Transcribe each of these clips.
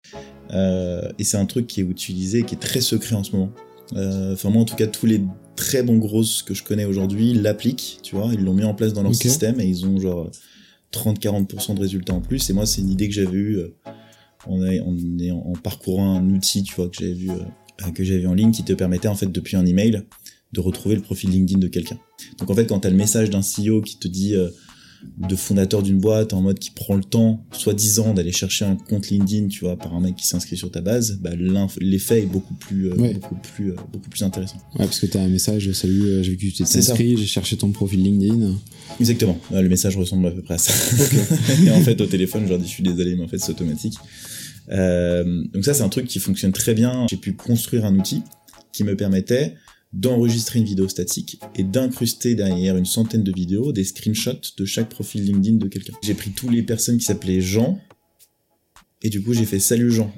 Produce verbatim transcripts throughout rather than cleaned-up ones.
Euh, et c'est un truc qui est utilisé, qui est très secret en ce moment. Euh, enfin moi en tout cas tous les très bons grosses que je connais aujourd'hui l'appliquent, tu vois, ils l'ont mis en place dans leur okay. système et ils ont genre trente à quarante pour cent de résultats en plus. Et moi c'est une idée que j'avais eue euh, en, en, en, en parcourant un outil, tu vois, que j'avais vu euh, que j'avais vu en ligne qui te permettait en fait depuis un email de retrouver le profil LinkedIn de quelqu'un. Donc en fait quand t'as le message d'un C E O qui te dit euh, de fondateur d'une boîte en mode qui prend le temps, soi-disant, d'aller chercher un compte LinkedIn, tu vois, par un mec qui s'inscrit sur ta base, bah l'effet est beaucoup plus, euh, ouais. beaucoup plus, euh, beaucoup plus intéressant. Ouais, parce que t'as un message, salut, euh, j'ai vu que tu t'es inscrit, j'ai cherché ton profil LinkedIn. Exactement. Ouais, le message ressemble à peu près à ça. Okay. Et en fait, au téléphone, je leur dis, je suis désolé, mais en fait, c'est automatique. Euh, donc ça, c'est un truc qui fonctionne très bien. J'ai pu construire un outil qui me permettait d'enregistrer une vidéo statique et d'incruster derrière une centaine de vidéos des screenshots de chaque profil LinkedIn de quelqu'un. J'ai pris toutes les personnes qui s'appelaient Jean et du coup j'ai fait salut Jean.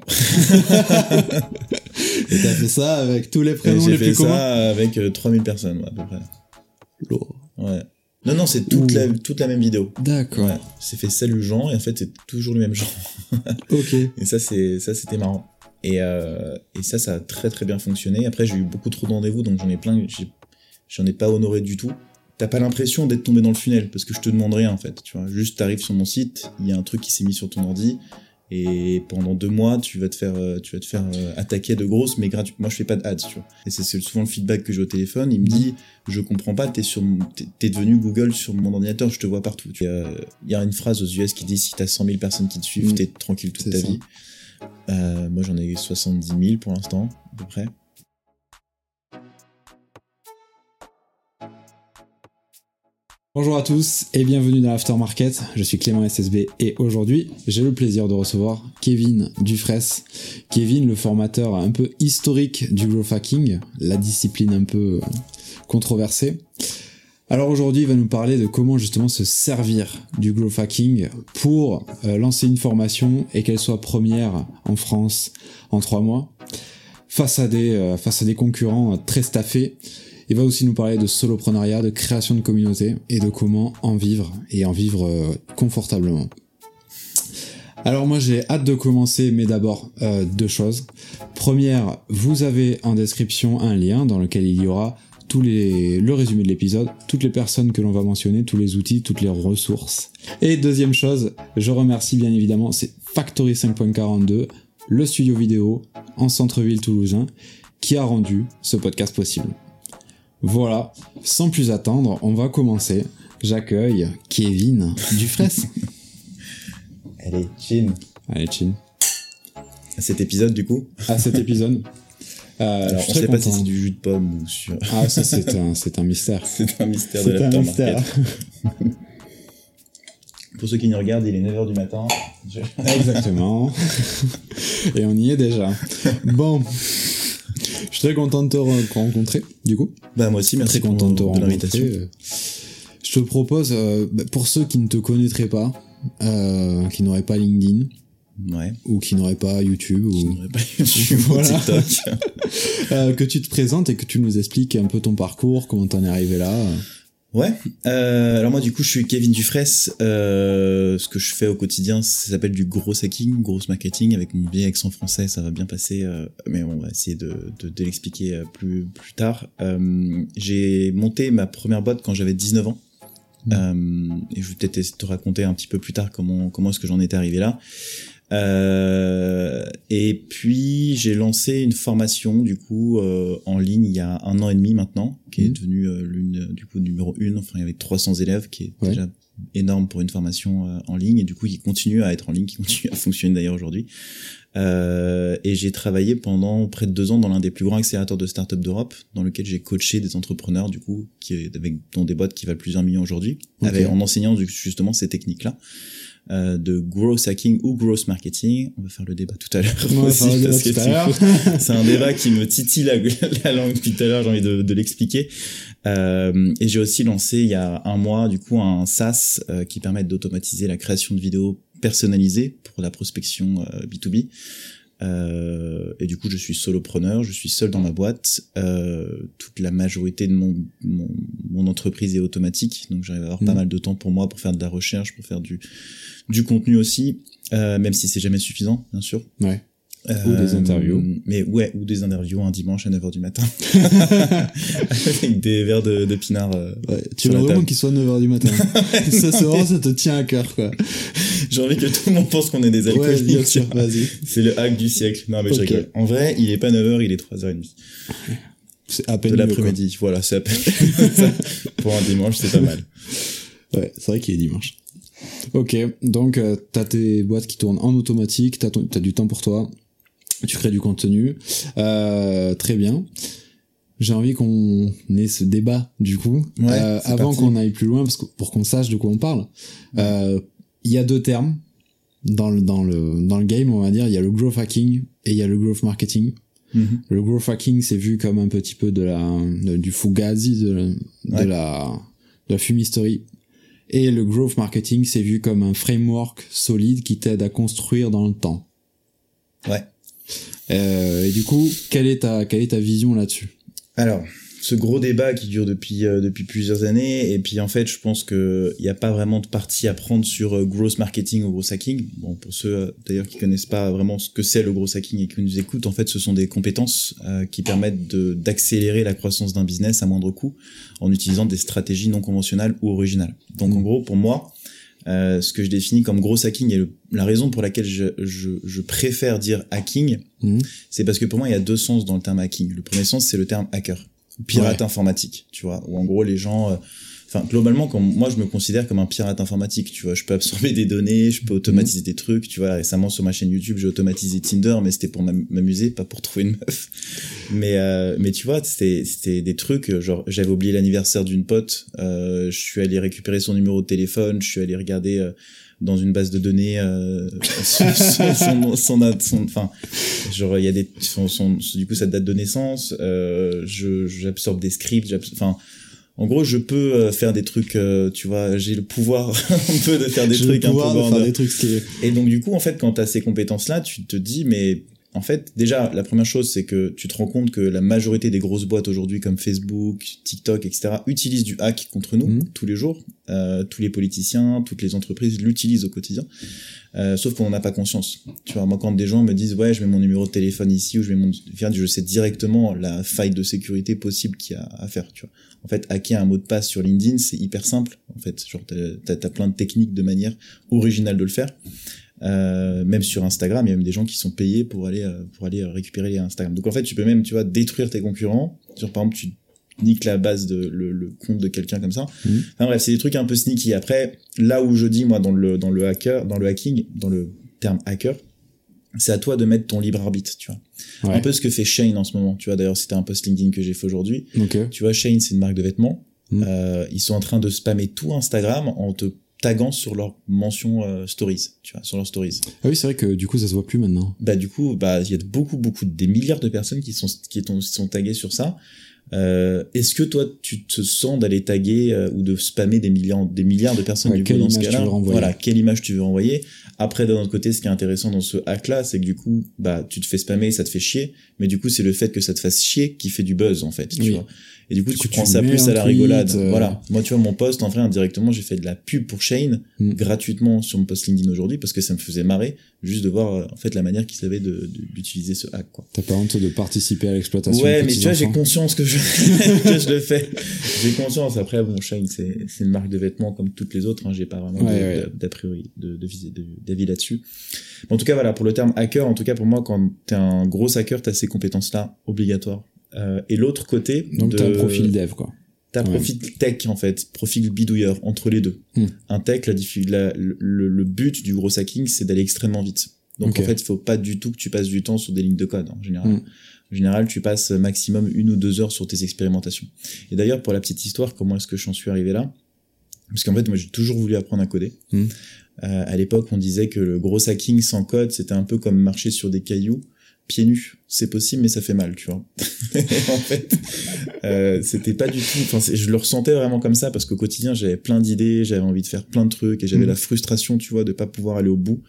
Et t'as fait ça avec tous les prénoms les plus communs ? J'ai fait ça avec euh, trois mille personnes ouais, à peu près. Lourd. Ouais. Non non c'est toute la, toute la même vidéo. D'accord. Ouais. C'est fait salut Jean et en fait c'est toujours le même Jean. Ok. Et ça c'est ça c'était marrant. Et, euh, et ça, ça a très très bien fonctionné. Après, j'ai eu beaucoup trop de rendez-vous, donc j'en ai plein, j'ai, j'en ai pas honoré du tout. T'as pas l'impression d'être tombé dans le funnel, parce que je te demande rien en fait. Tu vois, juste t'arrives sur mon site, il y a un truc qui s'est mis sur ton ordi, et pendant deux mois, tu vas te faire, tu vas te faire attaquer de grosses, mais gratuit. Moi, je fais pas de ads, tu vois. Et c'est, c'est souvent le feedback que j'ai au téléphone. Il me dit, je comprends pas, t'es sur, t'es, t'es devenu Google sur mon ordinateur, je te vois partout. Il y a, il y a une phrase aux U S qui dit, si t'as cent mille personnes qui te suivent, mmh. t'es tranquille toute c'est ta ça. vie. Euh, moi j'en ai soixante-dix mille pour l'instant, à peu près. Bonjour à tous et bienvenue dans l'Aftermarket, je suis Clément S S B et aujourd'hui j'ai le plaisir de recevoir Kevin Dufresne. Kevin, le formateur un peu historique du growth hacking, la discipline un peu controversée. Alors aujourd'hui, il va nous parler de comment justement se servir du growth hacking pour euh, lancer une formation et qu'elle soit première en France en trois mois face à des euh, face à des concurrents très staffés. Il va aussi nous parler de soloprenariat, de création de communauté et de comment en vivre et en vivre euh, confortablement. Alors moi j'ai hâte de commencer, mais d'abord euh, deux choses. Première, vous avez en description un lien dans lequel il y aura tous les, le résumé de l'épisode, toutes les personnes que l'on va mentionner, tous les outils, toutes les ressources. Et deuxième chose, je remercie bien évidemment, c'est Factory cinq point quarante-deux, le studio vidéo en centre-ville toulousain, qui a rendu ce podcast possible. Voilà, sans plus attendre, on va commencer. J'accueille Kevin Dufresne. Allez, chin. Allez, chin. À cet épisode du coup. À cet épisode. Euh, Alors, je ne sais content. pas si c'est du jus de pomme ou sur... Ah, ça, c'est un, c'est un mystère. C'est un mystère c'est de l'aftermarket. Pour ceux qui nous regardent, il est neuf heures du matin. Je... Exactement. Et on y est déjà. Bon. Je suis très content de te rencontrer, du coup. Bah, moi aussi, merci très content de te rencontrer. l'invitation. Je te propose, euh, pour ceux qui ne te connaîtraient pas, euh, qui n'auraient pas LinkedIn, ouais. ou qui n'auraient pas YouTube, qui ou n'auraient pas YouTube voilà. ou TikTok, euh, que tu te présentes et que tu nous expliques un peu ton parcours, comment t'en es arrivé là. Ouais. Euh, alors moi du coup je suis Kevin Dufresne. Euh, ce que je fais au quotidien, ça s'appelle du gros hacking, gros marketing. Avec mon vieil accent français, ça va bien passer. Euh, mais on va essayer de, de, de l'expliquer plus plus tard. Euh, j'ai monté ma première boîte quand j'avais dix-neuf ans. Mmh. Euh, et je vais peut-être te raconter un petit peu plus tard comment comment est-ce que j'en étais arrivé là. Euh, et puis j'ai lancé une formation du coup euh, en ligne il y a un an et demi maintenant, qui mmh. est devenue euh, l'une du coup numéro une. Enfin, il y avait trois cents élèves, qui est ouais. déjà énorme pour une formation euh, en ligne, et du coup qui continue à être en ligne, qui continue à fonctionner d'ailleurs aujourd'hui. Euh, et j'ai travaillé pendant près de deux ans dans l'un des plus grands accélérateurs de start-up d'Europe, dans lequel j'ai coaché des entrepreneurs du coup qui avec dont des boîtes qui valent plusieurs millions aujourd'hui, okay. avec, en enseignant justement ces techniques-là. Euh, de growth hacking ou growth marketing. On va faire le débat tout à l'heure ouais, aussi, parce que coup, c'est un débat qui me titille la, la langue depuis tout à l'heure, j'ai envie de, de l'expliquer. Euh, et j'ai aussi lancé il y a un mois du coup un SaaS euh, qui permet d'automatiser la création de vidéos personnalisées pour la prospection euh, B deux B. Euh, et du coup je suis solopreneur, je suis seul dans ma boîte, euh, toute la majorité de mon, mon, mon entreprise est automatique, donc j'arrive à avoir mmh. pas mal de temps pour moi, pour faire de la recherche, pour faire du, du contenu aussi, euh, même si c'est jamais suffisant bien sûr. Ouais. Ou des interviews. Mais ouais, ou des interviews un dimanche à neuf heures du matin. Avec des verres de, de pinard. Euh, ouais, tu veux vraiment qu'il soit neuf heures du matin. Ça, c'est vraiment, ça te tient à cœur, quoi. J'ai envie que tout le monde pense qu'on est des alcooliques. Ouais, bien sûr, vas-y. C'est le hack du siècle. Non, mais okay. Je rigole. En vrai, il est pas neuf heures, il est trois heures trente. C'est à peine de l'après-midi. Quoi. Voilà, c'est à peine. Ça, pour un dimanche, c'est pas mal. Ouais, c'est vrai qu'il est dimanche. Ok, donc euh, t'as tes boîtes qui tournent en automatique, t'as, ton, t'as du temps pour toi, tu crées du contenu, euh, très bien. J'ai envie qu'on ait ce débat du coup, ouais, euh, avant parti. Qu'on aille plus loin, parce que pour qu'on sache de quoi on parle. Il ouais. euh, y a deux termes dans le dans le dans le game, on va dire. Il y a le growth hacking et il y a le growth marketing. Mm-hmm. Le growth hacking, c'est vu comme un petit peu de la de, du fugazi, de, de ouais. la de la fumisterie. Et le growth marketing, c'est vu comme un framework solide qui t'aide à construire dans le temps. Ouais. Euh, et du coup, quelle est ta, quelle est ta vision là-dessus? Alors, ce gros débat qui dure depuis euh, depuis plusieurs années, et puis en fait, je pense que il y a pas vraiment de parti à prendre sur euh, growth marketing ou growth hacking. Bon, pour ceux euh, d'ailleurs qui connaissent pas vraiment ce que c'est le growth hacking et qui nous écoutent, en fait, ce sont des compétences euh, qui permettent de d'accélérer la croissance d'un business à moindre coût en utilisant des stratégies non conventionnelles ou originales. Donc, mmh. en gros, pour moi, euh, ce que je définis comme growth hacking et le, la raison pour laquelle je je, je préfère dire hacking, mmh. c'est parce que pour moi, il y a deux sens dans le terme hacking. Le premier sens, c'est le terme hacker. Pirate ouais. informatique, tu vois, où en gros les gens, enfin euh, globalement, comme moi je me considère comme un pirate informatique, tu vois, je peux absorber des données, je peux automatiser mmh. des trucs, tu vois. Récemment sur ma chaîne YouTube, j'ai automatisé Tinder, mais c'était pour m'amuser, pas pour trouver une meuf. Mais euh, mais tu vois, c'était c'était des trucs, genre j'avais oublié l'anniversaire d'une pote, euh, je suis allé récupérer son numéro de téléphone, je suis allé regarder euh, dans une base de données euh, son son son son enfin genre il y a des son, son du coup sa date de naissance, euh, je j'absorbe des scripts, enfin en gros je peux euh, faire des trucs, euh, tu vois, j'ai le pouvoir un peu de faire des j'ai trucs le pouvoir un peu de faire des trucs stylés. Et donc du coup en fait quand t'as ces compétences là, tu te dis mais en fait, déjà, la première chose, c'est que tu te rends compte que la majorité des grosses boîtes aujourd'hui, comme Facebook, TikTok, et cetera, utilisent du hack contre nous, mmh. tous les jours. Euh, tous les politiciens, toutes les entreprises l'utilisent au quotidien. Euh, sauf qu'on n'en a pas conscience. Tu vois, moi, quand des gens me disent, ouais, je mets mon numéro de téléphone ici, ou je mets mon, je sais directement la faille de sécurité possible qu'il y a à faire, tu vois. En fait, hacker un mot de passe sur LinkedIn, c'est hyper simple. En fait, genre, t'as, t'as, t'as plein de techniques de manière originale de le faire. Euh, même sur Instagram, il y a même des gens qui sont payés pour aller euh, pour aller récupérer les Instagram. Donc en fait, tu peux même, tu vois, détruire tes concurrents. Genre par exemple, tu niques la base de le, le compte de quelqu'un comme ça. Mmh. Enfin bref, c'est des trucs un peu sneaky. Après, là où je dis moi dans le dans le hacker, dans le hacking, dans le terme hacker, c'est à toi de mettre ton libre arbitre, tu vois. Ouais. Un peu ce que fait Shein en ce moment. Tu vois, d'ailleurs, c'était un post LinkedIn que j'ai fait aujourd'hui. Okay. Tu vois, Shein, c'est une marque de vêtements. Mmh. Euh, ils sont en train de spammer tout Instagram en te taguant sur leur mention euh, stories, tu vois, sur leurs stories. Ah oui, c'est vrai que du coup ça se voit plus maintenant. Bah du coup, bah il y a beaucoup beaucoup des milliards de personnes qui sont qui sont taguées sur ça. Euh, est-ce que toi tu te sens d'aller taguer euh, ou de spammer des milliards des milliards de personnes, ouais, du coup dans ce cas-là? Voilà, quelle image tu veux renvoyer? Après d'un autre côté, ce qui est intéressant dans ce hack là, c'est que du coup, bah tu te fais spammer, ça te fait chier, mais du coup c'est le fait que ça te fasse chier qui fait du buzz en fait, tu oui. vois. Et du coup, du tu coup, prends tu ça plus à la tweet, rigolade. Euh... Voilà. Moi, tu vois, mon post, en vrai, indirectement, j'ai fait de la pub pour Shein, mm. gratuitement sur mon post LinkedIn aujourd'hui, parce que ça me faisait marrer, juste de voir, en fait, la manière qu'ils avaient de, de, d'utiliser ce hack, quoi. T'as pas honte de participer à l'exploitation? Ouais, mais tu vois, j'ai conscience que je, que je le fais. J'ai conscience. Après, bon, Shein, c'est, c'est une marque de vêtements comme toutes les autres, hein. J'ai pas vraiment ouais, de, ouais. d'a priori, de, de, de, d'avis là-dessus. En tout cas, voilà, pour le terme hacker, en tout cas, pour moi, quand t'es un gros hacker, t'as ces compétences-là obligatoires. Euh, et l'autre côté. Donc, de... t'as un profil dev, quoi. T'as ouais. profil tech, en fait, profil bidouilleur, entre les deux. Mm. Un tech, la, la, le, le but du gros hacking, c'est d'aller extrêmement vite. Donc, okay. en fait, il faut pas du tout que tu passes du temps sur des lignes de code, en général. Mm. En général, tu passes maximum une ou deux heures sur tes expérimentations. Et d'ailleurs, pour la petite histoire, comment est-ce que j'en suis arrivé là? Parce qu'en fait, moi, j'ai toujours voulu apprendre à coder. Mm. Euh, à l'époque, on disait que le gros hacking sans code, c'était un peu comme marcher sur des cailloux pieds nus. C'est possible, mais ça fait mal, tu vois. En fait, euh, c'était pas du tout, enfin, je le ressentais vraiment comme ça parce qu'au quotidien, j'avais plein d'idées, j'avais envie de faire plein de trucs et j'avais mmh. la frustration, tu vois, de pas pouvoir aller au bout.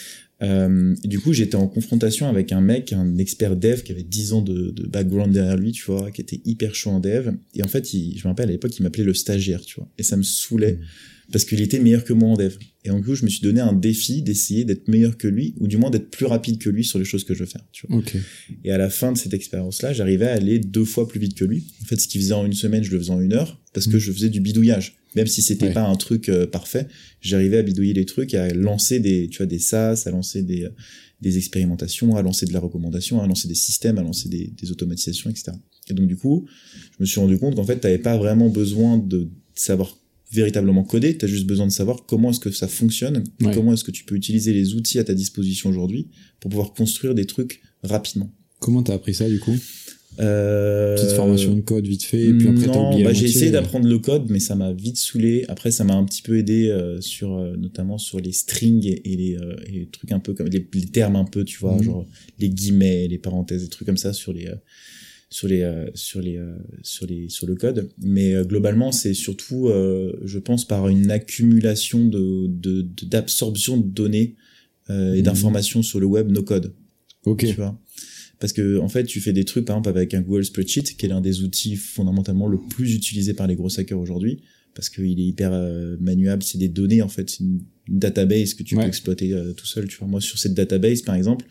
Euh, et du coup, j'étais en confrontation avec un mec, un expert dev qui avait dix ans de, de background derrière lui, tu vois, qui était hyper chaud en dev. Et en fait, il, je me rappelle, à l'époque, il m'appelait le stagiaire, tu vois. Et ça me saoulait. Mmh. Parce qu'il était meilleur que moi en dev. Et en coup, je me suis donné un défi d'essayer d'être meilleur que lui, ou du moins d'être plus rapide que lui sur les choses que je veux faire, tu vois. Ok. Et à la fin de cette expérience-là, j'arrivais à aller deux fois plus vite que lui. En fait, ce qu'il faisait en une semaine, je le faisais en une heure, parce que Mmh. je faisais du bidouillage. Même si c'était Ouais. pas un truc euh, parfait, j'arrivais à bidouiller les trucs, à lancer des, tu vois, des SaaS, à lancer des, des expérimentations, à lancer de la recommandation, à lancer des systèmes, à lancer des, des automatisations, et cetera. Et donc, du coup, je me suis rendu compte qu'en fait, t'avais pas vraiment besoin de savoir véritablement coder, t'as juste besoin de savoir comment est-ce que ça fonctionne, Ouais. comment est-ce que tu peux utiliser les outils à ta disposition aujourd'hui pour pouvoir construire des trucs rapidement. Comment t'as appris ça du coup? Euh... Petite formation de code vite fait, et puis après t'as non, oublié bah la j'ai moitié, essayé euh. d'apprendre le code, mais ça m'a vite saoulé. Après, ça m'a un petit peu aidé euh, sur, euh, notamment sur les strings et, et les, euh, et les trucs un peu comme les, les termes un peu, tu vois, Mhm. genre les guillemets, les parenthèses, des trucs comme ça sur les, euh, sur les, euh, sur les, euh, sur les, sur le code. Mais euh, globalement, c'est surtout, euh, je pense, par une accumulation de, de, de d'absorption de données euh, et Mhm. d'informations sur le web, no code. Ok. Tu vois. Parce que, en fait, tu fais des trucs, par exemple, avec un Google Spreadsheet, qui est l'un des outils fondamentalement le plus utilisé par les gros hackers aujourd'hui, parce qu'il est hyper euh, manuable, c'est des données, en fait, c'est une, une database que tu Ouais. peux exploiter euh, tout seul, tu vois. Moi, sur cette database, par exemple,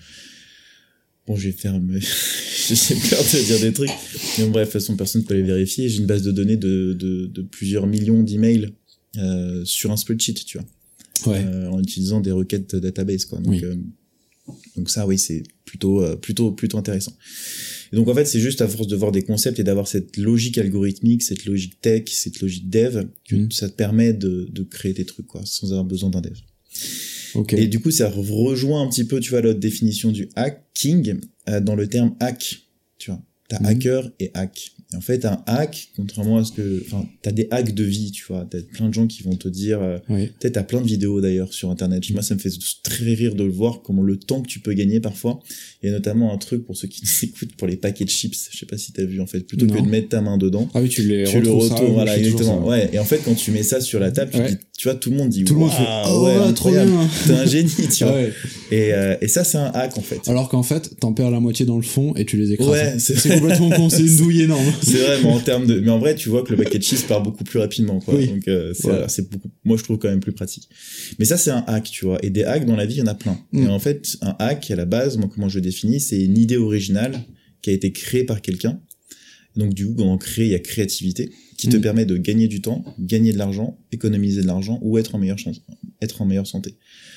bon, je vais faire, me... j'ai peur de dire des trucs, mais bon, bref, de toute façon, personne ne peut les vérifier. J'ai une base de données de, de, de plusieurs millions d'emails euh, sur un spreadsheet, tu vois, Ouais. euh, en utilisant des requêtes database, quoi. Donc, Oui. euh, donc ça, oui, c'est plutôt, euh, plutôt, plutôt intéressant. Et donc en fait, c'est juste à force de voir des concepts et d'avoir cette logique algorithmique, cette logique tech, cette logique dev, que Mm. ça te permet de, de créer tes trucs, quoi, sans avoir besoin d'un dev. Ok. Et du coup, ça rejoint un petit peu, tu vois, l'autre définition du hacking euh, dans le terme hack, tu vois. T'as Mhm. hacker et hack. Et en fait, un hack, contrairement à ce que, enfin, t'as des hacks de vie, tu vois. T'as plein de gens qui vont te dire, euh, Ouais. peut-être t'as plein de vidéos d'ailleurs sur internet. Moi, ça me fait très rire de le voir, comment le temps que tu peux gagner parfois. Il y a notamment un truc pour ceux qui nous écoutent pour les paquets de chips. Je sais pas si t'as vu, en fait. Plutôt Non. que de mettre ta main dedans, Ah oui, tu les tu le retrouves ça, retournes, moi, voilà, je fais toujours exactement. ça. Ouais. Et en fait, quand tu mets ça sur la table, tu, Ouais. dis, tu vois, tout le monde dit, Tout le monde fait waouh, oh ouais, là, trop incroyable. bien. T'es un génie, tu vois. Ouais. Et, euh, et ça, c'est un hack, en fait. Alors qu'en fait, t'en perds la moitié dans le fond et tu les écrases. Ouais, c'est c'est complètement con, c'est une douille énorme. C'est vrai, mais en termes de, mais en vrai, tu vois que le paquet de chips part beaucoup plus rapidement, quoi. Oui. Donc, euh, c'est, Voilà. c'est beaucoup, moi, je trouve quand même plus pratique. Mais ça, c'est un hack, tu vois. Et des hacks dans la vie, il y en a plein. Mm. Et en fait, un hack, à la base, moi, comment je le définis, c'est une idée originale qui a été créée par quelqu'un. Donc, du coup, quand on crée, il y a créativité qui te Mm. permet de gagner du temps, gagner de l'argent, économiser de l'argent ou être en meilleure chance, être en meilleure santé.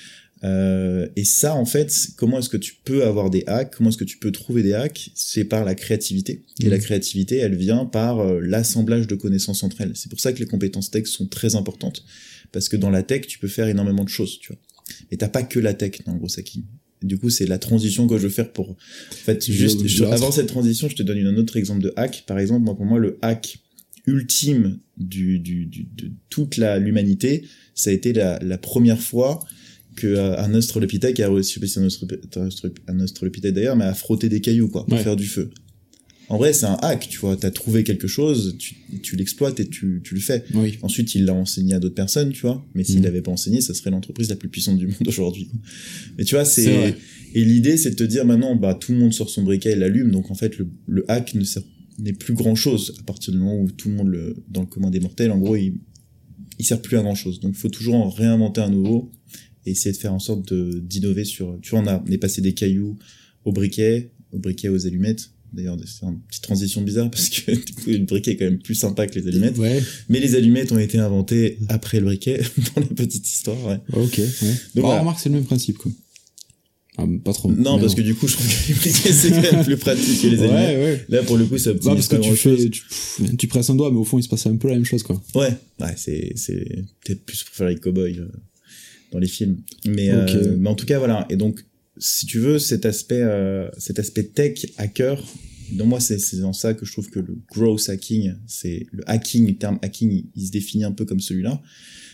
Euh, et ça, en fait, comment est-ce que tu peux avoir des hacks? Comment est-ce que tu peux trouver des hacks? C'est par la créativité. Et Mmh. la créativité, elle vient par euh, l'assemblage de connaissances entre elles. C'est pour ça que les compétences tech sont très importantes. Parce que dans la tech, tu peux faire énormément de choses, tu vois. Et t'as pas que la tech dans le gros hacking. Et du coup, c'est la transition que je veux faire pour, en fait, Je- juste, je- je- avant cette transition, je te donne un autre exemple de hack. Par exemple, moi, pour moi, le hack ultime du, du, du, de toute la, l'humanité, ça a été la, la première fois que euh, un australopithèque a réussi, je sais pas si c'est un, australopithèque, un australopithèque d'ailleurs, mais à frotter des cailloux, quoi, pour Ouais. faire du feu. En vrai, c'est un hack, tu vois. T'as trouvé quelque chose, tu, tu l'exploites et tu, tu le fais. Oui. Ensuite, il l'a enseigné à d'autres personnes, tu vois. Mais s'il Mhm. l'avait pas enseigné, ça serait l'entreprise la plus puissante du monde aujourd'hui, quoi. Mais tu vois, C'est c'est, vrai. et l'idée, c'est de te dire maintenant, bah, tout le monde sort son briquet et l'allume. Donc, en fait, le, le hack ne sert, n'est plus grand chose à partir du moment où tout le monde le, dans le commun des mortels, en gros, il, il sert plus à grand chose. Donc, il faut toujours en réinventer un nouveau et essayer de faire en sorte de, d'innover sur, tu vois, on a, on est passé des cailloux au briquet, au briquet aux allumettes. D'ailleurs, c'est une petite transition bizarre parce que du coup, le briquet est quand même plus sympa que les allumettes. Ouais. Mais les allumettes ont été inventées après le briquet, pour la petite histoire, ouais. Ok. Ouais. Donc, Bon, voilà. remarque, c'est le même principe, quoi. Ah, pas trop. Non, mais parce que du coup, je trouve que les briquets, c'est quand même plus pratique que les allumettes. Ouais, ouais. Là, pour le coup, ça Bah, optimise parce que pas tu grand chose. fais, tu, pff, tu presses un doigt, mais au fond, il se passe un peu la même chose, quoi. Ouais, ouais, c'est, c'est peut-être plus pour faire les cow-boys euh, dans les films. Mais, Ok. euh, mais en tout cas, voilà. Et donc, si tu veux, cet aspect, euh, cet aspect tech, hacker, donc moi, c'est, c'est dans ça que je trouve que le growth hacking, c'est le hacking, le terme hacking, il, il se définit un peu comme celui-là.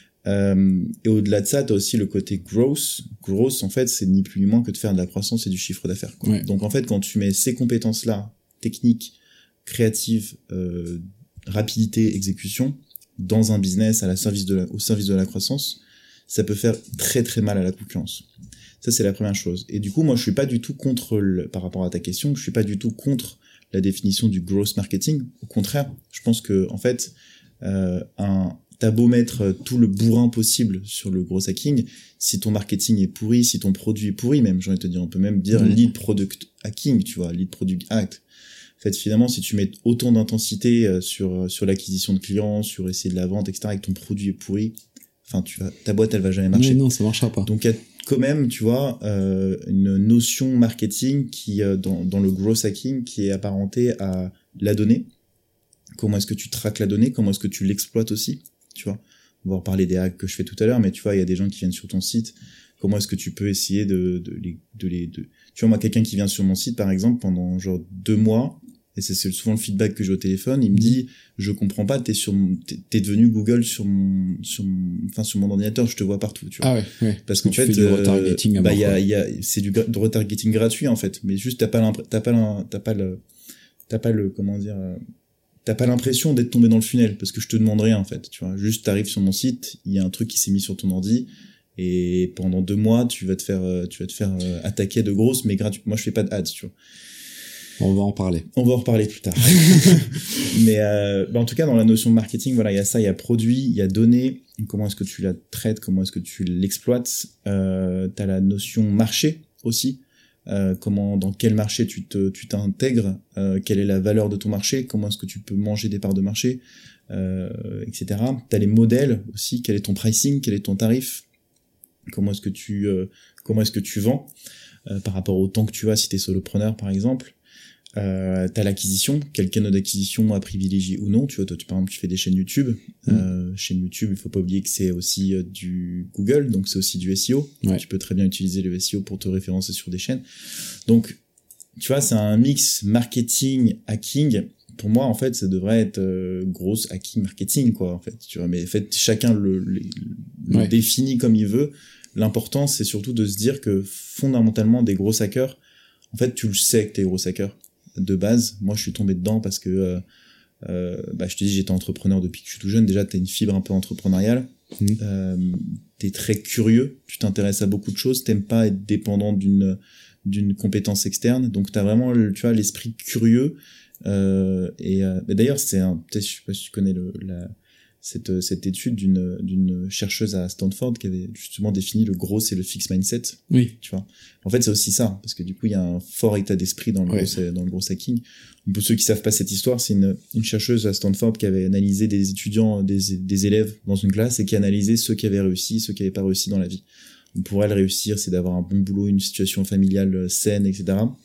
Euh, et au-delà de ça, t'as aussi le côté growth. Growth, en fait, c'est ni plus ni moins que de faire de la croissance et du chiffre d'affaires, quoi. Ouais. Donc, en fait, quand tu mets ces compétences-là, techniques, créatives, euh, rapidité, exécution, dans un business à la service de la, au service de la croissance, ça peut faire très très mal à la concurrence. Ça, c'est la première chose. Et du coup, moi, je suis pas du tout contre, le, par rapport à ta question, je suis pas du tout contre la définition du growth marketing. Au contraire, je pense que, en fait, euh, un, t'as beau mettre tout le bourrin possible sur le gros hacking, si ton marketing est pourri, si ton produit est pourri, même, j'ai envie de te dire, on peut même dire mmh. lead product hacking, tu vois, lead product hack. En fait, finalement, si tu mets autant d'intensité sur, sur l'acquisition de clients, sur essayer de la vente, et cetera, et que ton produit est pourri, enfin, tu vas, ta boîte, elle va jamais marcher. Mais non, ça marchera pas. Donc, il y a quand même, tu vois, euh, une notion marketing qui, euh, dans, dans le growth hacking, qui est apparentée à la donnée. Comment est-ce que tu traques la donnée? Comment est-ce que tu l'exploites aussi? Tu vois, on va en reparler des hacks que je fais tout à l'heure, mais tu vois, il y a des gens qui viennent sur ton site. Comment est-ce que tu peux essayer de, de les, de les, de... Tu vois, moi, quelqu'un qui vient sur mon site, par exemple, pendant genre deux mois, et c'est, c'est souvent le feedback que j'ai au téléphone, il me dit, je comprends pas, t'es sur mon, t'es, t'es devenu Google sur mon, sur mon, enfin, sur mon ordinateur, je te vois partout, tu vois. Ah ouais, ouais. Parce qu'en tu fait, fais du retargeting euh, à bah, mort, il y a, quoi. il y a, c'est du, du retargeting gratuit, en fait. Mais juste, t'as pas l'impression, t'as pas l'im- t'as pas le, t'as pas le, comment dire, euh, t'as pas l'impression d'être tombé dans le funnel, parce que je te demande rien, en fait, tu vois. Juste, t'arrives sur mon site, il y a un truc qui s'est mis sur ton ordi, et pendant deux mois, tu vas te faire, tu vas te faire euh, attaquer de grosses, mais gratuit. Moi, je fais pas de ads, tu vois. On va en parler. On va en reparler plus tard. mais euh, bah en tout cas, dans la notion de marketing, voilà, il y a ça, il y a produit, il y a données. Comment est-ce que tu la traites, comment est-ce que tu l'exploites. Euh, t'as la notion marché aussi. Euh, comment, dans quel marché tu te, tu t'intègres, euh, quelle est la valeur de ton marché, comment est-ce que tu peux manger des parts de marché, euh, et cetera. T'as les modèles aussi, quel est ton pricing, quel est ton tarif, comment est-ce que tu, euh, comment est-ce que tu vends, euh, par rapport au temps que tu as si t'es solopreneur par exemple. Euh, t'as l'acquisition, quel canal d'acquisition à privilégier ou non. Tu vois, toi, tu, par exemple, tu fais des chaînes YouTube. Mmh. Euh, chaîne YouTube, il faut pas oublier que c'est aussi euh, du Google, donc c'est aussi du S E O. Ouais. Tu peux très bien utiliser le S E O pour te référencer sur des chaînes. Donc, tu vois, c'est un mix marketing, hacking. Pour moi, en fait, ça devrait être euh, grosse hacking marketing, quoi, en fait. Tu vois, mais en fait, chacun le, le, le ouais. définit comme il veut. L'important, c'est surtout de se dire que fondamentalement, des gros hackers, en fait, tu le sais que t'es gros hacker. De base, moi je suis tombé dedans parce que euh, euh, bah, je te dis, j'étais entrepreneur depuis que je suis tout jeune. Déjà, t'as une fibre un peu entrepreneuriale, mmh. euh, t'es très curieux, tu t'intéresses à beaucoup de choses, t'aimes pas être dépendant d'une d'une compétence externe, donc t'as vraiment, tu vois, l'esprit curieux. Euh, et euh, d'ailleurs, c'est un, peut-être, je sais pas si tu connais le, la, cette cette étude d'une d'une chercheuse à Stanford qui avait justement défini le gros et le fixed mindset. Oui. Tu vois. En fait, c'est aussi ça, parce que du coup, il y a un fort état d'esprit dans le ouais. gros dans le gros hacking. Pour ceux qui savent pas cette histoire, c'est une une chercheuse à Stanford qui avait analysé des étudiants, des des élèves dans une classe et qui analysait ceux qui avaient réussi, ceux qui avaient pas réussi dans la vie. Donc, pour elle, réussir, c'est d'avoir un bon boulot, une situation familiale saine, et cetera.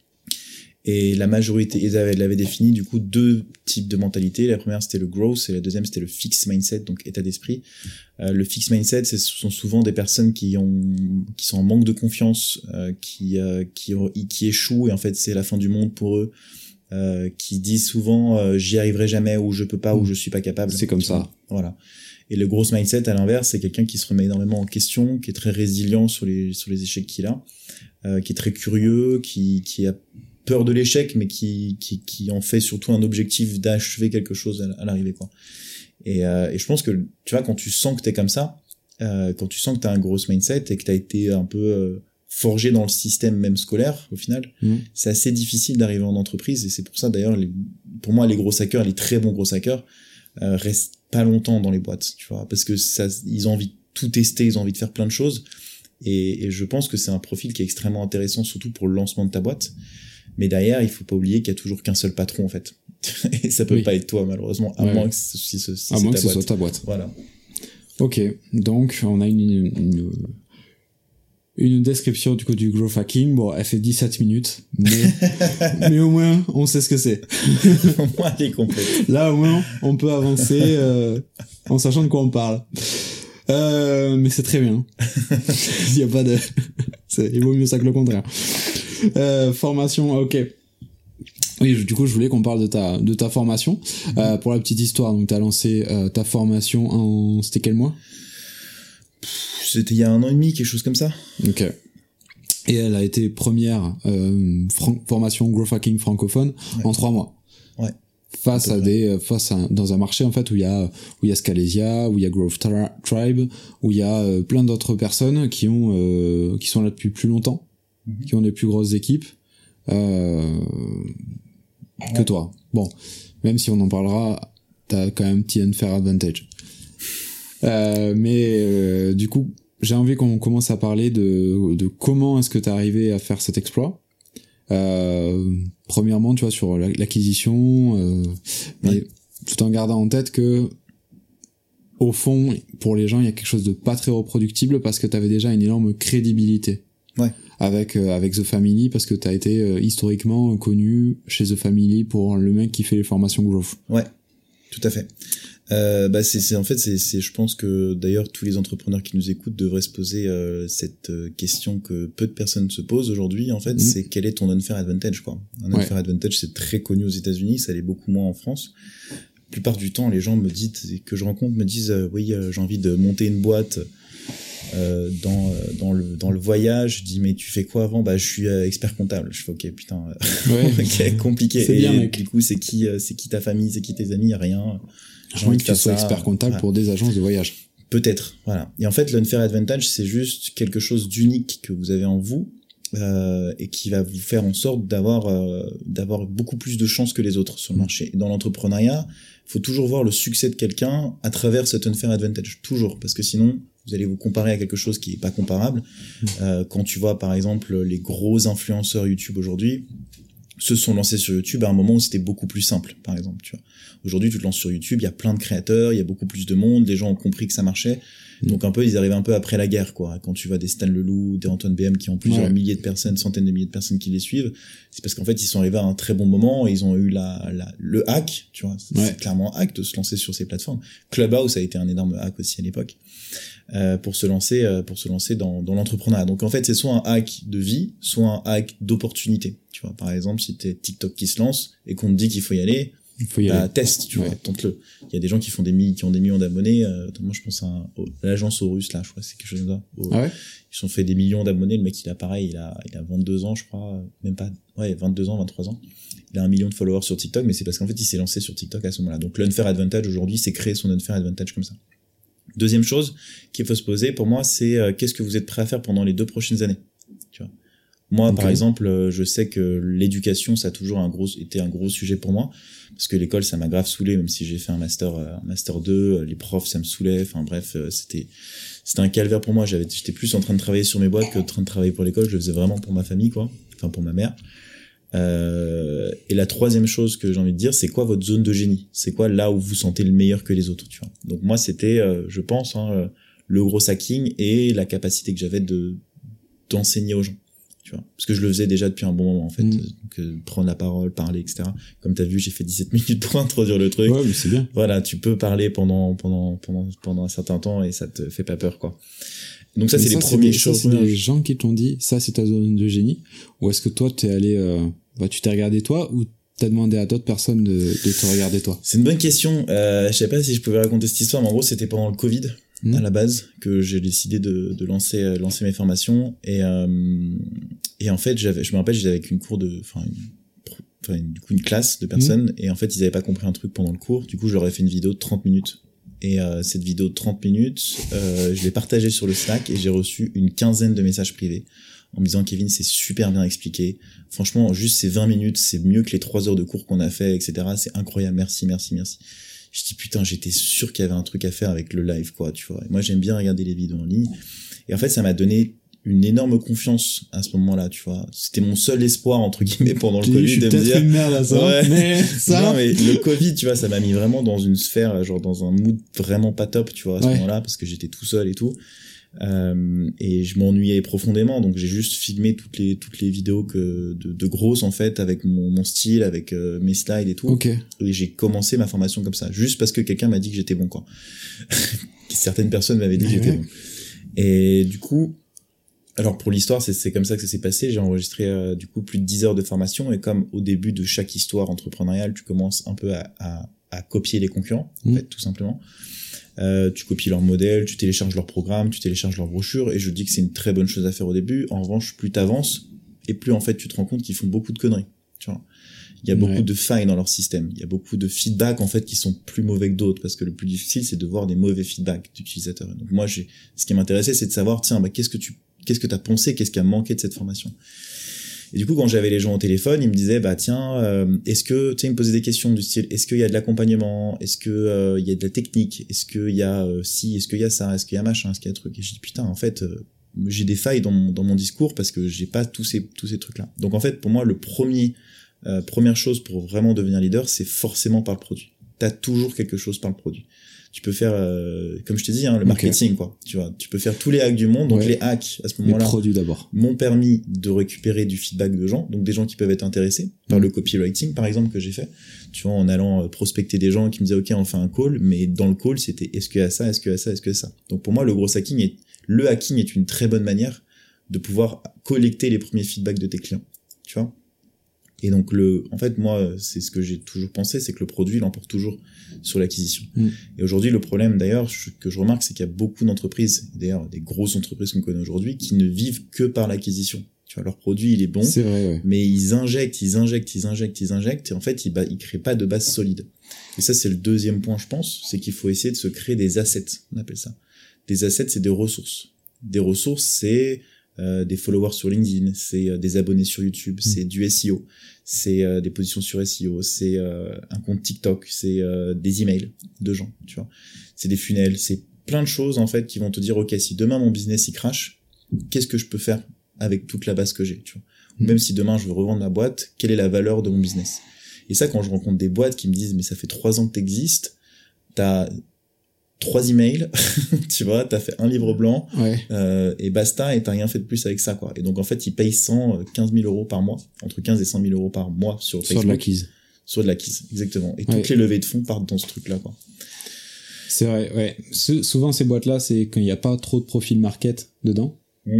Et la majorité, ils avaient, ils avaient défini, du coup, deux types de mentalités. La première, c'était le growth, et la deuxième, c'était le fixed mindset, donc état d'esprit. Euh, le fixed mindset, ce sont souvent des personnes qui ont, qui sont en manque de confiance, euh, qui, euh, qui, qui échouent, et en fait, c'est la fin du monde pour eux, euh, qui disent souvent, euh, j'y arriverai jamais, ou je peux pas, ou je suis pas capable. C'est comme ça. Voilà. Et le growth mindset, à l'inverse, c'est quelqu'un qui se remet énormément en question, qui est très résilient sur les, sur les échecs qu'il a, euh, qui est très curieux, qui, qui a peur de l'échec, mais qui, qui, qui en fait surtout un objectif d'achever quelque chose à, à l'arrivée, quoi. Et, euh, et je pense que, tu vois, quand tu sens que t'es comme ça, euh, quand tu sens que t'as un gros mindset et que t'as été un peu euh, forgé dans le système même scolaire, au final, mmh. c'est assez difficile d'arriver en entreprise, et c'est pour ça, d'ailleurs, les, pour moi, les gros hackers, les très bons gros hackers, euh, restent pas longtemps dans les boîtes, tu vois, parce que ça, ils ont envie de tout tester, ils ont envie de faire plein de choses, et, et je pense que c'est un profil qui est extrêmement intéressant, surtout pour le lancement de ta boîte. Mais derrière, il faut pas oublier qu'il y a toujours qu'un seul patron, en fait. Et ça peut oui. pas être toi, malheureusement, à ouais. moins que ce, si, si, si à c'est moins ta que ce boîte. soit ta boîte. Voilà. Ok. Donc, on a une, une, une description du coup du growth hacking. Bon, elle fait dix-sept minutes. Mais, mais au moins, on sait ce que c'est. Au moins, elle est complète. Là, au moins, on peut avancer, euh, en sachant de quoi on parle. Euh, mais c'est très bien. Il y a pas de, c'est, il vaut mieux ça que le contraire. Euh, formation, ok. Oui, du coup, je voulais qu'on parle de ta de ta formation. Mm-hmm. Euh, pour la petite histoire, donc t'as lancé euh, ta formation en, c'était quel mois ? C'était il y a un an et demi, quelque chose comme ça. Ok. Et elle a été première euh, fran- formation growth hacking francophone ouais. en trois mois. Ouais. Face à des, euh, face à dans un marché en fait où il y a où il y a Scalesia, où il y a Growth Tri- Tribe, où il y a euh, plein d'autres personnes qui ont euh, qui sont là depuis plus longtemps. Qui ont des plus grosses équipes euh, que toi. Bon, même si on en parlera, t'as quand même un petit unfair advantage. Euh, mais euh, du coup, j'ai envie qu'on commence à parler de, de comment est-ce que tu es arrivé à faire cet exploit. Euh, premièrement, tu vois, sur l'acquisition, euh, mais ouais. Tout en gardant en tête que, au fond, pour les gens, il y a quelque chose de pas très reproductible parce que tu avais déjà une énorme crédibilité. Ouais. Avec euh, avec The Family, parce que tu as été euh, historiquement connu chez The Family pour le mec qui fait les formations growth. Ouais, tout à fait. Euh, bah c'est, c'est en fait c'est, c'est je pense que d'ailleurs tous les entrepreneurs qui nous écoutent devraient se poser euh, cette euh, question que peu de personnes se posent aujourd'hui en fait, mmh. c'est quel est ton unfair advantage quoi. Un unfair ouais. advantage c'est très connu aux États-Unis, ça l'est beaucoup moins en France. La plupart du temps les gens me disent que je rencontre me disent euh, oui euh, j'ai envie de monter une boîte euh, dans euh, dans le dans le voyage. Je dis mais tu fais quoi avant? Bah je suis euh, expert comptable. Je fais ok putain ouais. ok compliqué. C'est et bien, mec. Du coup c'est qui euh, c'est qui ta famille, c'est qui tes amis, rien. J'ai envie que tu sois expert comptable voilà. Pour des agences de voyage. Peut-être, voilà. Et en fait, l'unfair advantage, c'est juste quelque chose d'unique que vous avez en vous euh, et qui va vous faire en sorte d'avoir euh, d'avoir beaucoup plus de chances que les autres sur le mmh. marché. Et dans l'entrepreneuriat, il faut toujours voir le succès de quelqu'un à travers cet unfair advantage, toujours, parce que sinon, vous allez vous comparer à quelque chose qui est pas comparable. Mmh. Euh, quand tu vois, par exemple, les gros influenceurs YouTube aujourd'hui, se sont lancés sur YouTube à un moment où c'était beaucoup plus simple, par exemple, tu vois. Aujourd'hui, tu te lances sur YouTube, il y a plein de créateurs, il y a beaucoup plus de monde, les gens ont compris que ça marchait. Mmh. Donc un peu, ils arrivent un peu après la guerre, quoi. Quand tu vois des Stan Leloup, des Antoine B M qui ont plusieurs ouais. milliers de personnes, centaines de milliers de personnes qui les suivent, c'est parce qu'en fait, ils sont arrivés à un très bon moment, ils ont eu la, la le hack, tu vois. C'est, ouais. c'est clairement un hack de se lancer sur ces plateformes. Clubhouse a été un énorme hack aussi à l'époque. Euh, pour se lancer euh, pour se lancer dans dans l'entrepreneuriat. Donc en fait, c'est soit un hack de vie, soit un hack d'opportunité. Tu vois, par exemple, si t'es TikTok qui se lance et qu'on te dit qu'il faut y aller, il faut y bah, aller. Teste, tu ouais. vois, tente-le. Il y a des gens qui font des mi- qui ont des millions d'abonnés. Euh, moi, je pense à, un, à l'agence Horus là, je crois que c'est quelque chose comme ça. Au, ah ouais. Ils ont fait des millions d'abonnés. Le mec, il a pareil, il a il a vingt-deux ans, je crois, même pas, ouais, vingt-deux ans, vingt-trois ans. Il a un million de followers sur TikTok, mais c'est parce qu'en fait, il s'est lancé sur TikTok à ce moment-là. Donc l'unfair advantage aujourd'hui, c'est créer son unfair advantage comme ça. Deuxième chose qu'il faut se poser, pour moi, c'est euh, qu'est-ce que vous êtes prêt à faire pendant les deux prochaines années. Tu vois. Moi, okay. par exemple, euh, je sais que l'éducation, ça a toujours un gros, été un gros sujet pour moi, parce que l'école, ça m'a grave saoulé, même si j'ai fait un master, euh, un master deux, euh, les profs, ça me saoulait. Enfin bref, euh, c'était, c'était un calvaire pour moi. J'avais, j'étais plus en train de travailler sur mes boîtes que en train de travailler pour l'école. Je le faisais vraiment pour ma famille, quoi. Enfin pour ma mère. Euh, et la troisième chose que j'ai envie de dire, c'est quoi votre zone de génie? C'est quoi là où vous sentez le meilleur que les autres, tu vois? Donc moi, c'était, euh, je pense, hein, le gros hacking et la capacité que j'avais de d'enseigner aux gens, tu vois, parce que je le faisais déjà depuis un bon moment en fait. Mmh. Donc euh, prendre la parole, parler, et cetera. Comme t'as vu, j'ai fait dix-sept minutes pour introduire le truc. Ouais, mais c'est bien. Voilà, tu peux parler pendant pendant pendant pendant un certain temps et ça te fait pas peur, quoi. Donc ça, mais c'est ça, les premières choses. Ça, c'est des gens qui t'ont dit, ça, c'est ta zone de génie. Ou est-ce que toi, t'es allé, euh, bah, tu t'es regardé toi, ou t'as demandé à d'autres personnes de, de te regarder toi? C'est une bonne question. Euh, je sais pas si je pouvais raconter cette histoire, mais en gros, c'était pendant le Covid, mmh. à la base, que j'ai décidé de, de lancer, euh, lancer mes formations. Et, euh, et en fait, j'avais, je me rappelle, j'étais avec une cour de, enfin, une, enfin, du coup, une classe de personnes. Mmh. Et en fait, ils avaient pas compris un truc pendant le cours. Du coup, je leur ai fait une vidéo de trente minutes. Et euh, cette vidéo de trente minutes, euh, je l'ai partagée sur le Slack et j'ai reçu une quinzaine de messages privés en me disant « Kevin, c'est super bien expliqué. Franchement, juste ces vingt minutes, c'est mieux que les trois heures de cours qu'on a fait, et cetera. C'est incroyable. Merci, merci, merci. » Je dis « Putain, j'étais sûr qu'il y avait un truc à faire avec le live, quoi, tu vois. » Et moi, j'aime bien regarder les vidéos en ligne. Et en fait, ça m'a donné une énorme confiance à ce moment-là, tu vois. C'était mon seul espoir, entre guillemets, pendant le Covid, de me dire... Je suis une merde à ça, ouais. mais ça... Non, mais le Covid, tu vois, ça m'a mis vraiment dans une sphère, genre dans un mood vraiment pas top, tu vois, à ce ouais. moment-là, parce que j'étais tout seul et tout. Euh, et je m'ennuyais profondément, donc j'ai juste filmé toutes les toutes les vidéos que de, de grosses, en fait, avec mon, mon style, avec euh, mes slides et tout. Okay. Et j'ai commencé ma formation comme ça, juste parce que quelqu'un m'a dit que j'étais bon, quoi. Certaines personnes m'avaient dit que j'étais bon. Et du coup... Alors pour l'histoire, c'est, c'est comme ça que ça s'est passé. J'ai enregistré euh, du coup plus de dix heures de formation et comme au début de chaque histoire entrepreneuriale, tu commences un peu à, à, à copier les concurrents, mmh. en fait, tout simplement. Euh, tu copies leur modèle, tu télécharges leur programme, tu télécharges leur brochure et je dis que c'est une très bonne chose à faire au début. En revanche, plus t'avances et plus en fait tu te rends compte qu'ils font beaucoup de conneries. Tu vois, il y a beaucoup ouais. de failles dans leur système. Il y a beaucoup de feedbacks en fait qui sont plus mauvais que d'autres parce que le plus difficile c'est de voir des mauvais feedbacks d'utilisateurs. Donc moi, j'ai, ce qui m'intéressait, c'est de savoir tiens, bah qu'est-ce que tu Qu'est-ce que tu as pensé? Qu'est-ce qui a manqué de cette formation? Et du coup, quand j'avais les gens au téléphone, ils me disaient, bah tiens, euh, est-ce que, tu sais, ils me posaient des questions du style, est-ce qu'il y a de l'accompagnement, est-ce que euh, il y a de la technique, est-ce qu'il y a euh, si, est-ce qu'il y a ça, est-ce qu'il y a machin, est-ce qu'il y a truc. Et je dis putain, en fait, euh, j'ai des failles dans mon dans mon discours parce que j'ai pas tous ces tous ces trucs là. Donc en fait, pour moi, le premier euh, première chose pour vraiment devenir leader, c'est forcément par le produit. T'as toujours quelque chose par le produit. Tu peux faire, euh, comme je t'ai dit, hein, le marketing, okay. quoi. Tu vois, tu peux faire tous les hacks du monde. Donc ouais. les hacks, à ce moment-là, les produits d'abord, m'ont permis de récupérer du feedback de gens, donc des gens qui peuvent être intéressés par mmh. le copywriting, par exemple, que j'ai fait. Tu vois, en allant euh, prospecter des gens qui me disaient, ok, on fait un call, mais dans le call, c'était est-ce qu'il y a ça, est-ce qu'il y a ça, est-ce qu'il y a ça. Donc pour moi, le gros hacking est, le hacking est une très bonne manière de pouvoir collecter les premiers feedbacks de tes clients. Tu vois. Et donc le, en fait, moi, c'est ce que j'ai toujours pensé, c'est que le produit l'emporte toujours sur l'acquisition. Mmh. Et aujourd'hui, le problème, d'ailleurs, je, que je remarque, c'est qu'il y a beaucoup d'entreprises, d'ailleurs, des grosses entreprises qu'on connaît aujourd'hui, qui ne vivent que par l'acquisition. Tu vois, leur produit, il est bon, c'est vrai, ouais. mais ils injectent, ils injectent, ils injectent, ils injectent, et en fait, ils, ba- ils créent pas de base solide. Et ça, c'est le deuxième point, je pense, c'est qu'il faut essayer de se créer des assets, on appelle ça. Des assets, c'est des ressources. Des ressources, c'est Euh, des followers sur LinkedIn, c'est euh, des abonnés sur YouTube, mmh. c'est du S E O, c'est euh, des positions sur S E O, c'est euh, un compte TikTok, c'est euh, des emails de gens, tu vois. C'est des funnels, c'est plein de choses en fait qui vont te dire ok, si demain mon business il crash, qu'est-ce que je peux faire avec toute la base que j'ai, tu vois. Mmh. Même si demain je veux revendre ma boîte, quelle est la valeur de mon business. Et ça, quand je rencontre des boîtes qui me disent mais ça fait trois ans que t'existes, t'as trois emails, tu vois, t'as fait un livre blanc, ouais. euh, et basta, et t'as rien fait de plus avec ça, quoi. Et donc, en fait, ils payent cent, quinze mille euros par mois, entre quinze et cent mille euros par mois sur Facebook. Sur de l'acquise. Sur de l'acquise, exactement. Et ouais. toutes les levées de fonds partent dans ce truc-là, quoi. C'est vrai, ouais. Ce, souvent, ces boîtes-là, c'est quand il n'y a pas trop de profil market dedans. Mmh.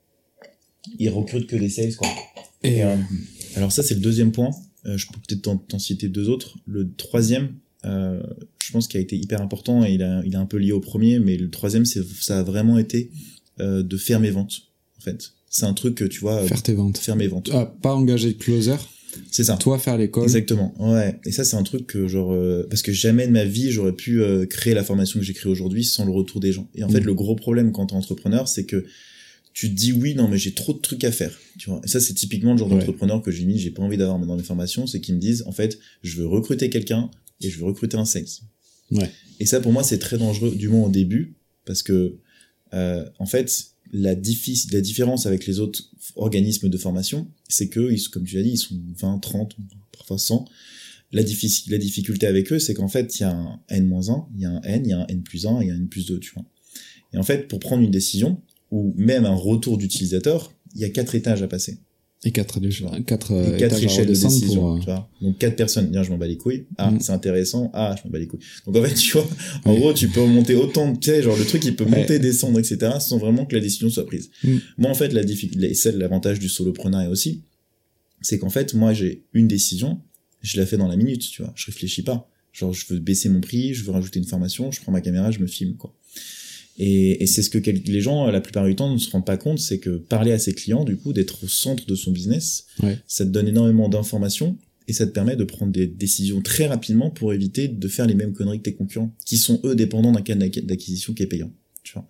Ils recrutent que des sales, quoi. Et, euh, alors ça, c'est le deuxième point. Euh, je peux peut-être t'en, t'en citer deux autres. Le troisième, Euh, je pense qu'il a été hyper important et il a, il est un peu lié au premier, mais le troisième, c'est, ça a vraiment été euh, de faire mes ventes, en fait. C'est un truc que, tu vois... Faire tes ventes. Faire mes ventes. Ah, pas engager de closer. C'est ça. Toi, faire l'école. Exactement, ouais. Et ça, c'est un truc que, genre... Euh, parce que jamais de ma vie, j'aurais pu euh, créer la formation que j'ai créée aujourd'hui sans le retour des gens. Et en mmh. fait, le gros problème quand t'es entrepreneur, c'est que tu te dis oui, non, mais j'ai trop de trucs à faire, tu vois. Et ça, c'est typiquement le genre ouais. d'entrepreneur que j'ai mis, j'ai pas envie d'avoir dans mes formations, c'est qu'ils me disent, en fait, je veux recruter quelqu'un et je veux recruter un sales. Ouais. Et ça, pour moi, c'est très dangereux, du moins au début, parce que, euh, en fait, la, diffi- la différence avec les autres organismes de formation, c'est que, ils, comme tu l'as dit, ils sont vingt, trente, parfois cent. La, diffi- la difficulté avec eux, c'est qu'en fait, il y a un N moins un, il y a un N, il y a un N plus un et il y a un N plus deux, tu vois. Et en fait, pour prendre une décision, ou même un retour d'utilisateur, il y a quatre étages à passer. Et quatre, quatre, et quatre échelles de décision, pour... tu vois. Donc quatre personnes, bien, je m'en bats les couilles. Ah, mm. c'est intéressant. Ah, je m'en bats les couilles. Donc en fait, tu vois, en ouais. gros, tu peux monter autant de, tu sais, genre le truc, il peut ouais. monter, descendre, et cetera, sans vraiment que la décision soit prise. Mm. Moi, en fait, la difficulté, et c'est l'avantage du soloprenariat aussi, c'est qu'en fait, moi, j'ai une décision, je la fais dans la minute, tu vois. Je réfléchis pas. Genre, je veux baisser mon prix, je veux rajouter une formation, je prends ma caméra, je me filme, quoi. Et, et c'est ce que les gens, la plupart du temps, ne se rendent pas compte, c'est que parler à ses clients, du coup, d'être au centre de son business, ouais. ça te donne énormément d'informations et ça te permet de prendre des décisions très rapidement pour éviter de faire les mêmes conneries que tes concurrents, qui sont eux dépendants d'un canal d'acquisition qui est payant. Tu vois.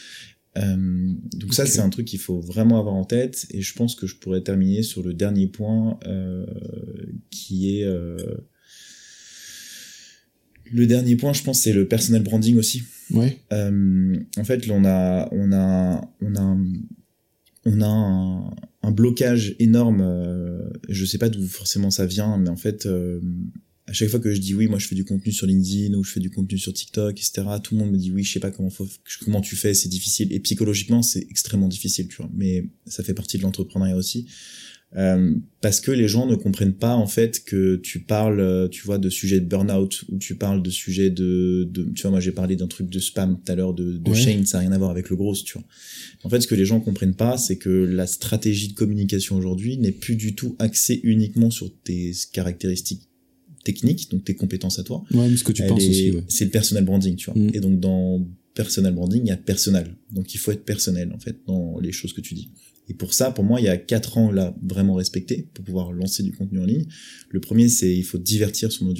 Euh, donc ça, okay. c'est un truc qu'il faut vraiment avoir en tête. Et je pense que je pourrais terminer sur le dernier point, euh, qui est euh, le dernier point. Je pense, c'est le personal branding aussi. Ouais. Euh, en fait, là, on a, on a, on a, un, on a un, un blocage énorme. Euh, je sais pas d'où forcément ça vient, mais en fait, euh, à chaque fois que je dis oui, moi je fais du contenu sur LinkedIn ou je fais du contenu sur TikTok, et cetera. Tout le monde me dit oui, je sais pas comment faut, comment tu fais, c'est difficile. Et psychologiquement, c'est extrêmement difficile, tu vois. Mais ça fait partie de l'entrepreneuriat aussi. Euh, parce que les gens ne comprennent pas en fait que tu parles, tu vois, de sujets de burn-out ou tu parles de sujets de, de tu vois, moi j'ai parlé d'un truc de spam tout à l'heure, de, de ouais. Shane, ça n'a rien à voir avec le gros, tu vois. En fait, ce que les gens comprennent pas, c'est que la stratégie de communication aujourd'hui n'est plus du tout axée uniquement sur tes caractéristiques techniques, donc tes compétences à toi. Ouais, mais ce que tu Elle penses est, aussi. Ouais. C'est le personal branding, tu vois. Mm. Et donc dans personal branding, il y a personnel. Donc il faut être personnel en fait dans les choses que tu dis. Et pour ça, pour moi, il y a quatre angles à vraiment respecter pour pouvoir lancer du contenu en ligne. Le premier, c'est il faut divertir son audience.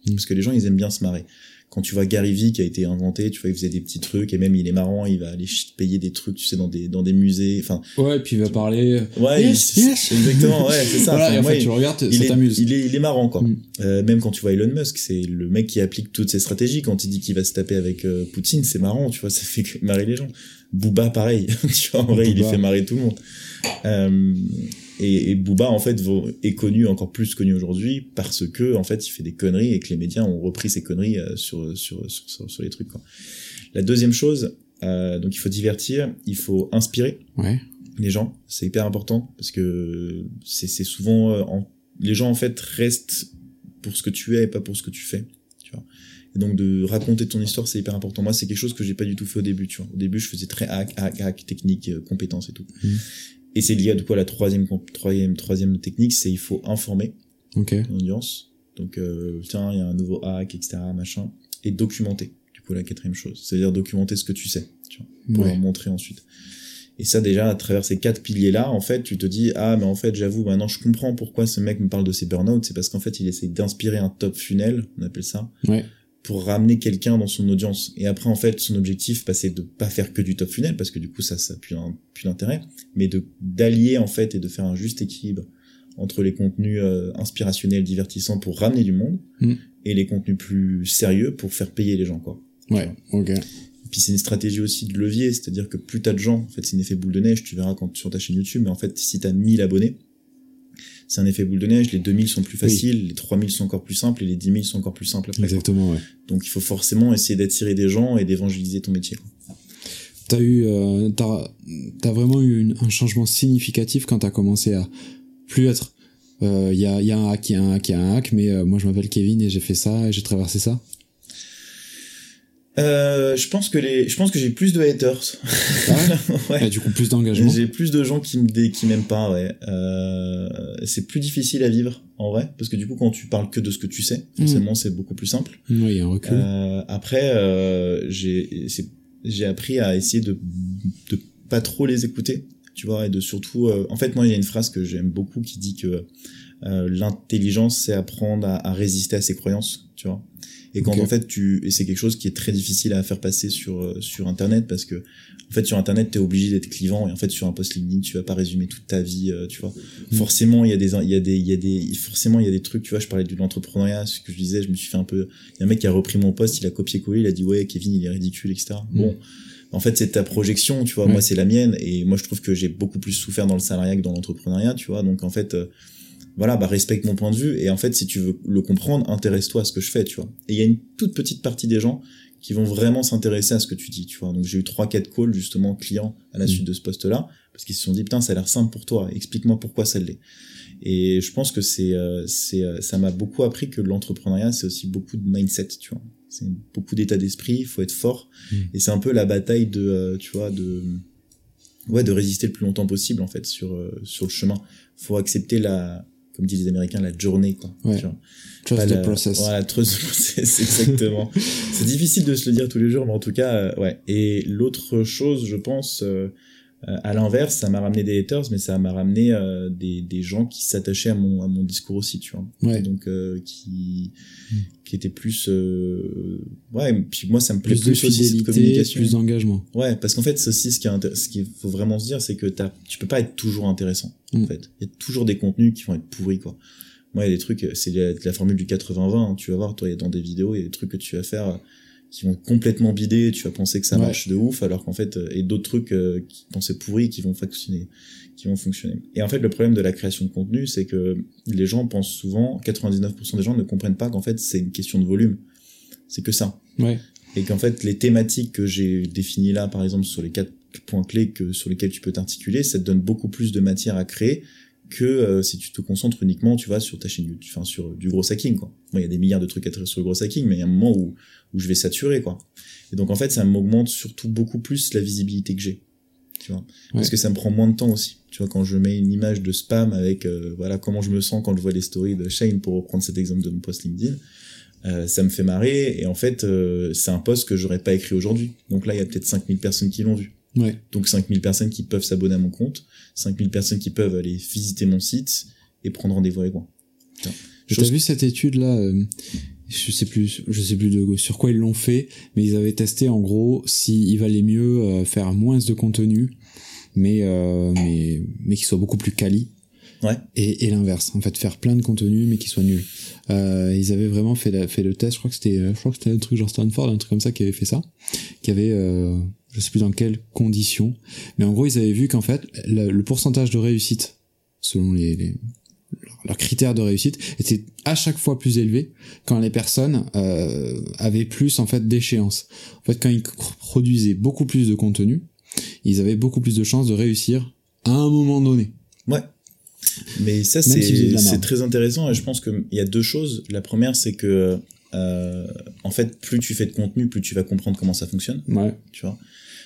Mmh. Parce que les gens, ils aiment bien se marrer. Quand tu vois Gary Vee qui a été inventé, tu vois, il faisait des petits trucs, et même il est marrant, il va aller payer des trucs, tu sais, dans des, dans des musées, enfin. Ouais, puis il va parler. Ouais, yes, il, yes. Exactement, ouais, c'est ça. Voilà, enfin, et en moi, fait, tu le regardes, il ça est, t'amuse. Il est, il est marrant, quoi. Mm. Euh, même quand tu vois Elon Musk, c'est le mec qui applique toutes ses stratégies. Quand il dit qu'il va se taper avec euh, Poutine, c'est marrant, tu vois, ça fait marrer les gens. Booba, pareil. Tu vois, en vrai, Booba. Il fait marrer tout le monde. Euh, et, et Booba, en fait, est connu, encore plus connu aujourd'hui, parce que, en fait, il fait des conneries et que les médias ont repris ces conneries euh, sur, sur, sur, sur, sur les trucs, quoi. La deuxième chose, euh, donc il faut divertir, il faut inspirer ouais. les gens, c'est hyper important, parce que c'est, c'est souvent, euh, en, les gens, en fait, restent pour ce que tu es et pas pour ce que tu fais, tu vois. Et donc, de raconter ton histoire, c'est hyper important. Moi, c'est quelque chose que j'ai pas du tout fait au début, tu vois. Au début, je faisais très hack, hack, hack, technique, euh, compétences et tout. Mmh. Et c'est lié à, du coup, à la troisième, troisième, troisième technique, c'est il faut informer okay. l'audience. Donc, euh, tiens, il y a un nouveau hack, et cetera, machin. Et documenter, du coup, la quatrième chose. C'est-à-dire documenter ce que tu sais, tu vois, pour ouais. leur montrer ensuite. Et ça, déjà, à travers ces quatre piliers-là, en fait, tu te dis, ah, mais en fait, j'avoue, maintenant, je comprends pourquoi ce mec me parle de ses burn-out. C'est parce qu'en fait, il essaie d'inspirer un top funnel, on appelle ça. Ouais. Pour ramener quelqu'un dans son audience. Et après, en fait, son objectif, bah, c'est de pas faire que du top funnel, parce que du coup, ça, ça a plus, un, plus d'intérêt, mais de, d'allier, en fait, et de faire un juste équilibre entre les contenus euh, inspirationnels, divertissants pour ramener du monde, mmh. et les contenus plus sérieux pour faire payer les gens, quoi. Ouais, ok. Et puis, c'est une stratégie aussi de levier, c'est-à-dire que plus t'as de gens, en fait, c'est un effet boule de neige, tu verras quand sur ta chaîne YouTube, mais en fait, si t'as mille abonnés, c'est un effet boule de neige, les deux mille sont plus faciles, oui. les trois mille sont encore plus simples, et les dix mille sont encore plus simples après. Exactement, quoi. ouais. Donc il faut forcément essayer d'attirer des gens et d'évangéliser ton métier. Quoi. T'as eu, euh, t'as, t'as vraiment eu une, un changement significatif quand t'as commencé à plus être, il euh, y a, y a un hack, il y a un hack, il y a un hack, mais euh, moi je m'appelle Kevin et j'ai fait ça, et j'ai traversé ça. Euh, je pense que les, je pense que j'ai plus de haters. Ah ouais. Ouais. Et du coup, plus d'engagement. J'ai plus de gens qui me dé, qui m'aiment pas, ouais. Euh, c'est plus difficile à vivre, en vrai. Parce que du coup, quand tu parles que de ce que tu sais, forcément, mmh. c'est beaucoup plus simple. Oui, il y a un recul. Euh, après, euh, j'ai, c'est, j'ai appris à essayer de, de pas trop les écouter, tu vois, et de surtout, euh, en fait, moi, il y a une phrase que j'aime beaucoup qui dit que, euh, l'intelligence, c'est apprendre à, à résister à ses croyances, tu vois. Et quand okay. en fait tu et c'est quelque chose qui est très difficile à faire passer sur sur internet parce que en fait sur internet t'es obligé d'être clivant et en fait sur un post LinkedIn tu vas pas résumer toute ta vie, euh, tu vois. Mmh. Forcément il y a des il y a des il y a des forcément il y a des trucs, tu vois, je parlais de l'entrepreneuriat, ce que je disais, je me suis fait un peu, il y a un mec qui a repris mon post, il a copié-collé, il a dit ouais Kevin il est ridicule, et cetera. Mmh. Bon, en fait c'est ta projection, tu vois, ouais. Moi c'est la mienne et moi je trouve que j'ai beaucoup plus souffert dans le salariat que dans l'entrepreneuriat, tu vois, donc en fait euh, voilà, bah respecte mon point de vue et en fait si tu veux le comprendre, intéresse-toi à ce que je fais, tu vois. Et il y a une toute petite partie des gens qui vont vraiment s'intéresser à ce que tu dis, tu vois. Donc j'ai eu trois quatre calls justement clients à la mmh. suite de ce poste-là parce qu'ils se sont dit putain, ça a l'air simple pour toi, explique-moi pourquoi ça l'est. Et je pense que c'est euh, c'est euh, ça m'a beaucoup appris que l'entrepreneuriat c'est aussi beaucoup de mindset, tu vois. C'est beaucoup d'état d'esprit, il faut être fort mmh. et c'est un peu la bataille de euh, tu vois de ouais, de résister le plus longtemps possible en fait sur euh, sur le chemin. Faut accepter la comme disent les Américains, la journée, quoi. Ouais. Tu vois. Trust Pas the la... process. Voilà, trust the process, exactement. C'est difficile de se le dire tous les jours, mais en tout cas, euh, ouais. Et l'autre chose, je pense, euh, euh, à l'inverse, ça m'a ramené des haters, mais ça m'a ramené euh, des, des gens qui s'attachaient à mon, à mon discours aussi, tu vois. Ouais. Et donc, euh, qui, mm. qui étaient plus, euh, ouais, et puis moi, ça me plaît plus, plus de aussi fidélité, cette communication. Plus d'engagement. Ouais, parce qu'en fait, c'est aussi ce qui est intér- ce qu'il faut vraiment se dire, c'est que t'as, tu peux pas être toujours intéressant, mm. en fait. Il y a toujours des contenus qui vont être pourris, quoi. Moi, il y a des trucs, c'est la, la formule du quatre-vingts vingt, hein, tu vas voir, toi, dans des vidéos, il y a des trucs que tu vas faire euh, qui vont complètement bider, tu vas penser que ça ouais. marche de ouf, alors qu'en fait, euh, et d'autres trucs euh, qui pensaient pourris, qui vont fonctionner, qui vont fonctionner. Et en fait, le problème de la création de contenu, c'est que les gens pensent souvent, quatre-vingt-dix-neuf pour cent des gens ne comprennent pas qu'en fait, c'est une question de volume. C'est que ça. Ouais. Et qu'en fait, les thématiques que j'ai définies là, par exemple, sur les quatre points clés que, sur lesquels tu peux t'articuler, ça te donne beaucoup plus de matière à créer que euh, si tu te concentres uniquement, tu vois, sur ta chaîne YouTube, enfin sur du gros hacking, quoi. Moi, il y a des milliards de trucs à faire sur le gros hacking, mais il y a un moment où où je vais saturer, quoi. Et donc en fait, ça m'augmente surtout beaucoup plus la visibilité que j'ai, tu vois, ouais. Parce que ça me prend moins de temps aussi. Tu vois, quand je mets une image de spam avec euh, voilà comment je me sens quand je vois les stories de Shane, pour reprendre cet exemple de mon post LinkedIn, euh, ça me fait marrer et en fait, euh, c'est un post que j'aurais pas écrit aujourd'hui. Donc là, il y a peut-être cinq mille personnes qui l'ont vu. Ouais. Donc cinq mille personnes qui peuvent s'abonner à mon compte, cinq mille personnes qui peuvent aller visiter mon site et prendre rendez-vous avec moi. Chose... T'as vu cette étude là euh, je sais plus, je sais plus de, sur quoi ils l'ont fait, mais ils avaient testé en gros s'il valait mieux euh, faire moins de contenu, mais euh, mais mais qui soit beaucoup plus quali. Ouais. Et, et l'inverse, en fait, faire plein de contenu mais qui soit nul. Euh, ils avaient vraiment fait la, fait le test. Je crois que c'était, je crois que c'était un truc genre Stanford, un truc comme ça qui avait fait ça, qui avait, euh, je sais plus dans quelles conditions, mais en gros ils avaient vu qu'en fait le, le pourcentage de réussite selon les, les leurs critères de réussite était à chaque fois plus élevé quand les personnes euh, avaient plus en fait d'échéances. En fait, quand ils produisaient beaucoup plus de contenu, ils avaient beaucoup plus de chances de réussir à un moment donné. Ouais. Mais ça, Même c'est, c'est très intéressant et je pense qu'il y a deux choses. La première, c'est que, euh, en fait, plus tu fais de contenu, plus tu vas comprendre comment ça fonctionne. Ouais. Tu vois.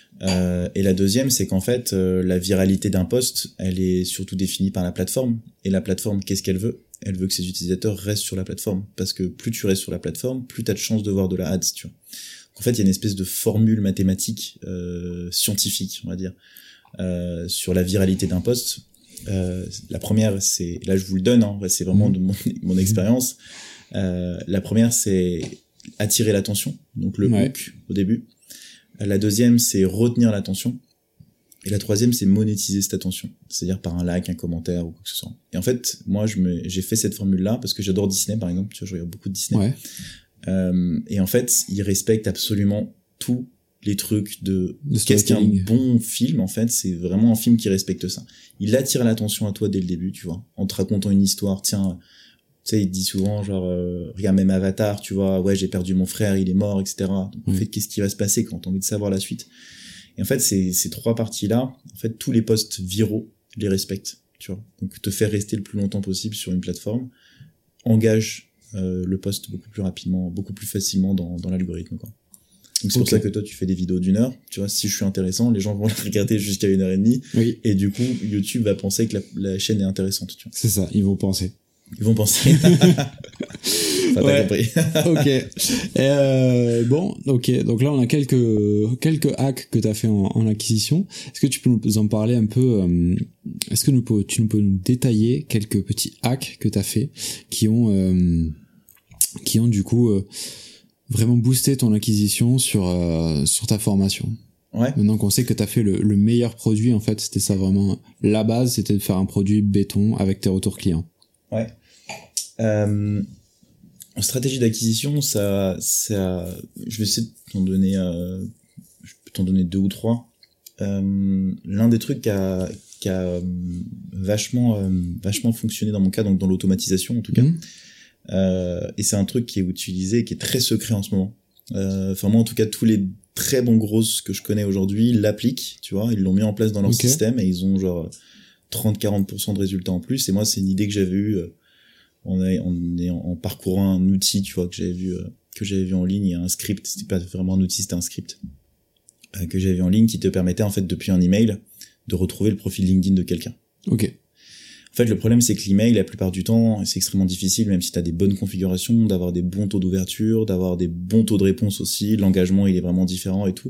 Euh, et la deuxième, c'est qu'en fait, euh, la viralité d'un post, elle est surtout définie par la plateforme. Et la plateforme, qu'est-ce qu'elle veut ? Elle veut que ses utilisateurs restent sur la plateforme. Parce que plus tu restes sur la plateforme, plus tu as de chances de voir de la ads, tu vois. En fait, il y a une espèce de formule mathématique, euh, scientifique, on va dire, euh, sur la viralité d'un post. Euh, la première, c'est, là je vous le donne, hein, c'est vraiment de mon, mon expérience. Euh, la première, c'est attirer l'attention, donc le ouais. hook au début. La deuxième, c'est retenir l'attention. Et la troisième, c'est monétiser cette attention, c'est-à-dire par un like, un commentaire ou quoi que ce soit. Et en fait, moi, je me, j'ai fait cette formule-là parce que j'adore Disney, par exemple. Tu vois, je regarde beaucoup de Disney. Ouais. Euh, et en fait, ils respectent absolument tous les trucs de, de qu'est-ce qu'un bon film, en fait. C'est vraiment un film qui respecte ça. Il attire l'attention à toi dès le début, tu vois, en te racontant une histoire. Tiens, tu sais, il dit souvent, genre, euh, regarde même Avatar, tu vois, ouais, j'ai perdu mon frère, il est mort, et cetera. Donc, en fait, qu'est-ce qui va se passer quand t'as envie de savoir la suite? Et en fait, ces, ces trois parties-là, en fait, tous les posts viraux les respectent, tu vois. Donc, te faire rester le plus longtemps possible sur une plateforme engage euh, le post beaucoup plus rapidement, beaucoup plus facilement dans, dans l'algorithme, quoi. Donc, c'est okay. pour ça que toi, tu fais des vidéos d'une heure. Tu vois, si je suis intéressant, les gens vont la regarder jusqu'à une heure et demie. Oui. Et du coup, YouTube va penser que la, la chaîne est intéressante, tu vois. C'est ça, ils vont penser. Ils vont penser. Enfin, t'as ouais. compris. Ok. Euh, bon, ok. Donc là, on a quelques quelques hacks que t'as fait en, en acquisition. Est-ce que tu peux nous en parler un peu euh, Est-ce que nous peux, tu nous peux nous détailler quelques petits hacks que t'as fait qui ont euh, qui ont du coup euh, vraiment boosté ton acquisition sur euh, sur ta formation? Ouais. Maintenant qu'on sait que t'as fait le, le meilleur produit, en fait, c'était ça vraiment. La base, c'était de faire un produit béton avec tes retours clients. Ouais. Euh, en stratégie d'acquisition, ça, ça, je vais essayer de t'en donner, euh, je peux t'en donner deux ou trois. Euh, l'un des trucs qui a, qui a euh, vachement, euh, vachement fonctionné dans mon cas, donc dans l'automatisation en tout cas. Mmh. Euh, et c'est un truc qui est utilisé, qui est très secret en ce moment. Euh, enfin moi en tout cas, tous les très bons grosses que je connais aujourd'hui l'appliquent, tu vois, ils l'ont mis en place dans leur okay. système et ils ont genre trente à quarante pour cent de résultats en plus. Et moi, c'est une idée que j'avais eue euh, en, en, en, en parcourant un outil, tu vois, que j'avais vu, euh, que j'avais vu en ligne. Il y a un script, c'était pas vraiment un outil, c'était un script euh, que j'avais vu en ligne qui te permettait, en fait, depuis un email, de retrouver le profil LinkedIn de quelqu'un. Ok. En fait, le problème, c'est que l'email, la plupart du temps, c'est extrêmement difficile, même si tu as des bonnes configurations, d'avoir des bons taux d'ouverture, d'avoir des bons taux de réponse aussi. L'engagement, il est vraiment différent et tout.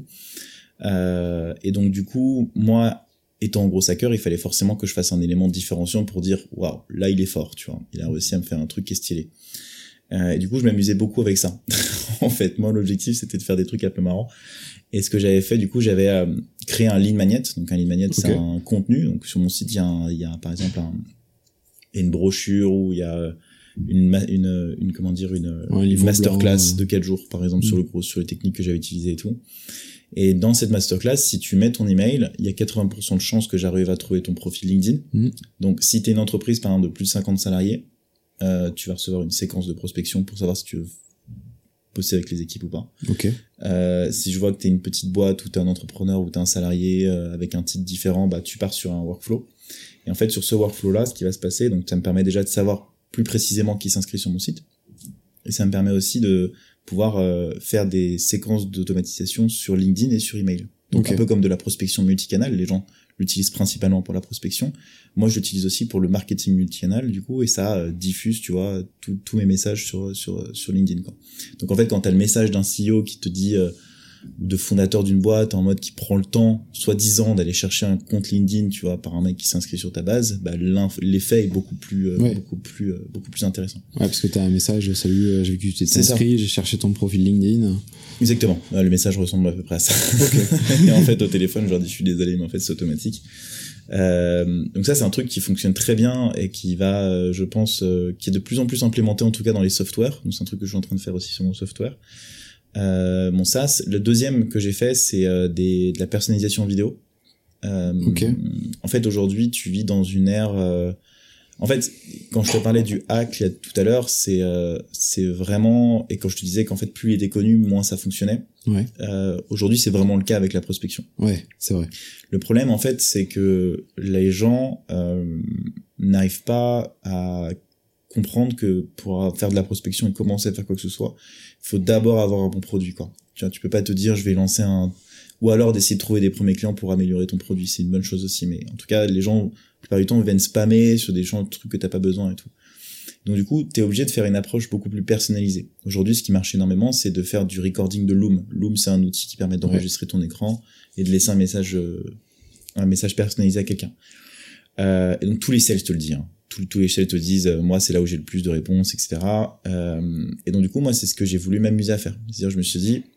Euh, et donc, du coup, moi, étant un gros hacker, il fallait forcément que je fasse un élément différenciant pour dire waouh, là il est fort, tu vois. Il a réussi à me faire un truc qui est stylé. Euh, et du coup, je m'amusais beaucoup avec ça. En fait, moi l'objectif c'était de faire des trucs un peu marrants. Et ce que j'avais fait, du coup, j'avais euh, créé un lead magnet. Donc un lead magnet, okay. C'est un contenu. Donc sur mon site, il y a, un, il y a par exemple un, une brochure où il y a une une, une comment dire une, ouais, une masterclass blanc, de quatre jours, par exemple, mmh. sur le gros, sur les techniques que j'avais utilisées et tout. Et dans cette masterclass, si tu mets ton email, il y a quatre-vingts pour cent de chances que j'arrive à trouver ton profil LinkedIn. Mmh. Donc, si t'es une entreprise, par exemple, de plus de cinquante salariés, euh, tu vas recevoir une séquence de prospection pour savoir si tu veux bosser avec les équipes ou pas. Ok. Euh, si je vois que t'es une petite boîte ou t'es un entrepreneur ou t'es un salarié euh, avec un titre différent, bah, tu pars sur un workflow. Et en fait, sur ce workflow-là, ce qui va se passer, donc, ça me permet déjà de savoir plus précisément qui s'inscrit sur mon site. Et ça me permet aussi de pouvoir euh, faire des séquences d'automatisation sur LinkedIn et sur email. Donc okay. Un peu comme de la prospection multicanal, les gens l'utilisent principalement pour la prospection. Moi, je l'utilise aussi pour le marketing multicanal, du coup, et ça euh, diffuse, tu vois, tous mes messages sur sur sur LinkedIn, quoi. Donc en fait, quand t'as le message d'un C E O qui te dit euh, de fondateur d'une boîte en mode qui prend le temps, soi-disant, d'aller chercher un compte LinkedIn, tu vois, par un mec qui s'inscrit sur ta base, bah, l'effet est beaucoup plus, euh, ouais. beaucoup plus, euh, beaucoup plus intéressant. Ouais, parce que t'as un message, salut, j'ai vu que tu t'es inscrit, j'ai cherché ton profil LinkedIn. Exactement. Le message ressemble à peu près à ça. Okay. Et en fait, au téléphone, je leur dis, je suis désolé, mais en fait, c'est automatique. Euh, donc ça, c'est un truc qui fonctionne très bien et qui va, euh, je pense, euh, qui est de plus en plus implémenté, en tout cas dans les softwares. Donc c'est un truc que je suis en train de faire aussi sur mon software. Euh, mon SaaS. Le deuxième que j'ai fait, c'est euh, des, de la personnalisation vidéo. Euh, okay. En fait, aujourd'hui, tu vis dans une ère... Euh, en fait, quand je te parlais du hack là, tout à l'heure, c'est euh, c'est vraiment... Et quand je te disais qu'en fait, plus il était connu, moins ça fonctionnait. Ouais. Euh, aujourd'hui, c'est vraiment le cas avec la prospection. Ouais, c'est vrai. Le problème, en fait, c'est que les gens euh, n'arrivent pas à comprendre que pour faire de la prospection et commencer à faire quoi que ce soit, il faut d'abord avoir un bon produit, quoi. Tu vois, tu peux pas te dire, je vais lancer un... Ou alors d'essayer de trouver des premiers clients pour améliorer ton produit. C'est une bonne chose aussi. Mais en tout cas, les gens, la plupart du temps, viennent spammer sur des gens, trucs que t'as pas besoin et tout. Donc du coup, t'es obligé de faire une approche beaucoup plus personnalisée. Aujourd'hui, ce qui marche énormément, c'est de faire du recording de Loom. Loom, c'est un outil qui permet d'enregistrer ouais. ton écran et de laisser un message, euh, un message personnalisé à quelqu'un. Euh, et donc tous les sales te le disent. Hein. Tous, tous les sales te disent, euh, moi, c'est là où j'ai le plus de réponses, et cetera. Euh, et donc du coup, moi, c'est ce que j'ai voulu m'amuser à faire. C'est-à-dire, je me suis dit,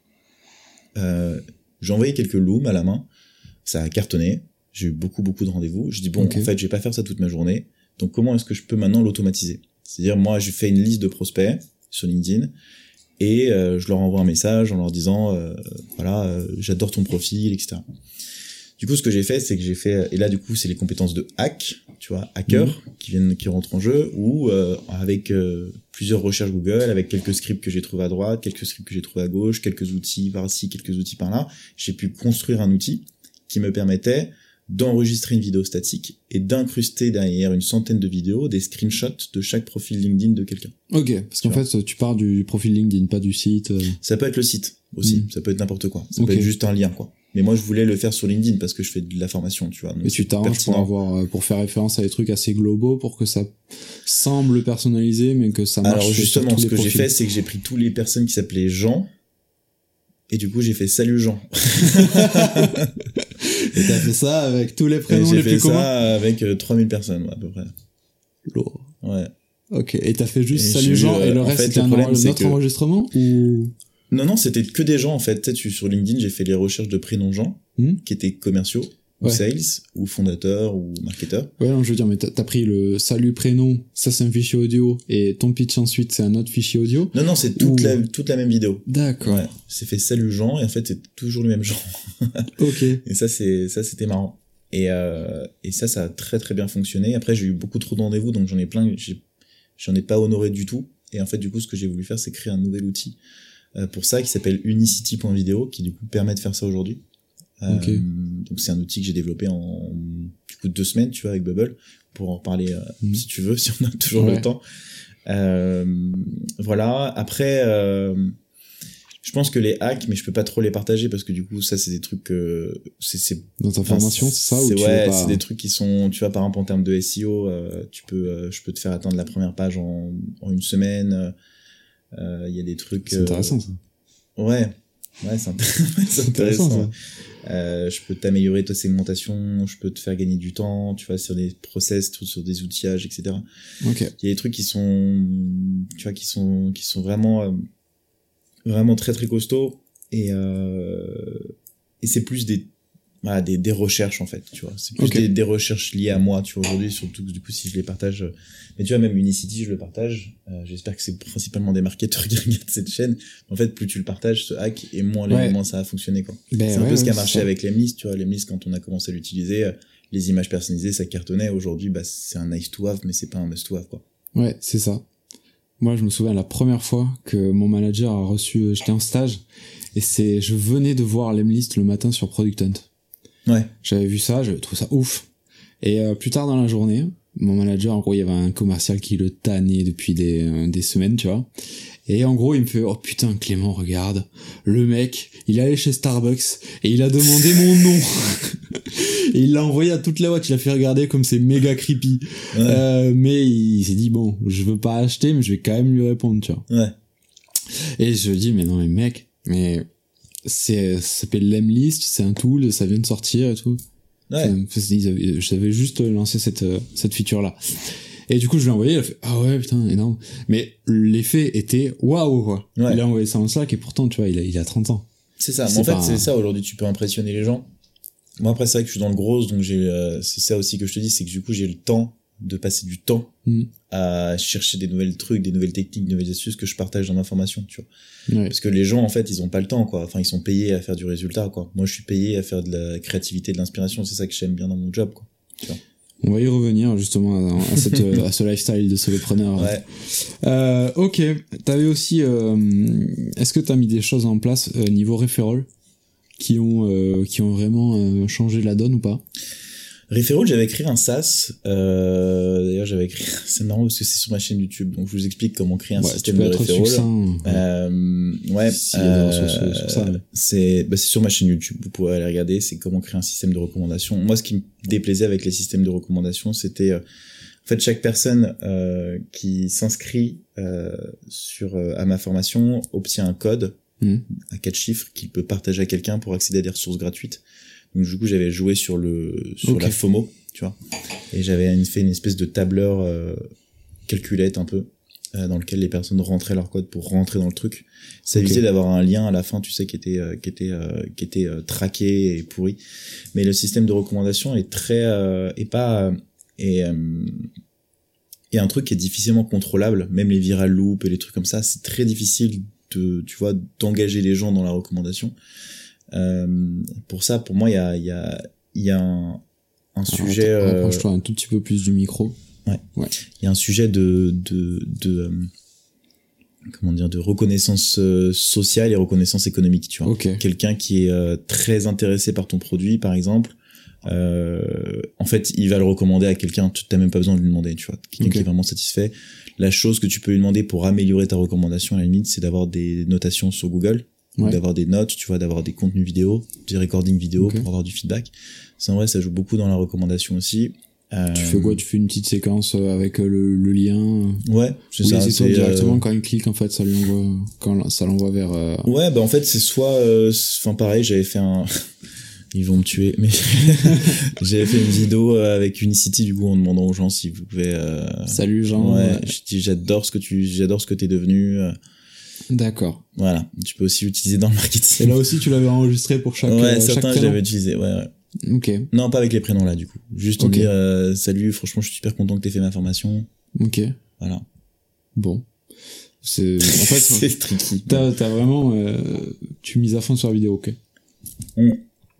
euh, j'ai envoyé quelques Loom à la main, ça a cartonné. J'ai eu beaucoup, beaucoup de rendez-vous. Je dis bon, okay. en fait, je vais pas faire ça toute ma journée. Donc comment est-ce que je peux maintenant l'automatiser ? C'est-à-dire, moi, je fais une liste de prospects sur LinkedIn et euh, je leur envoie un message en leur disant, euh, voilà, euh, j'adore ton profil, et cetera. Du coup, ce que j'ai fait, c'est que j'ai fait, et là, du coup, c'est les compétences de hack, tu vois, hacker, mmh. qui viennent, qui rentrent en jeu, ou euh, avec euh, plusieurs recherches Google, avec quelques scripts que j'ai trouvés à droite, quelques scripts que j'ai trouvés à gauche, quelques outils par-ci, quelques outils par-là, j'ai pu construire un outil qui me permettait d'enregistrer une vidéo statique et d'incruster derrière une centaine de vidéos des screenshots de chaque profil LinkedIn de quelqu'un. Ok, parce qu'en fait, tu pars du profil LinkedIn, pas du site. Euh... Ça peut être le site aussi, mmh. ça peut être n'importe quoi. Ça okay. peut être juste un lien, quoi. Mais moi, je voulais le faire sur LinkedIn parce que je fais de la formation, tu vois. Donc et tu t'arranges pour avoir, pour faire référence à des trucs assez globaux pour que ça semble personnalisé, mais que ça marche. Alors justement, ce que profils. j'ai fait, c'est que j'ai pris toutes les personnes qui s'appelaient Jean. Et du coup, j'ai fait salut Jean. Et t'as fait ça avec tous les prénoms les plus communs ? J'ai fait ça avec euh, trois mille personnes, ouais, à peu près. Lourd. Ouais. Ok. Et t'as fait juste et salut Jean euh, et le reste, c'était un autre que... enregistrement ou... Non, non, c'était que des gens, en fait. Tu sais, tu, sur LinkedIn, j'ai fait les recherches de prénoms Jean, mmh. qui étaient commerciaux, ou ouais. sales, ou fondateurs, ou marketeurs. Ouais, non, je veux dire, mais t'as, t'as pris le salut prénom, ça c'est un fichier audio, et ton pitch ensuite, c'est un autre fichier audio. Non, non, c'est toute, ou... la, toute la même vidéo. D'accord. Ouais. C'est fait salut Jean, et en fait, c'est toujours le même Jean. Ok. Et ça, c'est, ça, c'était marrant. Et, euh, et ça, ça a très, très bien fonctionné. Après, j'ai eu beaucoup trop de rendez-vous, donc j'en ai plein, j'ai, j'en ai pas honoré du tout. Et en fait, du coup, ce que j'ai voulu faire, c'est créer un nouvel outil. Euh, pour ça, qui s'appelle unicity point video, qui du coup permet de faire ça aujourd'hui. Euh, okay. Donc c'est un outil que j'ai développé en du coup deux semaines, tu vois, avec Bubble, pour en reparler euh, mmh. si tu veux, si on a toujours ouais. le temps. Euh, voilà. Après, euh, je pense que les hacks, mais je peux pas trop les partager parce que du coup, ça c'est des trucs que c'est, c'est dans ta formation, c'est, c'est ça c'est, ou tu ouais, veux pas... c'est des trucs qui sont, tu vois, par exemple en termes de S E O, euh, tu peux, euh, je peux te faire atteindre la première page en, en une semaine. Euh, il euh, y a des trucs. C'est euh... intéressant ça. Ouais, ouais, c'est, int- c'est intéressant. intéressant euh, je peux t'améliorer ta segmentation, je peux te faire gagner du temps, tu vois, sur des process, sur des outillages, et cetera. Ok. Il y a des trucs qui sont, tu vois, qui sont, qui sont vraiment, euh, vraiment très très costauds et euh, et c'est plus des voilà, des, des recherches en fait, tu vois, c'est plus okay. des, des recherches liées à moi, tu vois, aujourd'hui, surtout que du coup si je les partage, mais tu vois, même Unicity je le partage, euh, j'espère que c'est principalement des marketeurs qui regardent cette chaîne, en fait plus tu le partages ce hack et moins, les, ouais. moins ça a fonctionné quoi. Ben c'est un ouais, peu ce qui a marché ça. Avec Lemlist, tu vois, Lemlist quand on a commencé à l'utiliser, les images personnalisées ça cartonnait, aujourd'hui bah c'est un nice to have mais c'est pas un must to have quoi. Ouais, c'est ça. Moi je me souviens la première fois que mon manager a reçu, j'étais en stage et c'est, je venais de voir Lemlist le matin sur Product Hunt. Ouais. J'avais vu ça, j'avais trouvé ça ouf. Et euh, plus tard dans la journée, mon manager, en gros, il y avait un commercial qui le tannait depuis des, euh, des semaines, tu vois. Et en gros, il me fait, oh putain, Clément, regarde, le mec, il est allé chez Starbucks et il a demandé mon nom. Et il l'a envoyé à toute la boîte, il a fait regarder comme c'est méga creepy. Ouais. Euh, mais il s'est dit, bon, je veux pas acheter, mais je vais quand même lui répondre, tu vois. Ouais. Et je lui dis, mais non, mais mec, mais... c'est, ça s'appelle Lemlist, c'est un tool, ça vient de sortir et tout. Ouais. Enfin, ils avaient, j'avais juste lancé cette, cette feature-là. Et du coup, je lui ai envoyé, il a fait, ah ouais, putain, énorme. Mais l'effet était waouh, quoi. Ouais. Il a envoyé ça en Slack et pourtant, tu vois, il a, il a trente ans. C'est ça. C'est Mais en fait, pas- c'est ça. Aujourd'hui, tu peux impressionner les gens. Moi, après, c'est vrai que je suis dans le gros, donc j'ai, euh, c'est ça aussi que je te dis, c'est que du coup, j'ai le temps de passer du temps Mm. à chercher des nouvelles trucs, des nouvelles techniques, des nouvelles astuces que je partage dans ma formation, tu vois. Ouais. Parce que les gens, en fait, ils ont pas le temps, quoi. Enfin, ils sont payés à faire du résultat, quoi. Moi, je suis payé à faire de la créativité, de l'inspiration. C'est ça que j'aime bien dans mon job, quoi. On va y revenir, justement, à, à cette, à ce lifestyle de solopreneur. Ouais. Euh, ok. T'avais aussi, euh, est-ce que t'as mis des choses en place, euh, niveau referral, qui ont, euh, qui ont vraiment euh, changé la donne ou pas? Referral, j'avais écrit un SaaS. Euh, d'ailleurs, j'avais écrit, c'est marrant parce que c'est sur ma chaîne YouTube. Donc, je vous explique comment créer un Ouais, système tu peux de être referral. succinct. Euh, ouais. S'il y a des euh, ressources sur ça, mais- c'est, bah, c'est sur ma chaîne YouTube. Vous pouvez aller regarder. C'est comment créer un système de recommandation. Moi, ce qui me déplaisait avec les systèmes de recommandation, c'était, euh, en fait, chaque personne, euh, qui s'inscrit, euh, sur, euh, à ma formation obtient un code Mmh. à quatre chiffres qu'il peut partager à quelqu'un pour accéder à des ressources gratuites. Donc, du coup, j'avais joué sur le, sur Ok. la FOMO, tu vois. Et j'avais une- fait une espèce de tableur, euh, calculette un peu, euh, dans lequel les personnes rentraient leur code pour rentrer dans le truc. Ça Ok. évitait d'avoir un lien à la fin, tu sais, qui était, euh, qui était, euh, qui était, euh, traqué et pourri. Mais le système de recommandation est très, euh, est pas, euh, est, euh, est un truc qui est difficilement contrôlable. Même les viral loops et les trucs comme ça, c'est très difficile de, tu vois, d'engager les gens dans la recommandation. Euh, pour ça, pour moi, il y a, il y a, il y a un, un sujet, Alors, euh, rapproche-toi un tout petit peu plus du micro. il y a un sujet de, de, de, euh, comment dire, de reconnaissance euh, sociale et reconnaissance économique, tu vois. Ok. Quelqu'un qui est euh, très intéressé par ton produit, par exemple, euh, en fait, il va le recommander à quelqu'un, tu n'as même pas besoin de lui demander, tu vois. Quelqu'un Ok. qui est vraiment satisfait. La chose que tu peux lui demander pour améliorer ta recommandation, à la limite, c'est d'avoir des notations sur Google, ou Ouais. d'avoir des notes, tu vois, d'avoir des contenus vidéo, des recordings vidéo Ok. pour avoir du feedback. Ça, en vrai, ça joue beaucoup dans la recommandation aussi. Euh, Tu fais quoi? Tu fais une petite séquence euh, avec euh, le, le lien euh, Ouais, c'est ou ça. les étoiles c'est, euh, directement quand il clique, en fait, ça lui envoie, quand ça l'envoie vers. euh, Ouais, bah en fait, c'est soit, euh, enfin pareil, j'avais fait un, ils vont me tuer, mais j'avais fait une vidéo euh, avec Unicity du coup en demandant aux gens si vous pouvez. Euh... Salut Jean. Ouais, ouais. je dis j'adore ce que tu, j'adore ce que t'es devenu. euh, D'accord. Voilà, tu peux aussi l'utiliser dans le marketing. Et là aussi, tu l'avais enregistré pour chaque. ouais, euh, chaque certains je prénom. l'avais utilisé. Ouais, ouais. Ok. Non, pas avec les prénoms là du coup. Juste on Ok. dit euh, salut, franchement, je suis super content que t'aies fait ma formation. Ok. Voilà. Bon. C'est. En fait, c'est tricky. t'as, t'as vraiment. Euh, tu mises à fond sur la vidéo, ok. Mm.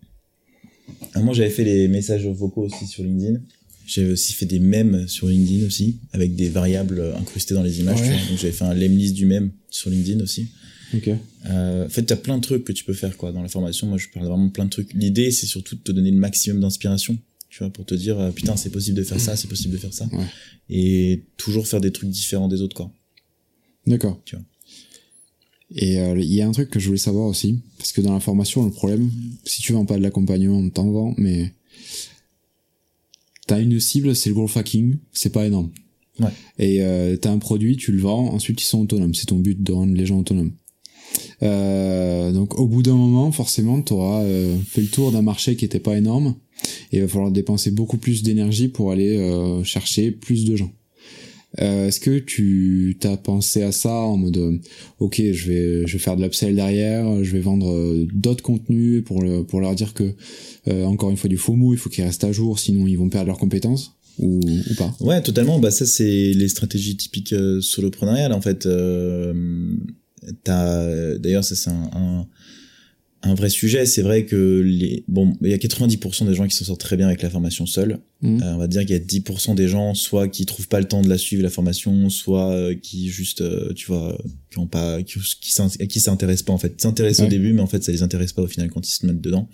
Ah, moi, j'avais fait les messages vocaux aussi sur LinkedIn. J'avais aussi fait des mèmes sur LinkedIn aussi, avec des variables incrustées dans les images. Ouais. Tu vois. Donc j'avais fait un lemlist du mème sur LinkedIn aussi. Ok. Euh, en fait, t'as plein de trucs que tu peux faire quoi dans la formation. Moi, je parle vraiment de plein de trucs. L'idée, c'est surtout de te donner le maximum d'inspiration, tu vois, pour te dire euh, putain, c'est possible de faire ça, c'est possible de faire ça, Ouais. et toujours faire des trucs différents des autres quoi. D'accord. Tu vois. Et euh, il y a un truc que je voulais savoir aussi, parce que dans la formation, le problème, si tu vends pas de l'accompagnement, on t'en vend, mais t'as une cible, c'est le growth hacking, c'est pas énorme. Ouais. Et euh, t'as un produit, tu le vends, ensuite ils sont autonomes. C'est ton but de rendre les gens autonomes. Euh, donc au bout d'un moment, forcément, t'auras euh, fait le tour d'un marché qui était pas énorme, et il va falloir dépenser beaucoup plus d'énergie pour aller euh, chercher plus de gens. Euh, est-ce que tu t'as pensé à ça en mode euh, ok, je vais je vais faire de l'upsell derrière, je vais vendre euh, d'autres contenus pour le, pour leur dire que euh, encore une fois du FOMO, il faut qu'ils restent à jour, sinon ils vont perdre leurs compétences, ou, ou pas? Ouais, totalement. Bah ça, c'est les stratégies typiques euh, soloprenariales en fait. Euh, t'as d'ailleurs ça c'est un, un un vrai sujet. C'est vrai que les bon, il y a quatre-vingt-dix pour cent des gens qui s'en sortent très bien avec la formation seule. Mmh. Euh, on va dire qu'il y a dix pour cent des gens soit qui trouvent pas le temps de la suivre la formation, soit euh, qui juste euh, tu vois qui ont pas qui qui, s'in- qui s'intéressent pas en fait. Ils s'intéressent Ouais. au début mais en fait ça les intéresse pas au final quand ils se mettent dedans.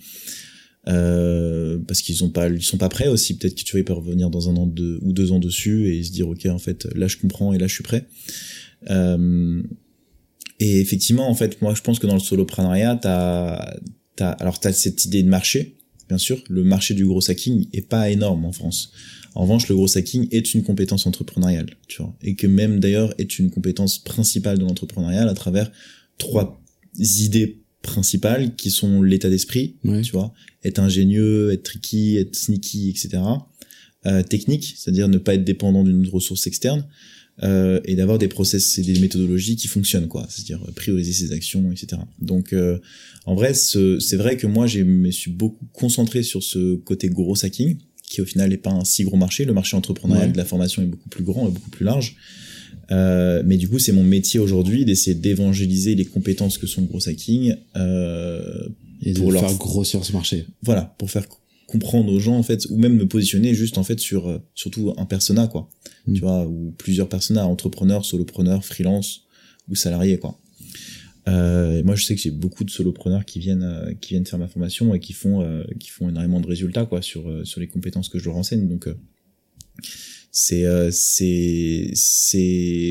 Euh, parce qu'ils ont pas ils sont pas prêts aussi, peut-être que tu vois ils peuvent revenir dans un an deux, ou deux ans dessus et se dire OK en fait là je comprends et là je suis prêt. Euh, et effectivement en fait moi je pense que dans le soloprenariat t'as t'as alors t'as cette idée de marché. Bien sûr, le marché du gros hacking est pas énorme en France. En revanche, le gros hacking est une compétence entrepreneuriale, tu vois, et que même d'ailleurs est une compétence principale de l'entrepreneuriat à travers trois idées principales qui sont l'état d'esprit, ouais. tu vois, être ingénieux, être tricky, être sneaky, et cetera. Euh, technique, c'est-à-dire ne pas être dépendant d'une ressource externe, euh, et d'avoir des process et des méthodologies qui fonctionnent, quoi, c'est-à-dire prioriser ses actions, et cetera. Donc, euh, en vrai, ce, c'est vrai que moi, je me suis beaucoup concentré sur ce côté gros hacking, qui au final n'est pas un si gros marché. Le marché entrepreneurial ouais. de la formation est beaucoup plus grand et beaucoup plus large. Euh, mais du coup, c'est mon métier aujourd'hui d'essayer d'évangéliser les compétences que sont le gros hacking, euh, et de pour leur leur faire grossir ce marché. Voilà, pour faire comprendre aux gens en fait, ou même me positionner juste en fait sur euh, surtout un persona quoi, mmh. tu vois, ou plusieurs personas, entrepreneurs, solopreneurs, freelance ou salariés quoi. Euh, et moi je sais que j'ai beaucoup de solopreneurs qui viennent euh, qui viennent faire ma formation et qui font euh, qui font énormément de résultats quoi sur euh, sur les compétences que je leur enseigne. Donc euh, c'est euh, c'est c'est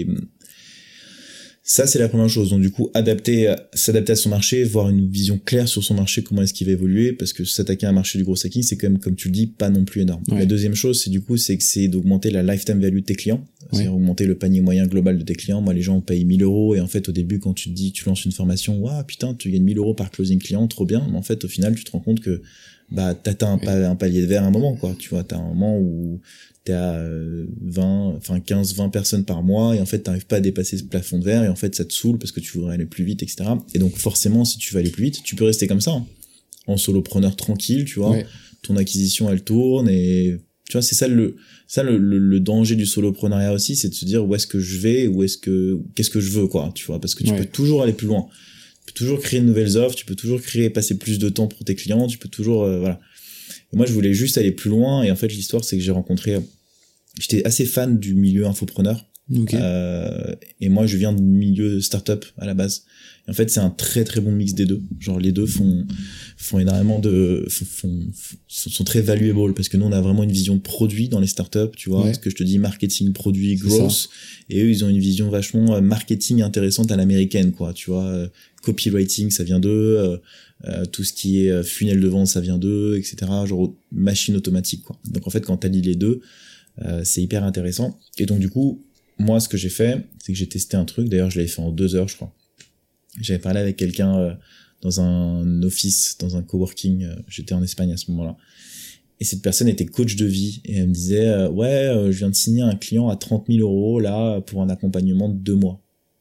ça, c'est la première chose. Donc, du coup, adapter, s'adapter à son marché, voir une vision claire sur son marché, comment est-ce qu'il va évoluer, parce que s'attaquer à un marché du gros hacking, c'est quand même, comme tu le dis, pas non plus énorme. Ouais. La deuxième chose, c'est du coup, c'est que c'est d'augmenter la lifetime value de tes clients. Ouais. C'est-à-dire augmenter le panier moyen global de tes clients. Moi, les gens payent mille euros, et en fait, au début, quand tu te dis, tu lances une formation, waouh, putain, tu gagnes mille euros par closing client, trop bien. Mais en fait, au final, tu te rends compte que, bah, t'atteins un, ouais. un palier de verre à un moment, quoi. Tu vois, t'as un moment où, t'es à vingt, enfin quinze, vingt personnes par mois et en fait t'arrives pas à dépasser ce plafond de verre et en fait ça te saoule parce que tu voudrais aller plus vite, et cetera. Et donc forcément si tu veux aller plus vite, tu peux rester comme ça, hein, en solopreneur tranquille, tu vois, ouais. ton acquisition elle tourne et tu vois c'est ça le ça le, le, le danger du solopreneuriat aussi, c'est de se dire où est-ce que je vais, où est-ce que qu'est-ce que je veux quoi, tu vois, parce que tu ouais. peux toujours aller plus loin, tu peux toujours créer de nouvelles offres, tu peux toujours créer passer plus de temps pour tes clients, tu peux toujours euh, voilà. Et moi je voulais juste aller plus loin et en fait l'histoire c'est que j'ai rencontré J'étais assez fan du milieu infopreneur. Okay. Euh, et moi, je viens du milieu startup à la base. Et en fait, c'est un très très bon mix des deux. Genre, les deux font, font énormément de, font, font, sont très valuable parce que nous, on a vraiment une vision de produit dans les startups, tu vois. Ouais. Ce que je te dis, marketing, produit, growth. Et eux, ils ont une vision vachement marketing intéressante à l'américaine, quoi. Tu vois, copywriting, ça vient d'eux. Euh, euh, tout ce qui est funnel de vente, ça vient d'eux, et cetera. Genre, machine automatique, quoi. Donc, en fait, quand t'allies les deux, Euh, c'est hyper intéressant. Et donc du coup, moi ce que j'ai fait, c'est que j'ai testé un truc, d'ailleurs je l'avais fait en deux heures je crois. J'avais parlé avec quelqu'un euh, dans un office, dans un coworking, euh, j'étais en Espagne à ce moment-là. Et cette personne était coach de vie et elle me disait euh, ouais, euh, je viens de signer un client à trente mille euros là pour un accompagnement de deux mois.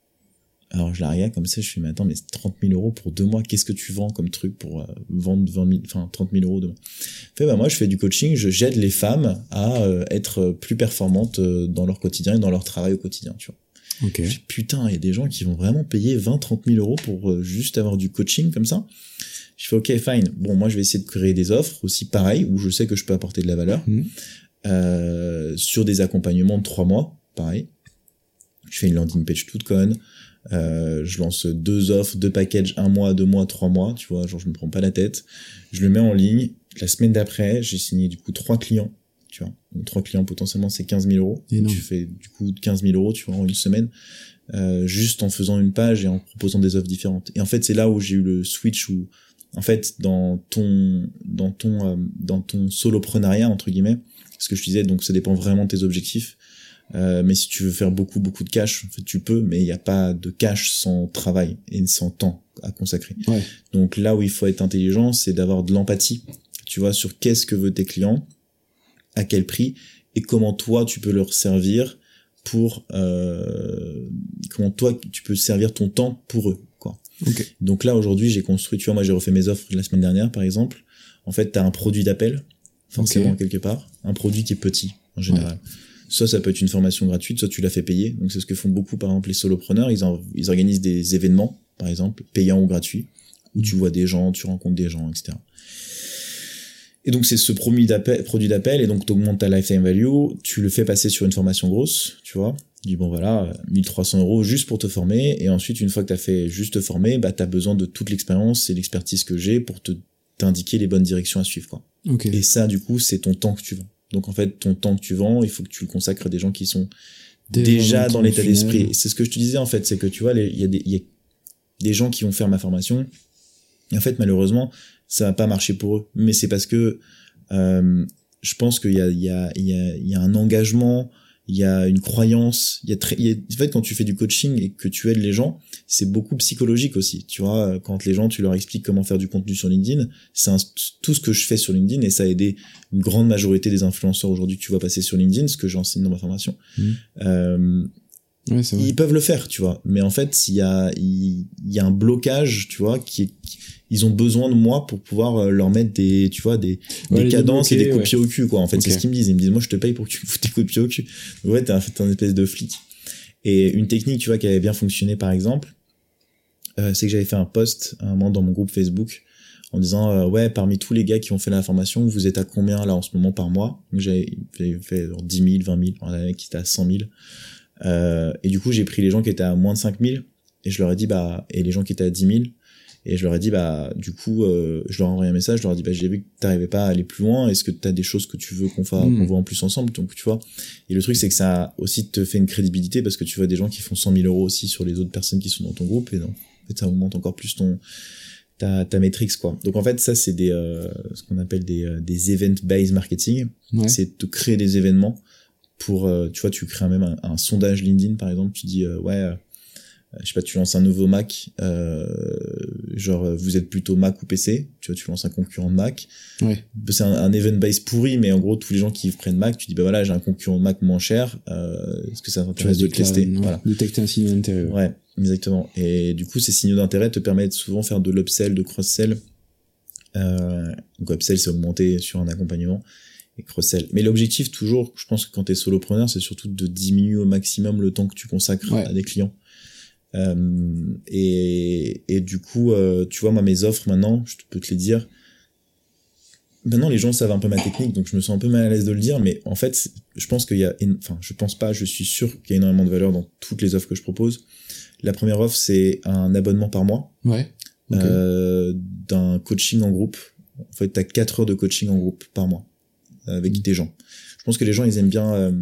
Alors je la regarde comme ça, je fais mais attends, mais trente mille euros pour deux mois, qu'est-ce que tu vends comme truc pour euh, vendre vingt mille, enfin trente mille euros de mois. Fait bah moi je fais du coaching, je j'aide les femmes à euh, être plus performantes euh, dans leur quotidien et dans leur travail au quotidien, tu vois. Okay. Je fais, putain, il y a des gens qui vont vraiment payer vingt, trente mille euros pour euh, juste avoir du coaching comme ça. Je fais ok, fine. Bon, moi je vais essayer de créer des offres aussi pareil où je sais que je peux apporter de la valeur mmh. euh, sur des accompagnements de trois mois, pareil. Je fais une landing page toute conne. Euh, je lance deux offres, deux packages, un mois, deux mois, trois mois, tu vois, genre je me prends pas la tête. Je le mets en ligne. La semaine d'après, j'ai signé du coup trois clients, tu vois. Donc, trois clients potentiellement, c'est quinze mille euros. Donc, tu fais du coup quinze mille euros, tu vois, en une semaine, euh, juste en faisant une page et en proposant des offres différentes. Et en fait, c'est là où j'ai eu le switch où, en fait, dans ton, dans ton, euh, dans ton soloprenariat entre guillemets, ce que je disais, donc ça dépend vraiment de tes objectifs. Euh, mais si tu veux faire beaucoup beaucoup de cash, en fait tu peux, mais il n'y a pas de cash sans travail et sans temps à consacrer. Ouais. Donc là où il faut être intelligent, c'est d'avoir de l'empathie, tu vois, sur qu'est-ce que veulent tes clients, à quel prix et comment toi tu peux leur servir pour euh, comment toi tu peux servir ton temps pour eux, quoi. Okay. Donc là aujourd'hui j'ai construit, tu vois, moi j'ai refait mes offres la semaine dernière par exemple. En fait t'as un produit d'appel forcément okay. quelque part, un produit qui est petit en général. Ouais. Soit ça peut être une formation gratuite, soit tu l'as fait payer. Donc c'est ce que font beaucoup, par exemple, les solopreneurs. Ils, en, ils organisent des événements, par exemple, payants ou gratuits, où tu vois des gens, tu rencontres des gens, et cetera. Et donc c'est ce produit d'appel, produit d'appel, et donc tu augmentes ta lifetime value, tu le fais passer sur une formation grosse, tu vois. Tu dis bon voilà, mille trois cents euros juste pour te former, et ensuite une fois que t'as fait juste te former, bah t'as besoin de toute l'expérience et l'expertise que j'ai pour te t'indiquer les bonnes directions à suivre, quoi. Okay. Et ça, du coup, c'est ton temps que tu vends. Donc en fait, ton temps que tu vends, il faut que tu le consacres à des gens qui sont déjà, déjà dans l'état d'esprit. Et c'est ce que je te disais en fait, c'est que tu vois, il y a des, il y a des gens qui vont faire ma formation. Et en fait, malheureusement, ça va pas marcher pour eux. Mais c'est parce que euh, je pense qu'il y a, il y a, il y a, il y a un engagement, il y a une croyance, il y a très, il y a, en fait, quand tu fais du coaching et que tu aides les gens, c'est beaucoup psychologique aussi. Tu vois, quand les gens, tu leur expliques comment faire du contenu sur LinkedIn, c'est un, tout ce que je fais sur LinkedIn et ça a aidé une grande majorité des influenceurs aujourd'hui que tu vois passer sur LinkedIn, ce que j'enseigne dans ma formation. Mmh. Euh, ouais, c'est vrai. Ils peuvent le faire, tu vois. Mais en fait, il y a, il, il y a un blocage, tu vois, qui est, qui, ils ont besoin de moi pour pouvoir leur mettre des, tu vois, des, ouais, des cadences et des coups de pied ouais. au cul, quoi. En fait, okay. C'est ce qu'ils me disent. Ils me disent, moi, je te paye pour que tu foutes tes coups de pied au cul. Donc, ouais, t'es un, t'es un espèce de flic. Et une technique, tu vois, qui avait bien fonctionné, par exemple, euh, c'est que j'avais fait un post à un moment dans mon groupe Facebook en disant, euh, ouais, parmi tous les gars qui ont fait la formation, vous êtes à combien, là, en ce moment, par mois? Donc, j'avais fait genre dix mille, vingt mille. Il y en avait qui étaient à cent mille. Euh, et du coup, j'ai pris les gens qui étaient à moins de cinq mille et je leur ai dit, bah, et les gens qui étaient à dix mille. Et je leur ai dit, bah, du coup, euh, je leur ai envoyé un message, je leur ai dit, bah, j'ai vu que t'arrivais pas à aller plus loin, est-ce que t'as des choses que tu veux qu'on fasse, mmh. qu'on voit en plus ensemble, donc, tu vois. Et le truc, c'est que ça aussi te fait une crédibilité parce que tu vois des gens qui font cent mille euros aussi sur les autres personnes qui sont dans ton groupe et donc, en fait, ça augmente encore plus ton, ta, ta matrix, quoi. Donc, en fait, ça, c'est des, euh, ce qu'on appelle des, euh, des event-based marketing. Ouais. C'est de créer des événements pour, euh, tu vois, tu crées même un, un sondage LinkedIn, par exemple, tu dis, euh, ouais, euh, je sais pas, tu lances un nouveau Mac, euh, genre vous êtes plutôt Mac ou P C, tu vois, tu lances un concurrent de Mac. Ouais. C'est un, un event base pourri, mais en gros tous les gens qui prennent Mac, tu dis bah voilà, j'ai un concurrent de Mac moins cher, euh, est-ce que ça t'intéresse de le tester? Ouais, voilà. Détecter un signe d'intérêt. Ouais. ouais, exactement. Et du coup ces signaux d'intérêt te permettent souvent de faire de l'upsell, de cross-sell. Euh, donc upsell c'est augmenter sur un accompagnement. Et cross-sell. Mais l'objectif toujours, je pense que quand t'es solopreneur, c'est surtout de diminuer au maximum le temps que tu consacres ouais. à des clients. Euh, et, et du coup, euh, tu vois, moi, mes offres maintenant, je peux te les dire. Maintenant, les gens savent un peu ma technique, donc je me sens un peu mal à l'aise de le dire, mais en fait, je pense qu'il y a, enfin, je pense pas, je suis sûr qu'il y a énormément de valeur dans toutes les offres que je propose. La première offre, c'est un abonnement par mois. Ouais. Okay. Euh, d'un coaching en groupe. En fait, t'as quatre heures de coaching en groupe par mois, avec mmh. des gens. Je pense que les gens, ils aiment bien, euh,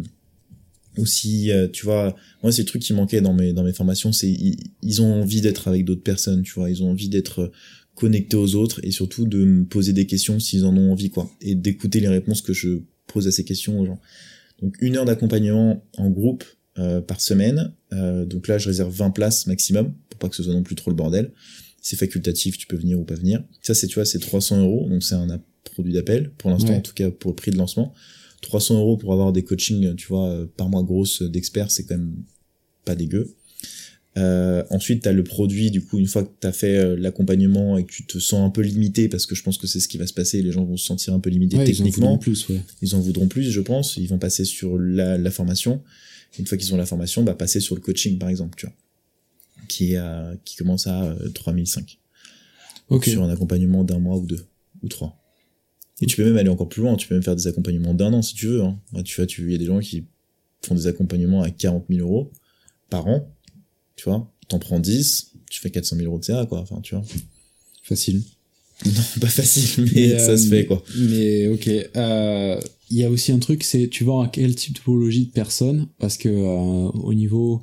aussi, euh, tu vois, moi c'est le truc qui manquait dans mes dans mes formations, c'est ils, ils ont envie d'être avec d'autres personnes, tu vois, ils ont envie d'être connectés aux autres et surtout de me poser des questions s'ils en ont envie, quoi, et d'écouter les réponses que je pose à ces questions aux gens. Donc une heure d'accompagnement en groupe euh, par semaine, euh, donc là je réserve vingt places maximum pour pas que ce soit non plus trop le bordel. C'est facultatif, tu peux venir ou pas venir. Ça c'est, tu vois, c'est trois cents euros, donc c'est un produit d'appel pour l'instant, ouais. En tout cas pour le prix de lancement. trois cents euros pour avoir des coachings, tu vois, par mois grosses d'experts, c'est quand même pas dégueu. Euh, ensuite, t'as le produit, du coup, une fois que t'as fait l'accompagnement et que tu te sens un peu limité, parce que je pense que c'est ce qui va se passer, les gens vont se sentir un peu limités ouais, techniquement. Ils en voudront plus, ouais. Ils en voudront plus, je pense. Ils vont passer sur la, la formation. Une fois qu'ils ont la formation, bah, passer sur le coaching, par exemple, tu vois. Qui est à, qui commence à euh, trois mille cinq. Ok. Sur un accompagnement d'un mois ou deux, ou trois. Et tu peux même aller encore plus loin, tu peux même faire des accompagnements d'un an si tu veux, hein. Tu vois, tu, il y a des gens qui font des accompagnements à quarante mille euros par an, tu vois, t'en prends dix, tu fais quatre cent mille euros de C A, quoi, enfin, tu vois. Facile. Non, pas facile, mais et ça euh, se fait, quoi. Mais, ok, euh, il y a aussi un truc, c'est, tu vends à quel typologie de personnes, parce que, euh, au niveau,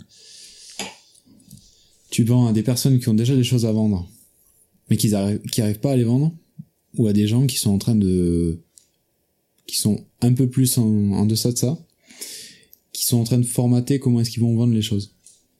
tu vends à des personnes qui ont déjà des choses à vendre, mais qui arrivent, qui arrivent pas à les vendre, ou à des gens qui sont en train de, qui sont un peu plus en, en deçà de ça, qui sont en train de formater comment est-ce qu'ils vont vendre les choses.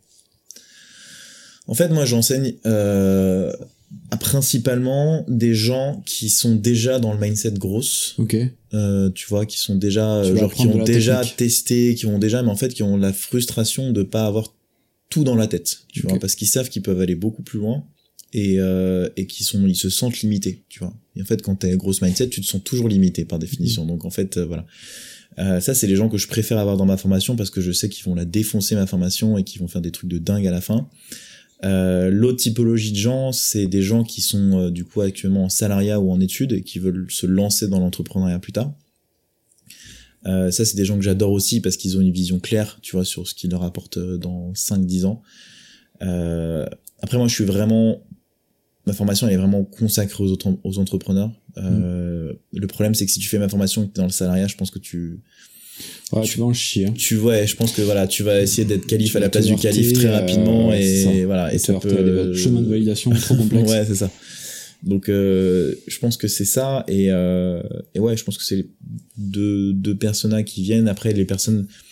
En fait, moi, j'enseigne euh, à principalement des gens qui sont déjà dans le mindset grosse. Ok. Euh, tu vois, qui sont déjà, tu genre qui ont déjà technique. testé, qui ont déjà, mais en fait, qui ont la frustration de pas avoir tout dans la tête. Tu okay. vois, parce qu'ils savent qu'ils peuvent aller beaucoup plus loin. Et, euh, et qui sont, ils se sentent limités, tu vois. Et en fait, quand t'es grosse mindset, tu te sens toujours limité par définition. Mmh. Donc en fait, euh, voilà. Euh, ça, c'est les gens que je préfère avoir dans ma formation parce que je sais qu'ils vont la défoncer ma formation et qu'ils vont faire des trucs de dingue à la fin. Euh, l'autre typologie de gens, c'est des gens qui sont euh, du coup actuellement en salariat ou en études et qui veulent se lancer dans l'entrepreneuriat plus tard. Euh, ça, c'est des gens que j'adore aussi parce qu'ils ont une vision claire, tu vois, sur ce qui leur apporte dans cinq dix ans. Euh, après, moi, je suis vraiment... Ma formation, elle est vraiment consacrée aux, autres, aux entrepreneurs. Euh, mmh. Le problème, c'est que si tu fais ma formation et que t'es dans le salariat, je pense que tu... Ouais, tu vas en chier. Hein. Tu vois, je pense que voilà, tu vas essayer d'être calife à la place du calife très rapidement euh, et voilà. Et ça peut... Des chemins de validation trop complexes. Ouais, c'est ça. Donc, euh, je pense que c'est ça. Et, euh, et ouais, je pense que c'est les deux, deux personas qui viennent. Après, les personnes...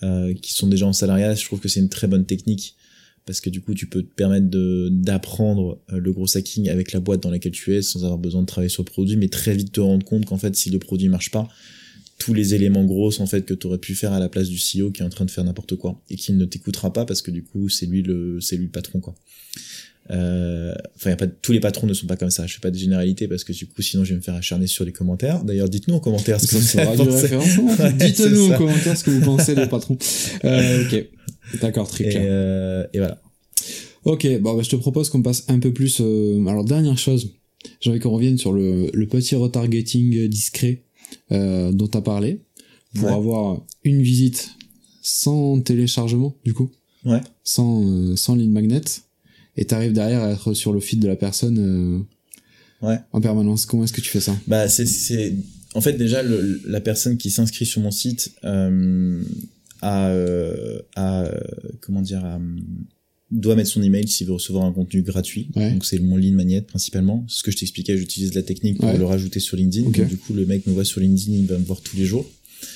euh, qui sont déjà en salariat, je trouve que c'est une très bonne technique parce que du coup tu peux te permettre de d'apprendre le gros hacking avec la boîte dans laquelle tu es sans avoir besoin de travailler sur le produit, mais très vite te rendre compte qu'en fait si le produit marche pas, tous les éléments gros en fait que tu aurais pu faire à la place du C E O qui est en train de faire n'importe quoi et qui ne t'écoutera pas parce que du coup c'est lui le c'est lui le patron quoi. Euh, enfin y a pas tous les patrons ne sont pas comme ça, je fais pas de généralité parce que du coup sinon je vais me faire acharner sur les commentaires. D'ailleurs dites-nous en commentaire ce que vous avez pensé. Ouais, dites-nous en commentaire ce que vous pensez des patrons. Euh, ok, d'accord, très clair. Et, euh, et voilà. Ok, bon bah, je te propose qu'on passe un peu plus euh... alors dernière chose, j'ai envie qu'on revienne sur le, le petit retargeting discret euh, dont t'as parlé pour ouais. avoir une visite sans téléchargement du coup, ouais, sans euh, sans lead magnet. Et t'arrives derrière à être sur le feed de la personne euh, ouais. en permanence. Comment est-ce que tu fais ça? Bah c'est c'est en fait déjà le, la personne qui s'inscrit sur mon site euh, a euh, a euh, comment dire a, doit mettre son email s'il veut recevoir un contenu gratuit. Ouais. Donc c'est mon lead magnet principalement. Ce que je t'expliquais, j'utilise la technique pour ouais. le rajouter sur LinkedIn. Okay. Donc, du coup le mec me voit sur LinkedIn, il va me voir tous les jours.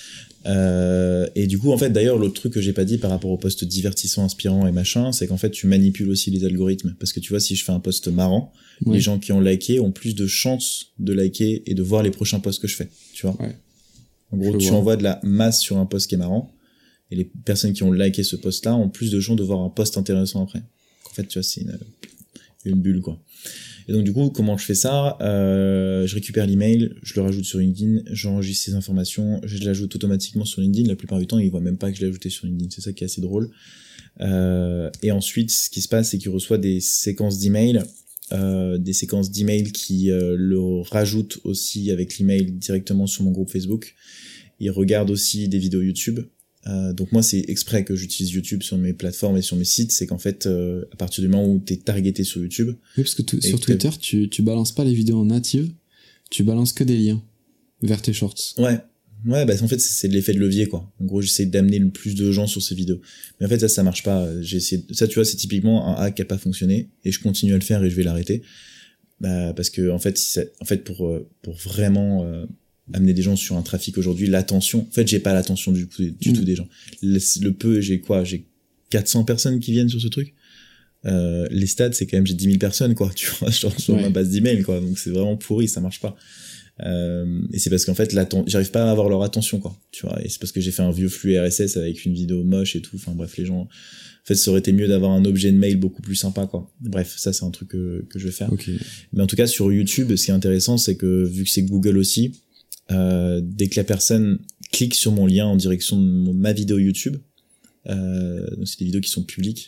Euh, et du coup, en fait, d'ailleurs, l'autre truc que j'ai pas dit par rapport aux posts divertissants, inspirants et machin, c'est qu'en fait, tu manipules aussi les algorithmes. Parce que tu vois, si je fais un post marrant, ouais. les gens qui ont liké ont plus de chances de liker et de voir les prochains posts que je fais. Tu vois. Ouais. En gros, je tu vois. envoies de la masse sur un post qui est marrant, et les personnes qui ont liké ce post-là ont plus de chances de voir un post intéressant après. En fait, tu vois, c'est une, une bulle, quoi. Et donc du coup, comment je fais ça? euh, Je récupère l'email, je le rajoute sur LinkedIn, j'enregistre ces informations, je l'ajoute automatiquement sur LinkedIn. La plupart du temps, ils voient même pas que je l'ai ajouté sur LinkedIn. C'est ça qui est assez drôle. Euh, et ensuite, ce qui se passe, c'est qu'il reçoit des séquences d'emails, euh, des séquences d'emails qui euh, le rajoutent aussi avec l'email directement sur mon groupe Facebook. Il regarde aussi des vidéos YouTube. Euh, donc moi c'est exprès que j'utilise YouTube sur mes plateformes et sur mes sites, c'est qu'en fait euh, à partir du moment où t'es targeté sur YouTube, oui parce que t- sur Twitter tu tu balances pas les vidéos en native, tu balances que des liens vers tes shorts. Ouais ouais bah en fait c'est, c'est de l'effet de levier quoi. En gros j'essaie d'amener le plus de gens sur ces vidéos, mais en fait ça ça marche pas. J'ai essayé ça, tu vois, c'est typiquement un hack qui a pas fonctionné et je continue à le faire et je vais l'arrêter bah, parce que en fait si ça, en fait pour pour vraiment euh, amener des gens sur un trafic aujourd'hui, l'attention, en fait j'ai pas l'attention du, du mmh. tout des gens, le, le peu, j'ai quoi, j'ai quatre cents personnes qui viennent sur ce truc, euh, les stats c'est quand même j'ai dix mille personnes quoi, tu vois, genre sur ouais. ma base d'email quoi, donc c'est vraiment pourri, ça marche pas. Euh, et c'est parce qu'en fait j'arrive pas à avoir leur attention quoi, tu vois, et c'est parce que j'ai fait un vieux flux R S S avec une vidéo moche et tout, enfin bref, les gens, en fait ça aurait été mieux d'avoir un objet de mail beaucoup plus sympa quoi. Bref, ça c'est un truc que, que je vais faire. Okay. Mais en tout cas sur YouTube, ce qui est intéressant c'est que vu que c'est Google aussi, Euh, dès que la personne clique sur mon lien en direction de mon, ma vidéo YouTube, euh, donc c'est des vidéos qui sont publiques,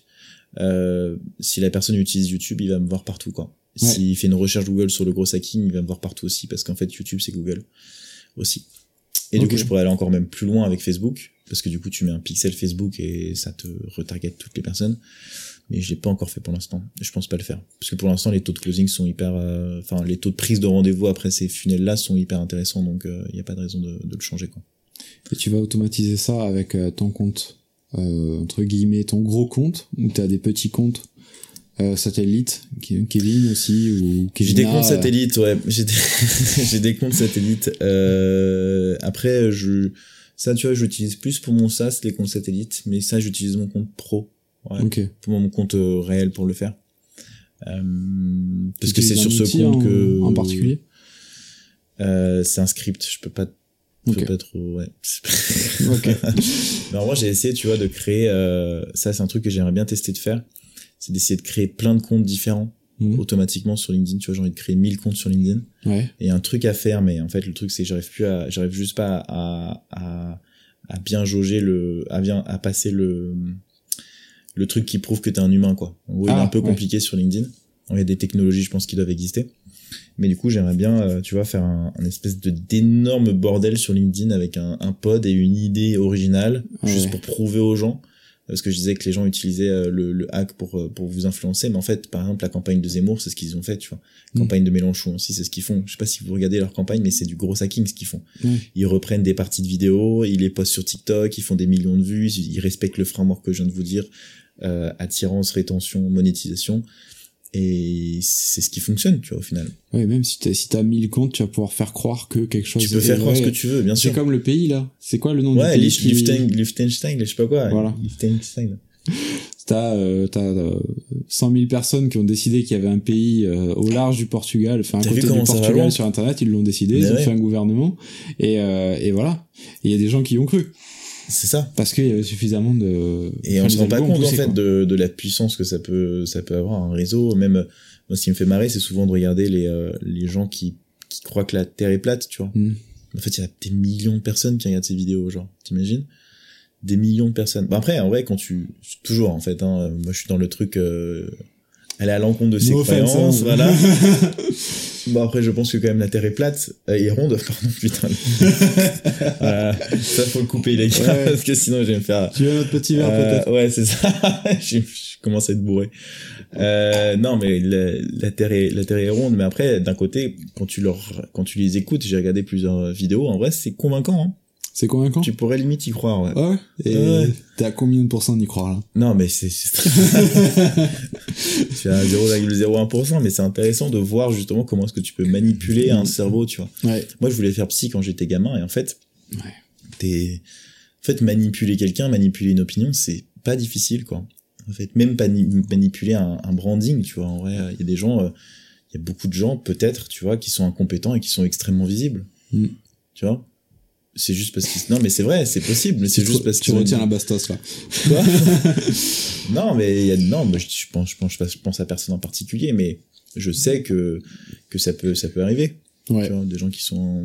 euh, si la personne utilise YouTube, il va me voir partout quoi. Ouais. S'il fait une recherche Google sur le gros hacking, il va me voir partout aussi parce qu'en fait YouTube c'est Google aussi. Et okay. du coup je pourrais aller encore même plus loin avec Facebook parce que du coup tu mets un pixel Facebook et ça te retarget toutes les personnes. Mais je l'ai pas encore fait pour l'instant. Je pense pas le faire. Parce que pour l'instant, les taux de closing sont hyper, euh, enfin, les taux de prise de rendez-vous après ces funnels-là sont hyper intéressants, donc il euh, y a pas de raison de, de le changer, quoi. Et tu vas automatiser ça avec euh, ton compte, euh, entre guillemets, ton gros compte, ou t'as des petits comptes, euh, satellites, Kevin aussi, ou Kevin. J'ai des comptes satellites, ouais. J'ai des, j'ai des comptes satellites. Euh, après, je, ça, tu vois, j'utilise plus pour mon SaaS, les comptes satellites, mais ça, j'utilise mon compte pro. Ouais, okay. Pour mon compte euh, réel pour le faire. Euh, parce que c'est sur ce compte en, que... En particulier euh, c'est un script, je peux pas, je okay. peux pas trop... Ouais. Ok. Mais moi j'ai essayé, tu vois, de créer... Euh, ça c'est un truc que j'aimerais bien tester de faire. C'est d'essayer de créer plein de comptes différents mmh. automatiquement sur LinkedIn. Tu vois, j'ai envie de créer mille comptes sur LinkedIn. Ouais. Et un truc à faire, mais en fait le truc c'est que j'arrive plus à... J'arrive juste pas à... à, à bien jauger le... À bien... À passer le... le truc qui prouve que t'es un humain, quoi. En gros, ah, il est un peu ouais. compliqué sur LinkedIn. Il y a des technologies, je pense, qui doivent exister. Mais du coup, j'aimerais bien, euh, tu vois, faire un, un espèce de d'énorme bordel sur LinkedIn avec un, un pod et une idée originale, ah, juste ouais. pour prouver aux gens. Parce que je disais que les gens utilisaient euh, le, le hack pour pour vous influencer, mais en fait, par exemple, la campagne de Zemmour, c'est ce qu'ils ont fait, tu vois. La mmh. campagne de Mélenchon aussi, c'est ce qu'ils font. Je sais pas si vous regardez leur campagne, mais c'est du gros hacking ce qu'ils font. Mmh. Ils reprennent des parties de vidéos, ils les postent sur TikTok, ils font des millions de vues, ils respectent le framework que je viens de vous dire. Euh, attirance, rétention, monétisation, Et c'est ce qui fonctionne, tu vois, au final. Ouais, même si t'as, si t'as mille comptes, tu vas pouvoir faire croire que quelque chose Tu peux faire vrai. croire ce que tu veux, bien sûr. C'est comme le pays, là. C'est quoi le nom ouais, du pays qui... Liechtenstein, Liechtenstein, je sais pas quoi. Voilà. Liechtenstein. T'as, euh, t'as euh, cent mille personnes qui ont décidé qu'il y avait un pays euh, au large du Portugal, enfin à T'as côté vu du comment ça va Portugal loin sur Internet, ils l'ont décidé, Mais ils ont ouais. fait un gouvernement, et, euh, et voilà. Et il y a des gens qui y ont cru. C'est ça. Parce qu'il y avait suffisamment de... Et enfin, on se les rend pas algos ont compte, en poussé, fait, quoi. de, de la puissance que ça peut, ça peut avoir un réseau. Même, moi, ce qui me fait marrer, c'est souvent de regarder les, euh, les gens qui, qui croient que la Terre est plate, tu vois. Mm. En fait, il y a des millions de personnes qui regardent ces vidéos, genre. T'imagines? Des millions de personnes. Bon, après, en vrai, quand tu, toujours, en fait, hein, moi, je suis dans le truc, euh, aller à l'encontre de ses No offense, croyances, hein. voilà. Bon, après, je pense que quand même la Terre est plate, euh, et ronde, pardon, putain. Voilà. Ça, faut le couper, les gars, Ouais. parce que sinon, je vais me faire... Tu veux notre petit verre, Euh, peut-être? ouais, c'est ça. je, je commence à être bourré. Euh, non, mais la, la Terre est, la Terre est ronde, mais après, d'un côté, quand tu leur, quand tu les écoutes, j'ai regardé plusieurs vidéos, en vrai, c'est convaincant, hein. C'est convaincant? Tu pourrais limite y croire, ouais. Ah ouais? Et Ouais. t'es à combien de pourcents d'y croire, là? Non, mais c'est, c'est très... je suis à zéro virgule zéro un pour cent, mais c'est intéressant de voir justement comment est-ce que tu peux manipuler un cerveau, tu vois. Ouais. Moi, je voulais faire psy quand j'étais gamin, et en fait, Ouais. t'es, en fait, manipuler quelqu'un, manipuler une opinion, c'est pas difficile, quoi. En fait, même pani- manipuler un, un branding, tu vois. En vrai, il y a des gens, il euh, y a beaucoup de gens, peut-être, tu vois, qui sont incompétents et qui sont extrêmement visibles. Mm. Tu vois. C'est juste parce qu'ils... Non, mais c'est vrai, c'est possible, mais c'est Tu juste re- parce Tu qu'ils ont retiens une- la bastos, là. Quoi Non, mais il y a... non, mais je, je pense, je pense, je pense à personne en particulier, mais je sais que que ça peut, ça peut arriver. Ouais. Tu vois, des gens qui sont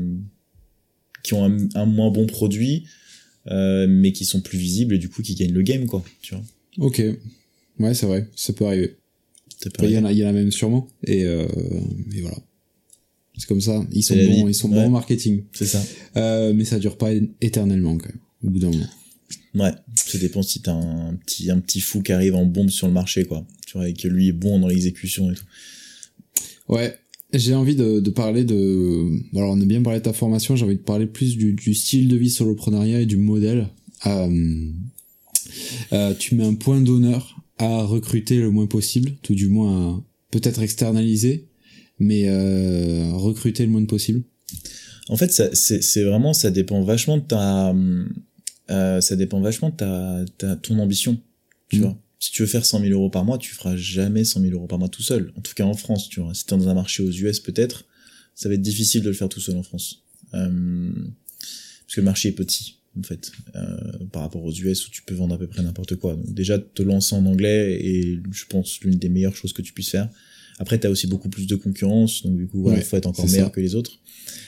qui ont un, un moins bon produit, euh, mais qui sont plus visibles et du coup qui gagnent le game, quoi. Tu vois. Ok. Ouais, c'est vrai. Ça peut arriver. Ça peut Enfin, il y en arriver. a, il y en a même sûrement. Et, euh, et voilà. C'est comme ça. Ils sont C'est la bons, vie. ils sont Ouais. bons en marketing. C'est ça. Euh, mais ça dure pas éternellement, quand même. Au bout d'un moment. Ouais. Ça dépend si t'as un petit un petit fou qui arrive en bombe sur le marché, quoi. Tu vois, et que lui est bon dans l'exécution et tout. Ouais. J'ai envie de, de parler de... Alors, on a bien parlé de ta formation. J'ai envie de parler plus du, du style de vie soloprenariat et du modèle. Euh, euh, tu mets un point d'honneur à recruter le moins possible, tout du moins à peut-être externaliser, mais euh, recruter le moins possible. En fait, ça, c'est, c'est vraiment, ça dépend vachement de ta, euh, ça dépend vachement de ta, ta ton ambition, tu Mm. vois. Si tu veux faire cent mille euros par mois, tu feras jamais cent mille euros par mois tout seul. En tout cas en France, tu vois. Si t'es dans un marché aux U S, peut-être, ça va être difficile de le faire tout seul en France. Euh, parce que le marché est petit, en fait, euh, par rapport aux U S où tu peux vendre à peu près n'importe quoi. Donc, déjà, te lancer en anglais est, je pense, l'une des meilleures choses que tu puisses faire. Après, t'as aussi beaucoup plus de concurrence, donc du coup, voilà, Ouais, faut être encore c'est meilleur ça. que les autres.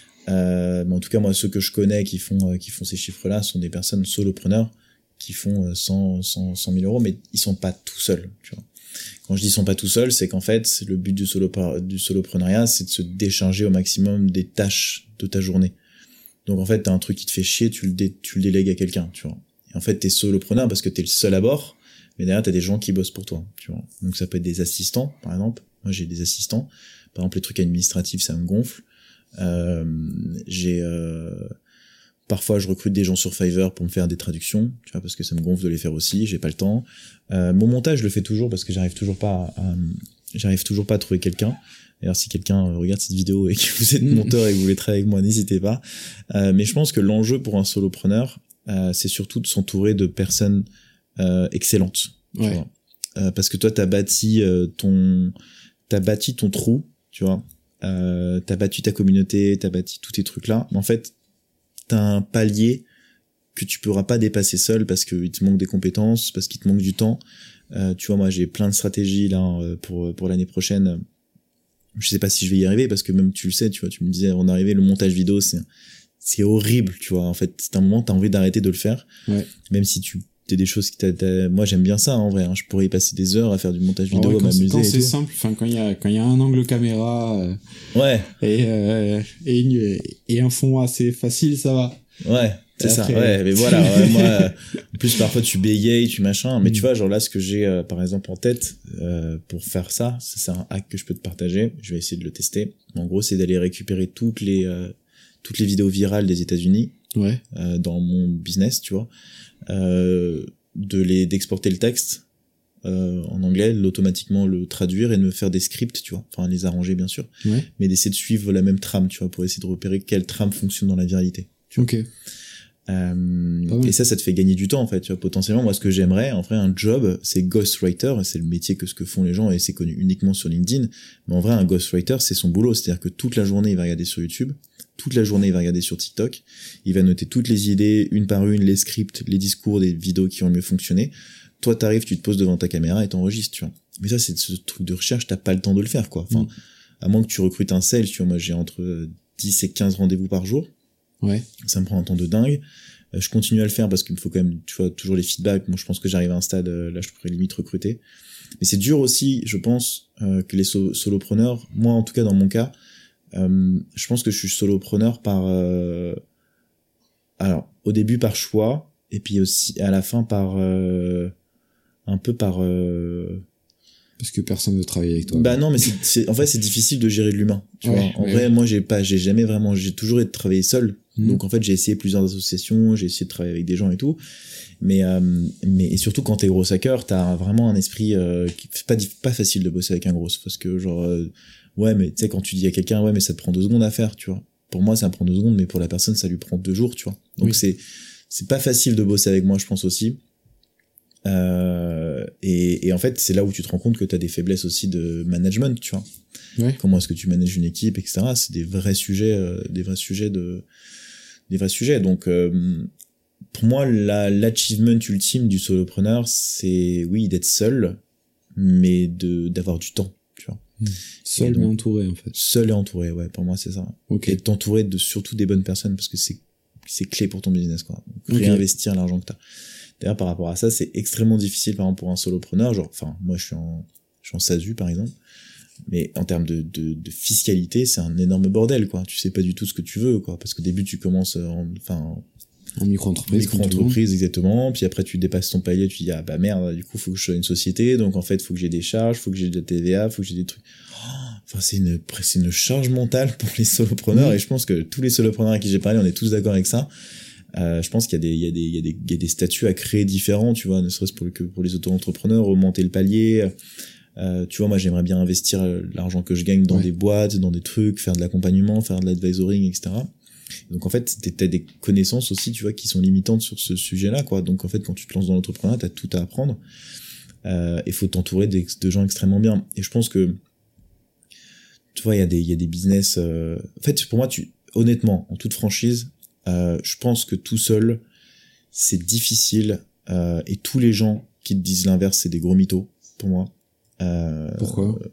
Euh, mais en tout cas, moi, ceux que je connais qui font, euh, qui font ces chiffres-là sont des personnes solopreneurs qui font euh, cent, cent, cent mille euros, mais ils sont pas tout seuls, tu vois. Quand je dis ils sont pas tout seuls, c'est qu'en fait, le but du solo, du soloprenariat, c'est de se décharger au maximum des tâches de ta journée. Donc, en fait, t'as un truc qui te fait chier, tu le, dé, tu le délègues à quelqu'un, tu vois. Et en fait, t'es solopreneur parce que t'es le seul à bord, mais derrière, t'as des gens qui bossent pour toi, tu vois. Donc, ça peut être des assistants, par exemple. Moi, j'ai des assistants. Par exemple, les trucs administratifs, ça me gonfle. Euh, j'ai euh, parfois je recrute des gens sur Fiverr pour me faire des traductions, tu vois, parce que ça me gonfle de les faire aussi, j'ai pas le temps. Euh, mon montage, je le fais toujours parce que j'arrive toujours pas à, à j'arrive toujours pas à trouver quelqu'un. D'ailleurs, si quelqu'un regarde cette vidéo et que vous êtes monteur et que vous voulez travailler avec moi, n'hésitez pas. Euh, mais je pense que l'enjeu pour un solopreneur, euh, c'est surtout de s'entourer de personnes euh, excellentes. Tu Ouais. vois. Euh, parce que toi, t'as bâti euh, ton, t'as bâti ton trou, tu vois. Euh, t'as bâti ta communauté, t'as bâti tous tes trucs là, mais en fait t'as un palier que tu pourras pas dépasser seul parce qu'il te manque des compétences, parce qu'il te manque du temps. Euh, tu vois, moi j'ai plein de stratégies là pour pour l'année prochaine. Je sais pas si je vais y arriver parce que même tu le sais, tu vois, tu me disais avant d'arriver, le montage vidéo c'est c'est horrible, tu vois. En fait, c'est un moment t'as envie d'arrêter de le faire, Ouais. même si tu t'as des choses qui t'a, t'as... moi j'aime bien ça en vrai, hein. Je pourrais y passer des heures à faire du montage Alors, vidéo, ouais, à quand, m'amuser quand et c'est tout. simple, enfin quand il y a quand il y a un angle caméra euh, Ouais. et euh, et, une, et un fond assez facile, ça va. Ouais, c'est Et ça. après- Ouais, mais voilà, ouais, moi, euh, en plus parfois tu bégayes, tu machin, mais Mm. tu vois, genre là, ce que j'ai euh, par exemple en tête euh, pour faire ça, c'est, c'est un hack que je peux te partager. Je vais essayer de le tester. En gros, c'est d'aller récupérer toutes les euh, toutes les vidéos virales des États-Unis Ouais. euh, dans mon business, tu vois, euh, de les d'exporter le texte euh, en anglais, l'automatiquement le traduire et de me faire des scripts, tu vois, enfin les arranger bien sûr, ouais. mais d'essayer de suivre la même trame, tu vois, pour essayer de repérer quelle trame fonctionne dans la viralité. Ok. Euh, et ça, ça te fait gagner du temps en fait. Tu vois, potentiellement, moi, ce que j'aimerais, en vrai, un job, c'est ghostwriter. C'est le métier que ce que font les gens et c'est connu uniquement sur LinkedIn. Mais en vrai, un ghostwriter, c'est son boulot. C'est-à-dire que toute la journée, il va regarder sur YouTube, toute la journée, il va regarder sur TikTok, il va noter toutes les idées, une par une, les scripts, les discours, des vidéos qui ont le mieux fonctionné. Toi, t'arrives, tu te poses devant ta caméra et t'enregistres, tu vois. Mais ça, c'est ce truc de recherche, t'as pas le temps de le faire, quoi. Enfin, mmh. à moins que tu recrutes un sales, tu vois. Moi, j'ai entre dix et quinze rendez-vous par jour. Ouais. Ça me prend un temps de dingue. Je continue à le faire parce qu'il me faut quand même, tu vois, toujours les feedbacks. Moi, je pense que j'arrive à un stade, là, je pourrais limite recruter. Mais c'est dur aussi, je pense, euh, que les so- solopreneurs, moi, en tout cas, dans mon cas, euh, je pense que je suis solopreneur par, euh, alors, au début par choix, et puis aussi, à la fin par, euh, un peu par, euh, parce que personne veut travailler avec toi. Bah non, mais c'est, c'est, en fait, c'est difficile de gérer de l'humain. Tu ouais, vois. En vrai, ouais. moi, j'ai pas, j'ai jamais vraiment, j'ai toujours été travaillé seul. Mmh. Donc, en fait, j'ai essayé plusieurs associations, j'ai essayé de travailler avec des gens et tout. Mais, euh, mais, et surtout quand t'es gros hacker, t'as vraiment un esprit, euh, qui c'est pas, pas facile de bosser avec un gros. Parce que, genre, euh, ouais, mais tu sais, quand tu dis à quelqu'un, ouais, mais ça te prend deux secondes à faire, tu vois. Pour moi, ça me prend deux secondes, mais pour la personne, ça lui prend deux jours, tu vois. Donc, oui. c'est, c'est pas facile de bosser avec moi, je pense aussi. Euh, et, et en fait, c'est là où tu te rends compte que tu as des faiblesses aussi de management, tu vois. Ouais. Comment est-ce que tu manages une équipe, et cetera. C'est des vrais sujets, euh, des vrais sujets de, des vrais sujets. Donc, euh, pour moi, la, l'achievement ultime du solopreneur, c'est, oui, d'être seul, mais de, d'avoir du temps, tu vois. Mmh. Seul donc, mais entouré, en fait. Seul et entouré, ouais, pour moi, c'est ça. Ok. Et t'entourer de surtout des bonnes personnes, parce que c'est, c'est clé pour ton business, quoi. Donc, okay. réinvestir l'argent que t'as. D'ailleurs, par rapport à ça, c'est extrêmement difficile, par exemple, pour un solopreneur. Genre, enfin, moi, je suis en, je suis en SASU, par exemple. Mais en termes de, de, de fiscalité, c'est un énorme bordel, quoi. Tu sais pas du tout ce que tu veux, quoi. Parce qu'au début, tu commences en, enfin, en micro-entreprise. Micro-entreprise, exactement. Puis après, tu dépasses ton palier, tu dis, ah, bah merde, du coup, faut que je sois une société. Donc, en fait, faut que j'ai des charges, faut que j'ai de la T V A, faut que j'ai des trucs. Enfin, c'est une, c'est une charge mentale pour les solopreneurs. Mmh. Et je pense que tous les solopreneurs à qui j'ai parlé, on est tous d'accord avec ça. Euh, je pense qu'il y a des, il y a des, il y a des, il y a des statuts à créer différents, tu vois, ne serait-ce pour, que pour les auto-entrepreneurs, augmenter le palier. Euh, tu vois, moi, j'aimerais bien investir l'argent que je gagne dans ouais. des boîtes, dans des trucs, faire de l'accompagnement, faire de l'advisoring, et cetera. Donc, en fait, t'as des connaissances aussi, tu vois, qui sont limitantes sur ce sujet-là, quoi. Donc, en fait, quand tu te lances dans l'entrepreneuriat, t'as tout à apprendre. Euh, il faut t'entourer de, de gens extrêmement bien. Et je pense que, tu vois, il y a des, il y a des business, euh... en fait, pour moi, tu, honnêtement, en toute franchise, Euh, je pense que tout seul, c'est difficile, euh, et tous les gens qui te disent l'inverse, c'est des gros mythos, pour moi. Euh, Pourquoi ? euh,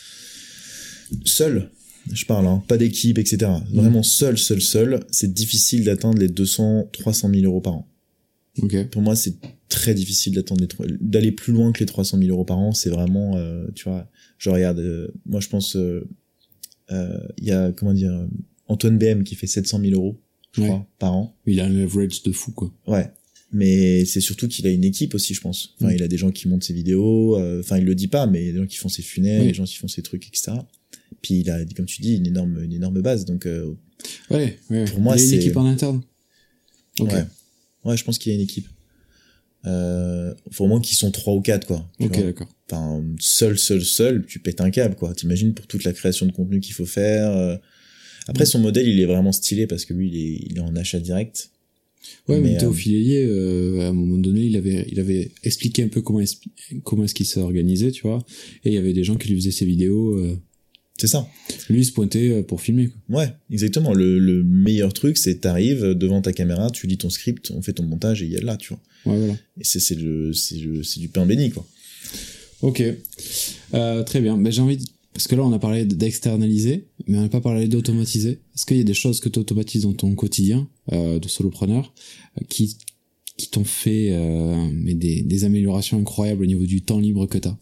Seul, je parle, hein, pas d'équipe, et cetera. Mmh. Vraiment seul, seul, seul, c'est difficile d'atteindre les deux cents, trois cent mille euros par an. Okay. Pour moi, c'est très difficile d'atteindre les, d'aller plus loin que les trois cent mille euros par an. C'est vraiment, euh, tu vois, je regarde, euh, moi je pense, il euh, euh, y a, comment dire, Antoine B M qui fait sept cent mille euros. Je ouais. crois, par an. Il a un leverage de fou, quoi. Ouais. Mais c'est surtout qu'il a une équipe aussi, je pense. Enfin, mmh. il a des gens qui montent ses vidéos, enfin, euh, il le dit pas, mais il y a des gens qui font ses funnels, oui. des gens qui font ses trucs, et cetera. Puis il a, comme tu dis, une énorme, une énorme base, donc, euh, ouais, ouais. Pour moi, il y a une c'est... équipe en interne. Okay. Ouais. Ouais, je pense qu'il y a une équipe. Euh, faut au moins qu'ils sont trois ou quatre, quoi. Ok, vois. D'accord. Enfin, seul, seul, seul, tu pètes un câble, quoi. T'imagines pour toute la création de contenu qu'il faut faire, euh... Après, son modèle, il est vraiment stylé parce que lui, il est, il est en achat direct. Ouais, mais, mais Théo euh... Fillier, euh, à un moment donné, il avait, il avait expliqué un peu comment est-ce, comment est-ce qu'il s'est organisé, tu vois. Et il y avait des gens qui lui faisaient ses vidéos. Euh... C'est ça. Lui, il se pointait pour filmer, quoi. Ouais, exactement. Le, le meilleur truc, c'est t'arrives devant ta caméra, tu lis ton script, on fait ton montage et il y a là, tu vois. Ouais, voilà. Et c'est, c'est le, c'est le, c'est du pain béni, quoi. Ok. Euh, très bien. Ben, j'ai envie de... Parce que là, on a parlé d'externaliser, mais on n'a pas parlé d'automatiser. Est-ce qu'il y a des choses que tu automatises dans ton quotidien euh, de solopreneur euh, qui, qui t'ont fait euh, mais des, des améliorations incroyables au niveau du temps libre que tu as ?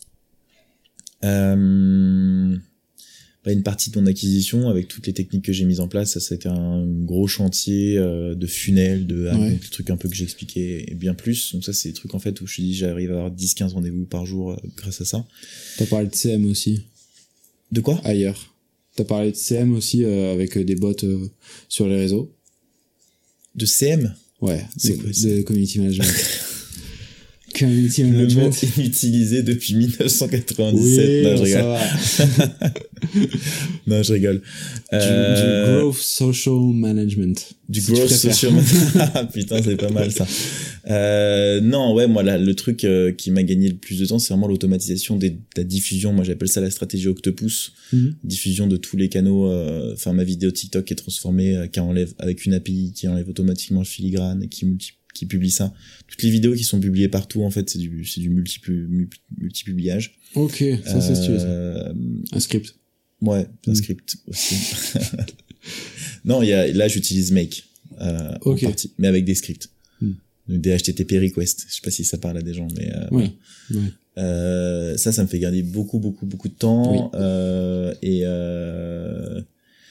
euh, bah, Une partie de mon acquisition, avec toutes les techniques que j'ai mises en place, ça, ça a été un gros chantier euh, de funnel, de ouais. des trucs un peu que j'ai expliqué et bien plus. Donc ça, c'est des trucs en fait où je te dis, j'arrive à avoir dix quinze rendez-vous par jour euh, grâce à ça. Tu as parlé de C M aussi. De quoi ? Ailleurs. T'as parlé de C M aussi euh, avec des bots euh, sur les réseaux. De C M ? Ouais, c'est de, quoi, de community management. Community Le mot management. est utilisé depuis dix-neuf cent quatre-vingt-dix-sept. Oui, non, je rigole. ça va. non, je rigole. Du, Euh, du growth social management. Du si tu growth préfères. social. Putain, c'est pas mal ça. Euh, non, ouais, moi, là, le truc euh, qui m'a gagné le plus de temps, c'est vraiment l'automatisation des, de la diffusion. Moi, j'appelle ça la stratégie Octopus. Mhm. Diffusion de tous les canaux. Enfin, euh, ma vidéo TikTok est transformée, euh, qui enlève avec une A P I qui enlève automatiquement le filigrane et qui multi qui publie ça. Toutes les vidéos qui sont publiées partout, en fait, c'est du, c'est du multi, multi publiage. Ok, ça c'est stylé. Ça. Euh, Un script. Ouais, un Mm. script aussi. non, il y a, là, j'utilise Make, euh, Ok. en partie, mais avec des scripts. Mm. Donc, des H T T P requests. Je sais pas si ça parle à des gens, mais, euh, Oui. voilà. Ouais. Euh, ça, ça me fait gagner beaucoup, beaucoup, beaucoup de temps. Oui. Euh, et, euh,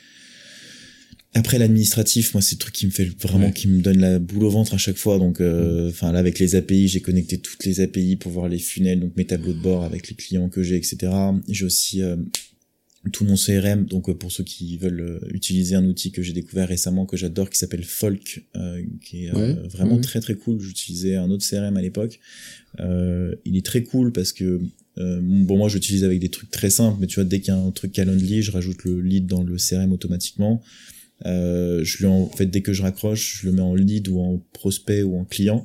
après l'administratif, moi c'est le truc qui me fait vraiment, Ouais. qui me donne la boule au ventre à chaque fois. Donc, enfin euh, là avec les A P I, j'ai connecté toutes les A P I pour voir les funnels, donc mes tableaux de bord avec les clients que j'ai, et cetera. J'ai aussi euh, tout mon C R M. Donc euh, pour ceux qui veulent euh, utiliser un outil que j'ai découvert récemment que j'adore, qui s'appelle Folk, euh, qui est euh, Ouais. vraiment Ouais. très très cool. J'utilisais un autre C R M à l'époque. Euh, il est très cool parce que euh, bon moi j'utilise avec des trucs très simples, mais tu vois dès qu'il y a un truc Calendly, je rajoute le lead dans le C R M automatiquement. Euh, je lui en, en fait dès que je raccroche, je le mets en lead ou en prospect ou en client,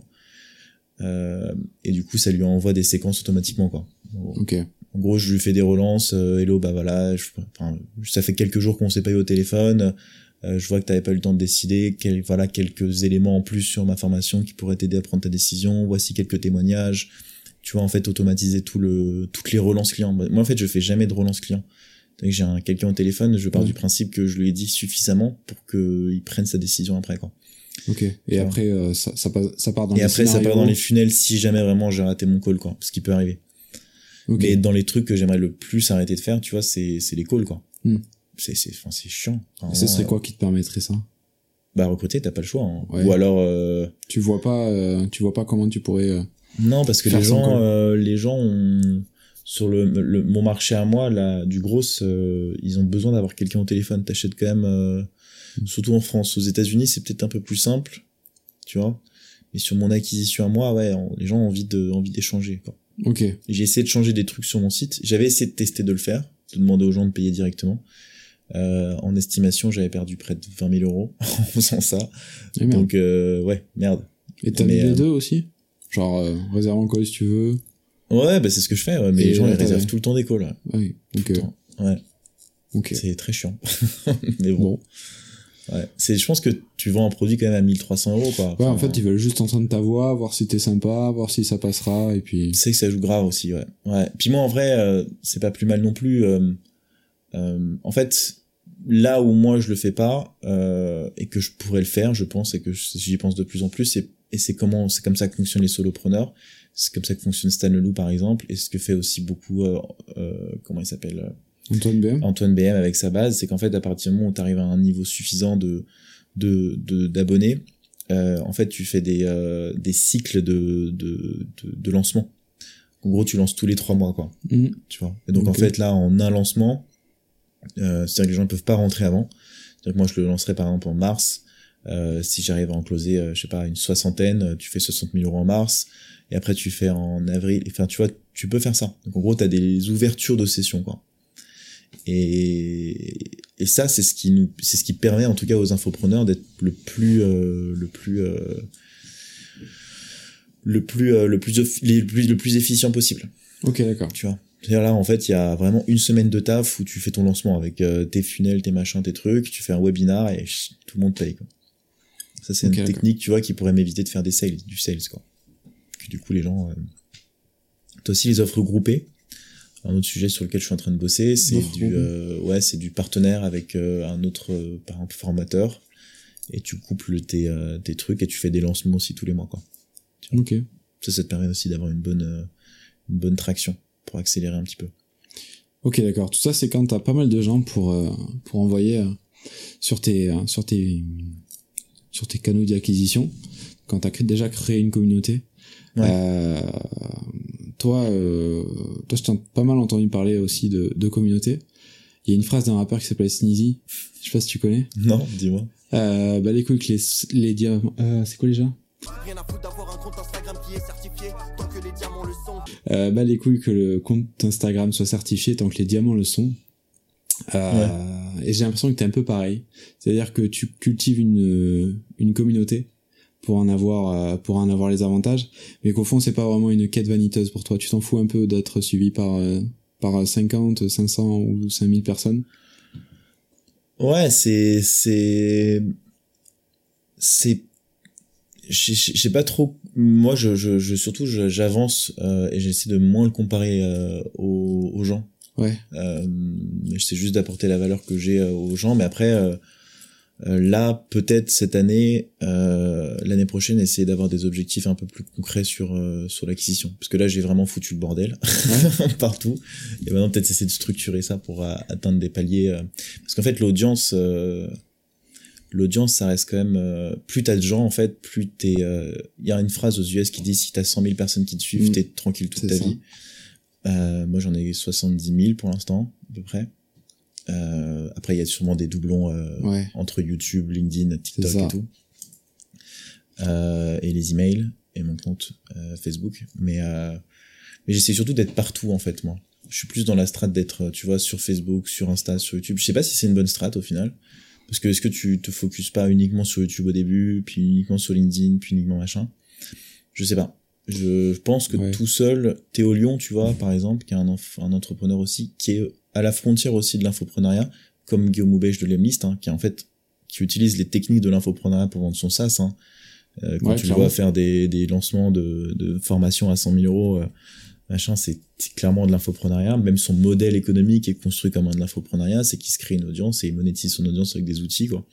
euh, et du coup ça lui envoie des séquences automatiquement quoi. Ok. En gros je lui fais des relances, euh, hello bah voilà, je, enfin ça fait quelques jours qu'on s'est pas eu au téléphone, euh, je vois que t'avais pas eu le temps de décider, quel, voilà quelques éléments en plus sur ma formation qui pourraient t'aider à prendre ta décision, voici quelques témoignages, tu vois en fait automatiser tout le toutes les relances clients. Moi en fait je fais jamais de relance client. Donc j'ai un quelqu'un au téléphone, je pars Ouais. du principe que je lui ai dit suffisamment pour qu'il prenne sa décision après quoi. Ok. Et Ouais. après euh, ça, ça, passe, ça part dans Et les après ça scénarios. part dans les funnels si jamais vraiment j'ai raté mon call quoi, ce qui peut arriver. Ok. Mais dans les trucs que j'aimerais le plus arrêter de faire, tu vois, c'est c'est les calls quoi. Hmm. C'est c'est enfin c'est chiant. Et ce serait quoi qui te permettrait ça? Bah recruter, t'as pas le choix hein. Ouais. Ou alors euh... Tu vois pas, euh, tu vois pas comment tu pourrais. Euh... non parce que Faire les son gens call. euh, les gens ont sur le, le mon marché à moi là du gros euh, ils ont besoin d'avoir quelqu'un au téléphone. T'achètes quand même euh, Mm. surtout en France. Aux États-Unis c'est peut-être un peu plus simple, tu vois, mais sur mon acquisition à moi ouais on, les gens ont envie de envie d'échanger quoi. Ok. J'ai essayé de changer des trucs sur mon site, j'avais essayé de tester de le faire, de demander aux gens de payer directement. Euh, en estimation j'avais perdu près de vingt mille euros en faisant ça. Et merde. Donc euh, ouais merde. Et t'as mais, mis les euh, deux aussi? Genre euh, réserve un call si tu veux. Ouais bah c'est ce que je fais ouais, mais Et les gens là, ils t'avais- réservent tout le temps des calls là. Ah oui. Tout Ok. le temps. Ouais. Ok. C'est très chiant. mais bon. Bon. Ouais. C'est, je pense que tu vends un produit quand même à mille trois cents euros, quoi. Ouais, en Enfin, fait, ils veulent juste entendre ta voix, voir si t'es sympa, voir si ça passera, et puis. tu sais que ça joue grave aussi, ouais. Ouais. Puis moi, en vrai, euh, c'est pas plus mal non plus. Euh, euh, en fait, là où moi je le fais pas, euh, et que je pourrais le faire, je pense, et que j'y pense de plus en plus, c'est, et c'est comment, c'est comme ça que fonctionnent les solopreneurs. C'est comme ça que fonctionne Stan Leloup, par exemple, et ce que fait aussi beaucoup, euh, euh, comment il s'appelle, euh, Antoine B M. Antoine B M avec sa base, c'est qu'en fait à partir du moment où tu arrives à un niveau suffisant de de de d'abonnés, euh, en fait tu fais des euh, des cycles de de de, de lancement. En gros tu lances tous les trois mois quoi, Mmh. tu vois. Et donc Ok. en fait là en un lancement, euh, c'est-à-dire que les gens ne peuvent pas rentrer avant. C'est-à-dire que moi je le lancerai par exemple en mars. Euh, si j'arrive à en closer, euh, je sais pas une soixantaine, euh, tu fais soixante mille euros en mars. Et après tu fais en avril. Enfin tu vois, tu peux faire ça. Donc en gros t'as des ouvertures de sessions quoi. Et, et ça, c'est ce qui nous, c'est ce qui permet en tout cas aux infopreneurs d'être le plus, euh, le plus, euh, le plus, euh, le plus, le plus, le plus efficient possible. Ok, d'accord. Tu vois. C'est-à-dire là, en fait, il y a vraiment une semaine de taf où tu fais ton lancement avec euh, tes funnels, tes machins, tes trucs, tu fais un webinar et chut, tout le monde paye. Quoi. Ça, c'est Ok, une d'accord. technique, tu vois, qui pourrait m'éviter de faire des sales, du sales, quoi. Que du coup, les gens. Euh... T'as aussi les offres groupées. Un autre sujet sur lequel je suis en train de bosser, c'est Offre du, groupée. euh, ouais, c'est du partenaire avec euh, un autre, euh, par exemple, formateur, et tu couples tes, euh, tes trucs et tu fais des lancements aussi tous les mois, quoi. Ok. Ça, ça te permet aussi d'avoir une bonne, euh, une bonne traction pour accélérer un petit peu. Ok, d'accord. Tout ça, c'est quand t'as pas mal de gens pour euh, pour envoyer euh, sur tes euh, sur tes sur tes canaux d'acquisition. Quand t'as cré- déjà créé une communauté. Ouais. Euh, toi, euh, toi, je t'ai pas mal entendu parler aussi de, de communauté. Il y a une phrase d'un rappeur qui s'appelle Sneezy. Je sais pas si tu connais. Non, dis-moi. Euh, bah les couilles que les les diamants. Euh, c'est quoi déjà? Rien à foutre d'avoir un compte Instagram qui est certifié. Tant que les Euh, bah les couilles que le compte Instagram soit certifié tant que les diamants le sont. Euh, ouais. Et j'ai l'impression que t'es un peu pareil. C'est-à-dire que tu cultives une, une communauté pour en avoir, pour en avoir les avantages, mais qu'au fond, c'est pas vraiment une quête vaniteuse pour toi. Tu t'en fous un peu d'être suivi par, par cinquante, cinq cents ou cinq mille personnes. Ouais, c'est, c'est, c'est, je sais pas trop. Moi, je, je, je surtout, je, j'avance euh, et j'essaie de moins le comparer euh, aux, aux gens. Ouais. Euh, j'essaie juste d'apporter la valeur que j'ai euh, aux gens, mais après, euh, euh, là, peut-être cette année, euh, l'année prochaine, essayer d'avoir des objectifs un peu plus concrets sur euh, sur l'acquisition, parce que là, j'ai vraiment foutu le bordel ouais. partout. Et maintenant, peut-être essayer de structurer ça pour euh, atteindre des paliers, euh, parce qu'en fait, l'audience. Euh, L'audience, ça reste quand même... Euh, plus t'as de gens, en fait, plus t'es... Il euh, y a une phrase aux U S qui dit « Si t'as cent mille personnes qui te suivent, mmh. t'es tranquille toute ta ça. vie. » euh, Moi, j'en ai soixante-dix mille pour l'instant, à peu près. Euh, après, il y a sûrement des doublons euh, ouais. entre YouTube, LinkedIn, TikTok et tout. Euh, et les emails, et mon compte euh, Facebook. Mais, euh, mais j'essaie surtout d'être partout, en fait, moi. Je suis plus dans la strate d'être, tu vois, sur Facebook, sur Insta, sur YouTube. Je sais pas si c'est une bonne strate, au final. Parce que est-ce que tu te focuses pas uniquement sur YouTube au début, puis uniquement sur LinkedIn, puis uniquement machin? Je sais pas. Je pense que ouais. tout seul, Théo Lyon, tu vois, par exemple, qui est un, enf- un entrepreneur aussi, qui est à la frontière aussi de l'infopreneuriat, comme Guillaume Houbèche de Lemlist, hein, qui est en fait, qui utilise les techniques de l'infopreneuriat pour vendre son SaaS, hein. Euh, quand ouais, tu le vois faire des, des lancements de, de formation à cent mille euros, euh, machin, c'est, c'est clairement de l'infopreneuriat. Même son modèle économique est construit comme un de l'infopreneuriat, c'est qu'il se crée une audience et il monétise son audience avec des outils, quoi.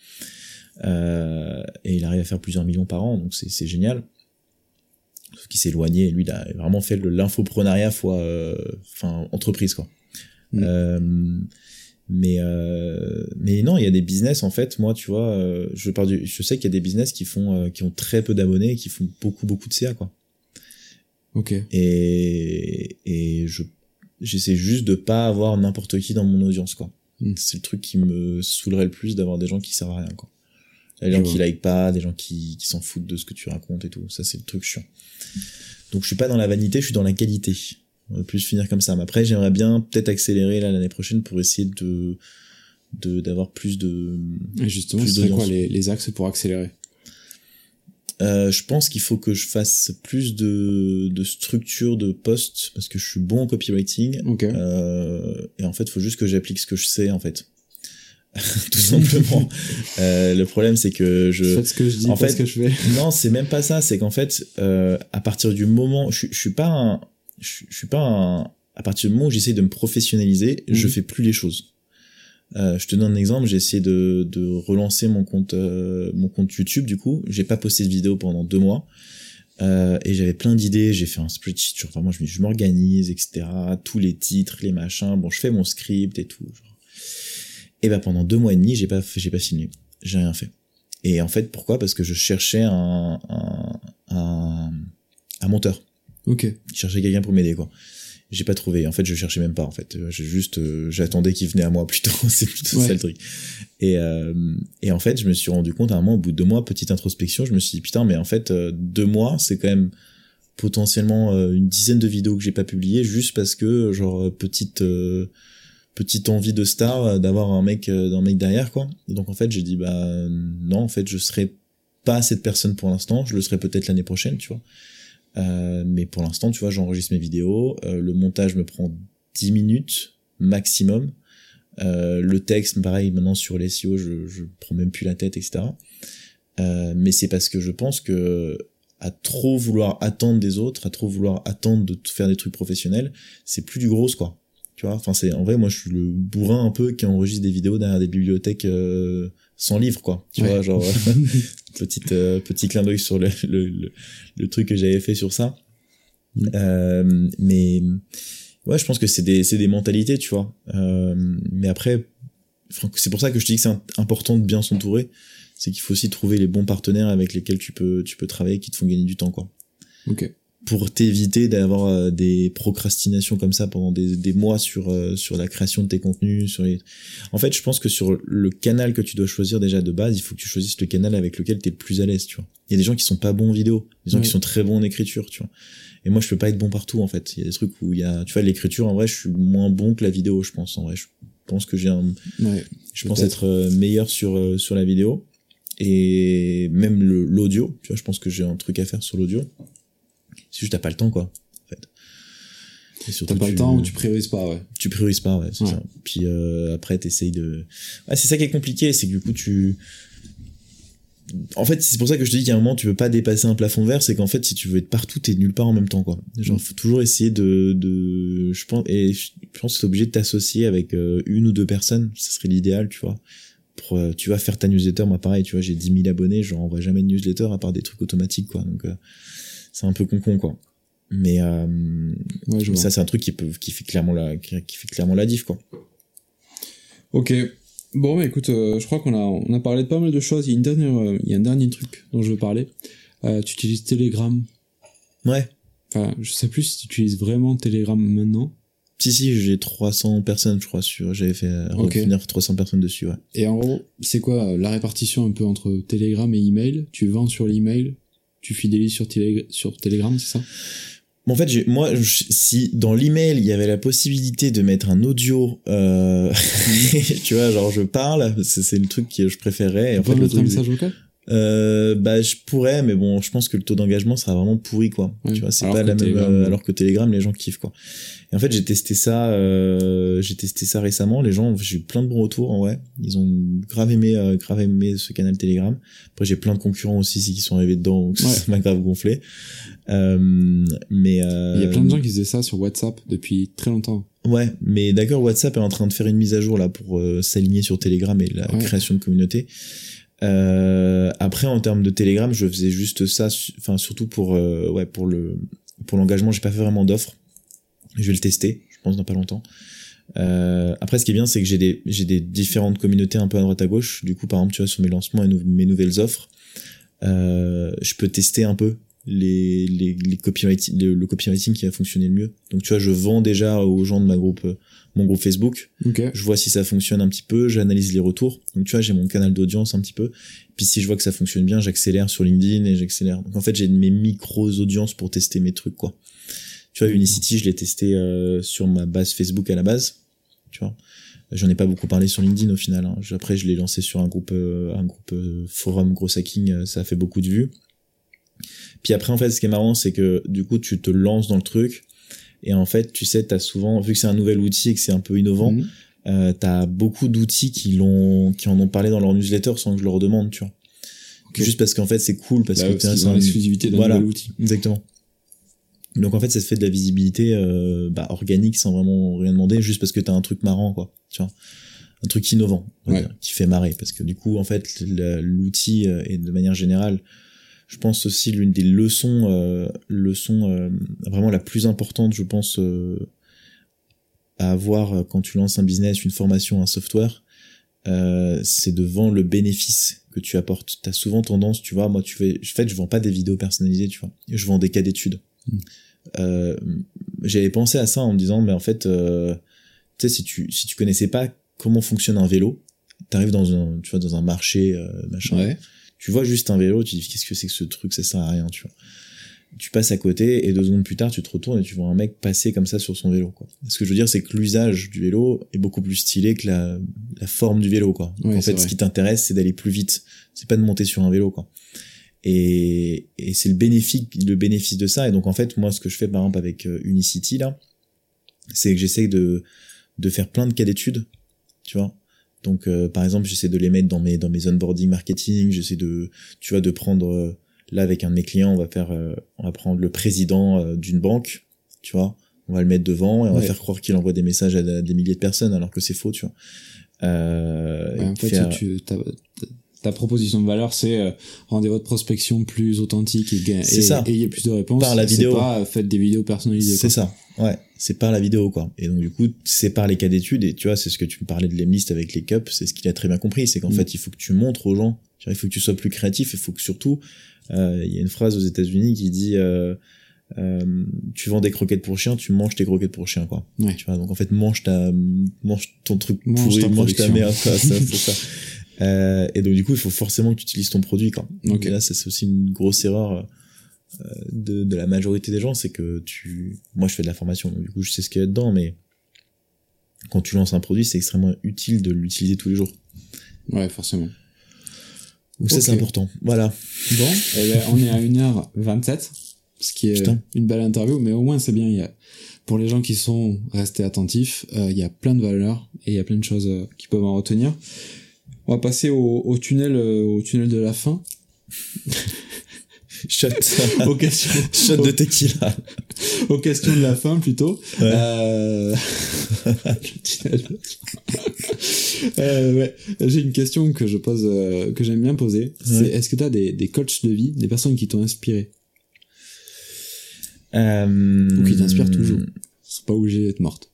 Euh, et il arrive à faire plusieurs millions par an, donc c'est, c'est génial. Sauf qu'il s'est éloigné, lui, il a vraiment fait le, l'infopreneuriat fois, euh, enfin, entreprise, quoi. Mmh. Euh, mais, euh, mais non, il y a des business, en fait, moi, tu vois, euh, je pars du, je sais qu'il y a des business qui font, euh, qui ont très peu d'abonnés et qui font beaucoup, beaucoup de C A, quoi. Ok. Et, et je, j'essaie juste de pas avoir n'importe qui dans mon audience, quoi. Mm. C'est le truc qui me saoulerait le plus, d'avoir des gens qui servent à rien, quoi. Des gens qui like pas, des gens qui, qui s'en foutent de ce que tu racontes et tout. Ça, c'est le truc chiant. Donc, je suis pas dans la vanité, je suis dans la qualité. On va plus finir comme ça. Mais après, j'aimerais bien peut-être accélérer, là, l'année prochaine pour essayer de, de, d'avoir plus de, et justement, ce serait quoi les, les axes pour accélérer? Euh, je pense qu'il faut que je fasse plus de, de structure de post parce que je suis bon en copywriting. Okay. Euh, et en fait, il faut juste que j'applique ce que je sais, en fait. Tout simplement. euh, le problème, c'est que je... Faites ce que je dis, en pas fait, ce que je fais. Non, c'est même pas ça. C'est qu'en fait, euh, à partir du moment... Je, je suis pas un... Je, je suis pas un... À partir du moment où j'essaie de me professionnaliser, mmh. je fais plus les choses. Euh, je te donne un exemple, j'ai essayé de, de relancer mon compte, euh, mon compte YouTube, du coup. J'ai pas posté de vidéo pendant deux mois. Euh, et j'avais plein d'idées, j'ai fait un spreadsheet, genre vraiment, je, je m'organise, et cetera. Tous les titres, les machins, bon, je fais mon script et tout, genre. Et bah, pendant deux mois et demi, j'ai pas, j'ai pas filmé. J'ai rien fait. Et en fait, pourquoi? Parce que je cherchais un, un, un, un monteur. Ok. Je cherchais quelqu'un pour m'aider, quoi. J'ai pas trouvé. En fait, je cherchais même pas, en fait. J'ai juste, euh, j'attendais qu'il venait à moi plutôt. C'est plutôt ouais. ça le truc. Et, euh, et en fait, je me suis rendu compte à un moment, au bout de deux mois, petite introspection, je me suis dit, putain, mais en fait, euh, deux mois, c'est quand même potentiellement euh, une dizaine de vidéos que j'ai pas publiées juste parce que, genre, petite, euh, petite envie de star, d'avoir un mec, euh, un mec derrière, quoi. Et donc, en fait, j'ai dit, bah, non, en fait, je serai pas cette personne pour l'instant. Je le serai peut-être l'année prochaine, tu vois. Euh, mais pour l'instant, tu vois, j'enregistre mes vidéos, euh, le montage me prend dix minutes maximum, euh, le texte, pareil, maintenant sur les S E O, je, je prends même plus la tête, et cetera. Euh, mais c'est parce que je pense que à trop vouloir attendre des autres, à trop vouloir attendre de faire des trucs professionnels, c'est plus du gros, quoi. Tu vois, enfin, c'est, en vrai, moi, je suis le bourrin un peu qui enregistre des vidéos derrière des bibliothèques, euh, sans livre, quoi. Tu ouais. vois, genre, euh, petite, euh, petit clin d'œil sur le, le, le, le truc que j'avais fait sur ça. Mmh. Euh, mais, ouais, je pense que c'est des, c'est des mentalités, tu vois. Euh, mais après, c'est pour ça que je te dis que c'est important de bien s'entourer. C'est qu'il faut aussi trouver les bons partenaires avec lesquels tu peux, tu peux travailler, qui te font gagner du temps, quoi. Ok. pour t'éviter d'avoir euh, des procrastinations comme ça pendant des, des mois sur euh, sur la création de tes contenus, sur les. En fait, je pense que sur le canal que tu dois choisir déjà de base, il faut que tu choisisses le canal avec lequel t'es le plus à l'aise, tu vois. Il y a des gens qui sont pas bons en vidéo, des gens ouais. qui sont très bons en écriture, tu vois. Et moi, je peux pas être bon partout, en fait. Il y a des trucs où il y a, tu vois, l'écriture, en vrai, je suis moins bon que la vidéo, je pense. En vrai, je pense que j'ai un, ouais, je pense être meilleur sur euh, sur la vidéo et même le l'audio. Tu vois, je pense que j'ai un truc à faire sur l'audio. C'est juste t'as pas le temps, quoi, en fait. Et surtout, t'as pas tu, le temps ou tu priorises pas, ouais. Tu priorises pas, ouais, c'est ouais. ça. Puis euh, après, t'essayes de... Ouais, c'est ça qui est compliqué, c'est que du coup, tu... En fait, c'est pour ça que je te dis qu'à un moment, tu peux pas dépasser un plafond vert, c'est qu'en fait, si tu veux être partout, t'es nulle part en même temps, quoi. Genre, faut toujours essayer de... de... Je pense, et je pense que t'es obligé de t'associer avec euh, une ou deux personnes, ça serait l'idéal, tu vois. Pour, euh, tu vas faire ta newsletter, moi pareil, tu vois, j'ai dix mille abonnés, je renvoie jamais de newsletter à part des trucs automatiques, quoi. Donc... Euh, c'est un peu con-con, quoi. Mais, euh, ouais, mais ça, c'est un truc qui peut, qui fait clairement la, qui fait clairement la diff, quoi. Ok. Bon, bah, écoute, euh, je crois qu'on a, on a parlé de pas mal de choses. Il y a une dernière, euh, il y a un dernier truc dont je veux parler. Euh, tu utilises Telegram. Ouais. Enfin, je sais plus si tu utilises vraiment Telegram maintenant. Si, si, j'ai trois cents personnes, je crois, sur, j'avais fait okay. revenir trois cents personnes dessus, ouais. Et en gros, c'est quoi la répartition un peu entre Telegram et email? Tu vends sur l'email? Tu fidélises sur, télé- sur Telegram, c'est ça? En fait, j'ai, moi, je, si dans l'email il y avait la possibilité de mettre un audio, euh, tu vois, genre je parle, c'est, c'est le truc que je préférais. Tu en peux fait, mettre le un message vocal? Euh, bah je pourrais, mais bon, je pense que le taux d'engagement sera vraiment pourri, quoi. Ouais. Tu vois, c'est alors pas la même. Euh, alors que Telegram, les gens kiffent, quoi. Et en fait, j'ai testé ça, euh, j'ai testé ça récemment. Les gens, j'ai eu plein de bons retours, en vrai. Ils ont grave aimé, euh, grave aimé ce canal Telegram. Après, j'ai plein de concurrents aussi qui sont arrivés dedans, donc ouais. ça m'a grave gonflé. Euh, mais euh, il y a plein de gens qui faisaient ça sur WhatsApp depuis très longtemps. Ouais, mais d'accord, WhatsApp est en train de faire une mise à jour là pour euh, s'aligner sur Telegram et la ouais. création de communauté. Euh, après, en termes de Telegram, je faisais juste ça, enfin surtout pour euh, ouais pour le pour l'engagement, j'ai pas fait vraiment d'offres. Je vais le tester, je pense dans pas longtemps. Euh, après, ce qui est bien, c'est que j'ai des j'ai des différentes communautés un peu à droite à gauche. Du coup, par exemple, tu vois, sur mes lancements et nou- mes nouvelles offres, euh, je peux tester un peu les les les copywriting, le, le copywriting qui va fonctionner le mieux. Donc, tu vois, je vends déjà aux gens de ma groupe mon groupe Facebook. Okay. Je vois si ça fonctionne un petit peu, j'analyse les retours. Donc tu vois, j'ai mon canal d'audience un petit peu. Puis si je vois que ça fonctionne bien, j'accélère sur LinkedIn et j'accélère. Donc en fait, j'ai mes micros audiences pour tester mes trucs, quoi. Tu vois, Unicity, je l'ai testé euh, sur ma base Facebook à la base. Tu vois, j'en ai pas beaucoup parlé sur LinkedIn au final. Hein. Après, je l'ai lancé sur un groupe, euh, un groupe euh, forum gros hacking. Euh, ça a fait beaucoup de vues. Puis après, en fait, ce qui est marrant, c'est que du coup, tu te lances dans le truc. Et en fait, tu sais, t'as souvent, vu que c'est un nouvel outil et que c'est un peu innovant, mmh. euh, t'as beaucoup d'outils qui l'ont, qui en ont parlé dans leur newsletter sans que je leur demande, tu vois. Okay. Juste parce qu'en fait, c'est cool, parce bah, que t'as un... l'exclusivité d'un voilà, nouvel outil. Exactement. Donc en fait, ça te fait de la visibilité, euh, bah, organique sans vraiment rien demander, juste parce que t'as un truc marrant, quoi. Tu vois. Un truc innovant, ouais. dire, qui fait marrer. Parce que du coup, en fait, l'outil, euh, et de manière générale, je pense aussi l'une des leçons, euh, leçons euh, vraiment la plus importante, je pense, euh, à avoir quand tu lances un business, une formation, un software, euh, c'est de vendre le bénéfice que tu apportes. T'as souvent tendance, tu vois, moi, tu fais, en fait, je vends pas des vidéos personnalisées, tu vois, je vends des cas d'études. Mmh. Euh, j'avais pensé à ça en me disant, mais en fait, euh, tu sais, si tu si tu connaissais pas comment fonctionne un vélo, t'arrives dans un, tu vois, dans un marché, euh, machin. Ouais. Tu vois juste un vélo, tu dis qu'est-ce que c'est que ce truc, ça sert à rien, tu vois. Tu passes à côté et deux secondes plus tard, tu te retournes et tu vois un mec passer comme ça sur son vélo, quoi. Ce que je veux dire, c'est que l'usage du vélo est beaucoup plus stylé que la, la forme du vélo, quoi. Ouais, en fait, vrai. Ce qui t'intéresse, c'est d'aller plus vite. C'est pas de monter sur un vélo, quoi. Et, et c'est le bénéfice, le bénéfice de ça. Et donc, en fait, moi, ce que je fais, par exemple, avec Unicity, là, c'est que j'essaie de, de faire plein de cas d'études, tu vois. Donc euh, par exemple, j'essaie de les mettre dans mes dans mes onboarding marketing, j'essaie de tu vois de prendre euh, là avec un de mes clients, on va faire euh, on va prendre le président euh, d'une banque, tu vois, on va le mettre devant et on ouais. va faire croire qu'il envoie des messages à, à des milliers de personnes alors que c'est faux, tu vois. Euh, ouais, en fait, faire... tu ta, ta proposition de valeur, c'est euh, rendez votre prospection plus authentique et, et, c'est ça. et ayez plus de réponses. Par la vidéo. C'est pas faites des vidéos personnalisées. C'est quoi. Ça. Ouais. C'est par la vidéo, quoi. Et donc, du coup, c'est par les cas d'études. Et tu vois, c'est ce que tu me parlais de l'Emlist avec les cups. C'est ce qu'il a très bien compris. C'est qu'en mmh. fait, il faut que tu montres aux gens. Il faut que tu sois plus créatif. Il faut que surtout, euh, il y a une phrase aux États-Unis qui dit, euh, euh, tu vends des croquettes pour chien, tu manges tes croquettes pour chien, quoi. Ouais. Tu vois, donc en fait, mange ta, mange ton truc Mange pourri, ta mange ta production. merde, quoi, ça, c'est ça. Euh, et donc du coup, il faut forcément que tu utilises ton produit, quoi. Ok. Et là, ça, c'est aussi une grosse erreur euh, de, de la majorité des gens, c'est que tu, moi, je fais de la formation, donc du coup, je sais ce qu'il y a dedans, mais quand tu lances un produit, c'est extrêmement utile de l'utiliser tous les jours. Ouais, forcément. Donc ça, Ok. c'est important. Voilà. Bon, eh ben, on est à une heure vingt-sept, ce qui est Putain. une belle interview, mais au moins c'est bien. Il y a, pour les gens qui sont restés attentifs, euh, il y a plein de valeurs et il y a plein de choses euh, qu'ils peuvent en retenir. On va passer au, au tunnel, euh, au tunnel de la fin. Shot. aux questions, Shot de tequila. aux questions de la fin plutôt. Ouais. Euh... le tunnel de la fin. euh, ouais. J'ai une question que je pose, euh, que j'aime bien poser. C'est Ouais. est-ce que tu as des, des coachs de vie, des personnes qui t'ont inspiré Euh... ou qui t'inspirent toujours? C'est pas obligé d'être morte.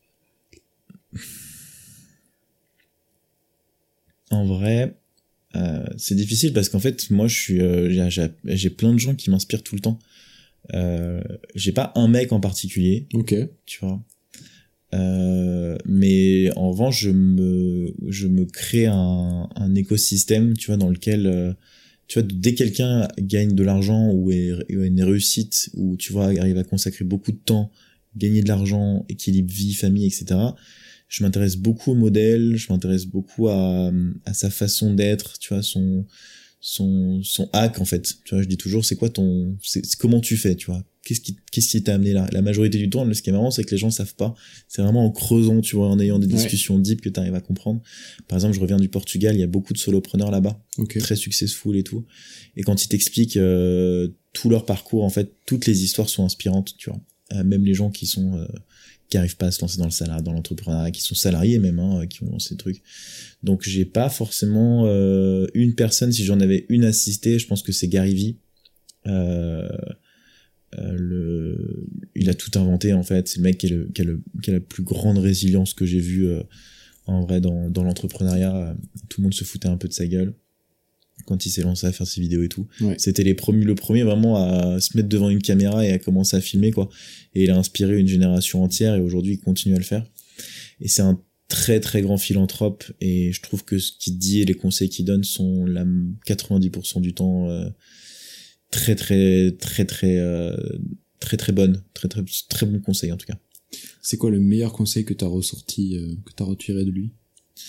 En vrai, euh, c'est difficile parce qu'en fait, moi, je suis, euh, j'ai, j'ai, j'ai plein de gens qui m'inspirent tout le temps. Euh, j'ai pas un mec en particulier, Ok. tu vois. Euh, mais en revanche, je me, je me crée un, un écosystème, tu vois, dans lequel, euh, tu vois, dès que quelqu'un gagne de l'argent ou est, ou a une réussite, ou tu vois, arrive à consacrer beaucoup de temps, gagner de l'argent, équilibre vie, famille, et cetera. Je m'intéresse beaucoup au modèle, je m'intéresse beaucoup à, à sa façon d'être, tu vois, son, son, son hack, en fait. Tu vois, je dis toujours, c'est quoi ton, c'est, c'est comment tu fais, tu vois. Qu'est-ce qui, qu'est-ce qui t'a amené là? La majorité du temps, ce qui est marrant, c'est que les gens savent pas. C'est vraiment en creusant, tu vois, en ayant des discussions ouais. deep que t'arrives à comprendre. Par exemple, je reviens du Portugal, il y a beaucoup de solopreneurs là-bas. Okay. Très successful et tout. Et quand ils t'expliquent, euh, tout leur parcours, en fait, toutes les histoires sont inspirantes, tu vois. Euh, même les gens qui sont, euh, qui arrivent pas à se lancer dans le salariat, dans l'entrepreneuriat, qui sont salariés même, hein, qui ont lancé des trucs. Donc j'ai pas forcément euh, une personne. Si j'en avais une assistée, je pense que c'est Gary Vee. Euh, euh, le, il a tout inventé en fait. C'est le mec qui, est le, qui, a le, qui a la plus grande résilience que j'ai vue euh, en vrai dans, dans l'entrepreneuriat. Tout le monde se foutait un peu de sa gueule quand il s'est lancé à faire ses vidéos et tout. Ouais. C'était les premiers, le premier vraiment à se mettre devant une caméra et à commencer à filmer, quoi. Et il a inspiré une génération entière et aujourd'hui il continue à le faire. Et c'est un très très grand philanthrope et je trouve que ce qu'il dit et les conseils qu'il donne sont la quatre-vingt-dix pour cent du temps euh, très très très très euh, très très bonnes, très très très bons conseils en tout cas. C'est quoi le meilleur conseil que t'as ressorti, euh, que t'as retiré de lui?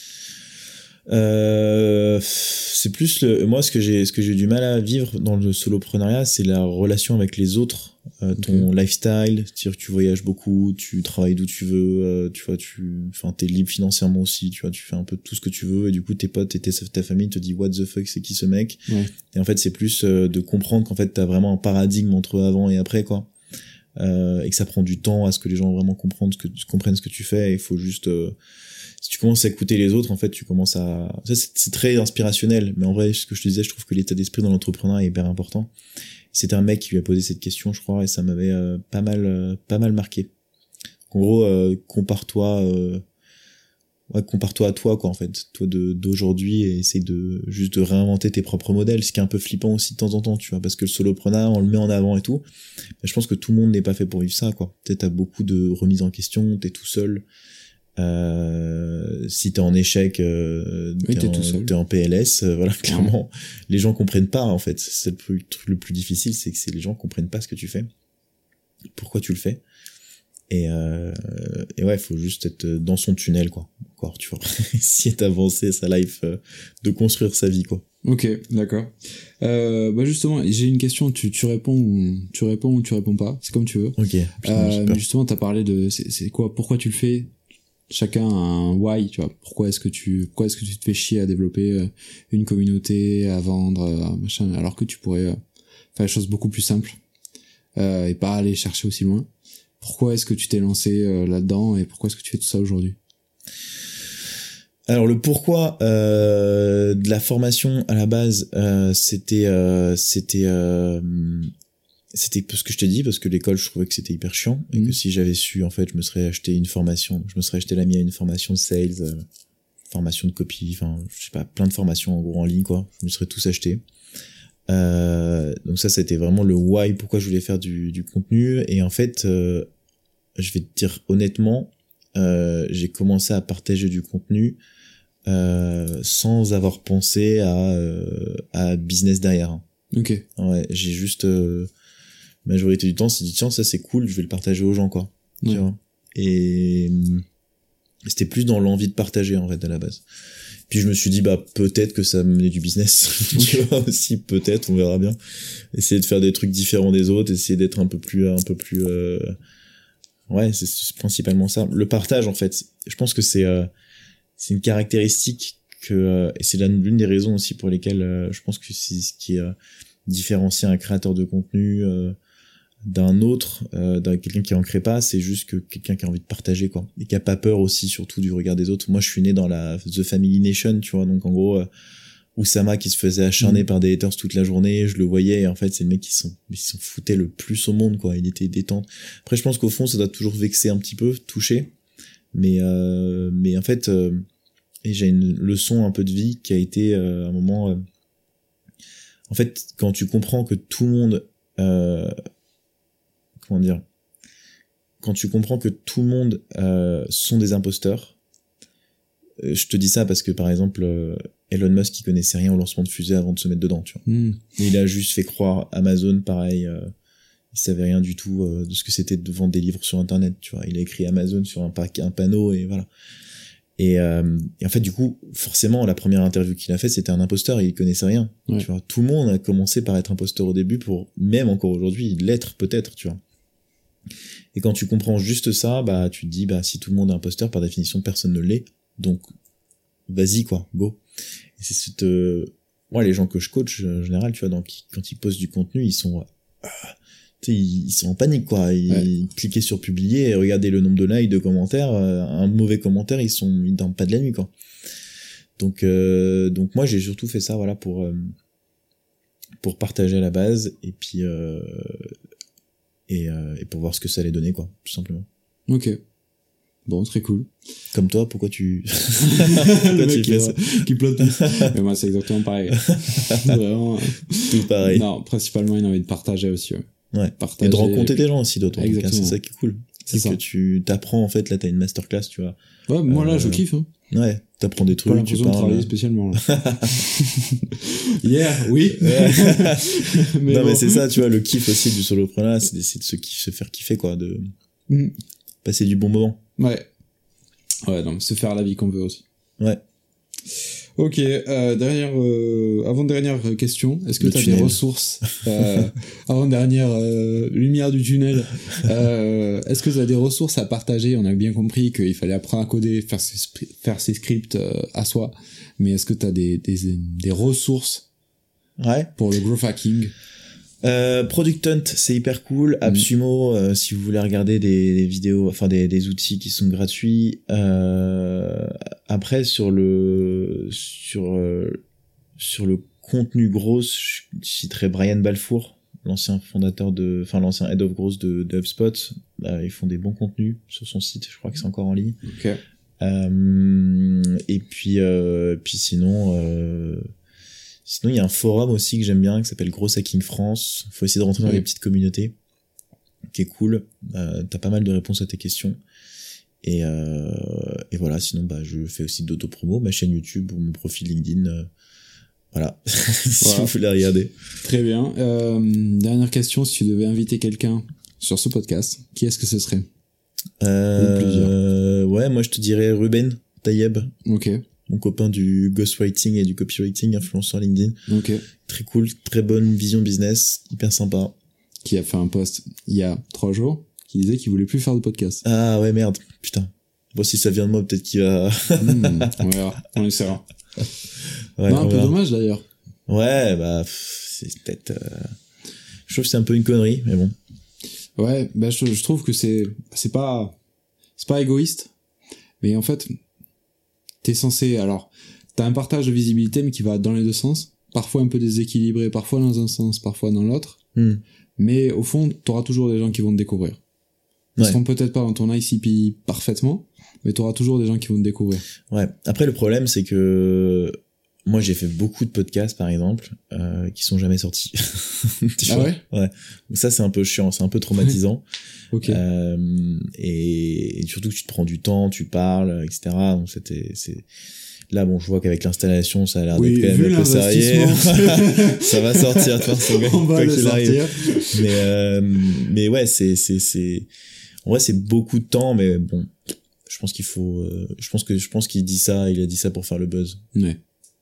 Euh, c'est plus le, moi ce que j'ai ce que j'ai du mal à vivre dans le solopreneuriat, c'est la relation avec les autres, euh, ton okay. lifestyle, c'est-à-dire que tu voyages beaucoup, tu travailles d'où tu veux, euh, tu vois, tu enfin t'es libre financièrement aussi, tu vois, tu fais un peu tout ce que tu veux et du coup tes potes et tes, ta famille te dit what the fuck, c'est qui ce mec? Ouais. Et en fait, c'est plus euh, de comprendre qu'en fait t'as vraiment un paradigme entre avant et après, quoi. Euh, et que ça prend du temps à ce que les gens vraiment comprennent ce que comprennent ce que tu fais, et il faut juste euh, si tu commences à écouter les autres, en fait, tu commences à... Ça, c'est, c'est très inspirationnel, mais en vrai, ce que je te disais, je trouve que l'état d'esprit dans l'entrepreneuriat est hyper important. C'était un mec qui lui a posé cette question, je crois, et ça m'avait euh, pas mal euh, pas mal marqué. En gros, euh, compare-toi... Euh... Ouais, compare-toi à toi, quoi, en fait. Toi de, d'aujourd'hui, et essaye de juste de réinventer tes propres modèles, ce qui est un peu flippant aussi de temps en temps, tu vois, parce que le solopreneur, on le met en avant et tout. Mais je pense que tout le monde n'est pas fait pour vivre ça, quoi. Peut-être t'as beaucoup de remises en question, t'es tout seul. Euh, si t'es en échec, euh, oui, t'es, t'es, en, tout seul. t'es en P L S, euh, voilà, clairement, ouais. Les gens comprennent pas, en fait. C'est le plus, le plus difficile, c'est que c'est les gens comprennent pas ce que tu fais, pourquoi tu le fais. Et, euh, et ouais, il faut juste être dans son tunnel, quoi. Encore, tu vois. Essayer d'avancer sa life, euh, de construire sa vie, quoi. Ok, d'accord. Euh, bah justement, j'ai une question. Tu, tu réponds ou tu réponds ou tu réponds pas. C'est comme tu veux. Ok. Putain, euh, mais justement, t'as parlé de, c'est, c'est quoi, pourquoi tu le fais? Chacun a un why, tu vois. Pourquoi est-ce que tu, pourquoi est-ce que tu te fais chier à développer une communauté, à vendre, machin, alors que tu pourrais faire les choses beaucoup plus simples, euh, et pas aller chercher aussi loin. Pourquoi est-ce que tu t'es lancé euh, là-dedans et pourquoi est-ce que tu fais tout ça aujourd'hui? Alors le pourquoi euh, de la formation à la base, euh, c'était euh, c'était euh, c'était ce que je t'ai dit, parce que l'école, je trouvais que c'était hyper chiant et mmh. que si j'avais su, en fait, je me serais acheté une formation, je me serais acheté la mienne, une formation de sales, euh, formation de copie, enfin je sais pas, plein de formations en gros en ligne, quoi. Je me serais tous acheté. Euh, donc ça, c'était vraiment le why, pourquoi je voulais faire du, du contenu. Et en fait, euh, je vais te dire honnêtement, euh, j'ai commencé à partager du contenu euh, sans avoir pensé à, euh, à business derrière. Ok. Ouais, j'ai juste euh, majorité du temps, c'est dit tiens, ça c'est cool, je vais le partager aux gens, quoi. Ouais. Tu vois. Et c'était plus dans l'envie de partager en fait à la base. Puis je me suis dit bah peut-être que ça me menait du business, tu vois aussi, peut-être, on verra bien. Essayer de faire des trucs différents des autres, essayer d'être un peu plus un peu plus euh... ouais, c'est, c'est principalement ça. Le partage en fait, je pense que c'est euh, c'est une caractéristique que euh, et c'est l'une des raisons aussi pour lesquelles euh, je pense que c'est ce qui euh, différencie un créateur de contenu euh, d'un autre, euh, d'un quelqu'un qui en crée pas, c'est juste que quelqu'un qui a envie de partager, quoi, et qui a pas peur aussi surtout du regard des autres. Moi je suis né dans la The Family Nation, tu vois, donc en gros euh, Oussama qui se faisait acharner mmh. par des haters toute la journée, je le voyais, et en fait c'est le mec qui s'en qui s'en foutait le plus au monde, quoi. Il était détente. Après je pense qu'au fond ça doit toujours vexer un petit peu, toucher, mais euh, mais en fait euh, et j'ai une leçon un peu de vie qui a été euh, un moment euh, en fait quand tu comprends que tout le monde euh, comment dire, quand tu comprends que tout le monde euh, sont des imposteurs, euh, je te dis ça parce que par exemple euh, Elon Musk il connaissait rien au lancement de fusée avant de se mettre dedans, tu vois. Mm. Et il a juste fait croire Amazon, pareil, euh, il savait rien du tout euh, de ce que c'était de vendre des livres sur internet, tu vois. Il a écrit Amazon sur un, pack, un panneau et voilà. Et, euh, et en fait du coup forcément la première interview qu'il a fait c'était un imposteur, il connaissait rien, ouais. Tu vois. Tout le monde a commencé par être imposteur au début pour même encore aujourd'hui l'être peut-être, tu vois. Et quand tu comprends juste ça, bah tu te dis bah si tout le monde est imposteur, par définition personne ne l'est, donc vas-y quoi, go. Et c'est cette euh... moi les gens que je coach en général, tu vois, donc quand ils postent du contenu, ils sont euh... tu sais, ils sont en panique quoi, ils ouais. cliquent sur publier et regardez le nombre de likes, de commentaires, euh, un mauvais commentaire, ils sont ils dorment pas de la nuit quoi. Donc euh... donc moi j'ai surtout fait ça voilà pour euh... pour partager à la base et puis euh... Et, euh, et pour voir ce que ça allait donner, quoi, tout simplement. Ok. Bon, très cool. Comme toi, pourquoi tu... pourquoi tu fais ça qui plotte. Mais moi, c'est exactement pareil. Vraiment. Tout pareil. Non, principalement, une envie de partager aussi, ouais. Ouais. Partager... Et de rencontrer des gens aussi, d'autres. Exactement. C'est ça qui est cool. C'est, c'est que tu t'apprends, en fait, là, t'as une masterclass, tu vois. Ouais, moi, là, euh... je kiffe, hein. Ouais, t'apprends des trucs, pas tu parles. parles. De travailler spécialement, là. Yeah, oui. Ouais. mais non, bon. Mais c'est ça, tu vois, le kiff aussi du solopreneur, c'est d'essayer de se, kiff, se faire kiffer, quoi, de mm. passer du bon moment. Ouais. Ouais, donc se faire la vie qu'on veut aussi. Ouais. Ok, euh, dernière, euh, avant-dernière question, est-ce que tu as des ressources, euh, avant-dernière euh, lumière du tunnel, euh, est-ce que tu as des ressources à partager? On a bien compris qu'il fallait apprendre à coder, faire ses, faire ses scripts euh, à soi, mais est-ce que tu as des, des, des ressources ouais. pour le growth hacking? Euh, Product Hunt, c'est hyper cool. AppSumo, euh, si vous voulez regarder des, des vidéos, enfin des, des outils qui sont gratuits. Euh, après sur le sur euh, sur le contenu gros, je citerai Brian Balfour, l'ancien fondateur de, enfin l'ancien head of growth de, de HubSpot. Bah, ils font des bons contenus sur son site. Je crois que c'est encore en ligne. Okay. Euh, et puis euh, puis sinon. Euh, Sinon, il y a un forum aussi que j'aime bien qui s'appelle Growth Hacking France. Faut essayer de rentrer dans oui. les petites communautés, qui est cool. Euh, t'as pas mal de réponses à tes questions. Et, euh, et voilà. Sinon, bah, je fais aussi d'autopromo, ma chaîne YouTube ou mon profil LinkedIn. Euh, voilà. si voilà. vous voulez regarder. Très bien. Euh, dernière question. Si tu devais inviter quelqu'un sur ce podcast, qui est-ce que ce serait? Euh, plusieurs. Ouais, moi, je te dirais Ruben Tayeb. Ok. Mon copain du ghostwriting et du copywriting, influenceur LinkedIn. Ok. Très cool, très bonne vision business, hyper sympa. Qui a fait un post il y a trois jours, qui disait qu'il voulait plus faire de podcast. Ah ouais, merde, putain. Bon, si ça vient de moi, peut-être qu'il va... mmh, on verra, on essaiera. Ouais, bah, un peu verra. Dommage d'ailleurs. Ouais, bah, pff, c'est peut-être... Euh... Je trouve que c'est un peu une connerie, mais bon. Ouais, bah je, je trouve que c'est c'est pas c'est pas égoïste, mais en fait... T'es censé, alors, t'as un partage de visibilité, mais qui va dans les deux sens. Parfois un peu déséquilibré, parfois dans un sens, parfois dans l'autre. Mm. Mais au fond, t'auras toujours des gens qui vont te découvrir. Ils ouais. seront peut-être pas dans ton I C P parfaitement, mais t'auras toujours des gens qui vont te découvrir. Ouais. Après, le problème, c'est que moi j'ai fait beaucoup de podcasts par exemple euh, qui sont jamais sortis. Tu ah vois ouais ouais. Donc ça c'est un peu chiant, c'est un peu traumatisant. Ok. Euh, et, et surtout que tu te prends du temps, tu parles, et cetera. Donc c'était, c'est là bon, je vois qu'avec l'installation ça a l'air oui, d'être quand même un peu sérieux. Ça va sortir, toi, c'est On va le sortir. Mais euh, mais ouais, c'est c'est c'est en vrai c'est beaucoup de temps, mais bon. Je pense qu'il faut, euh, je pense que, je pense qu'il dit ça, il a dit ça pour faire le buzz. Ouais.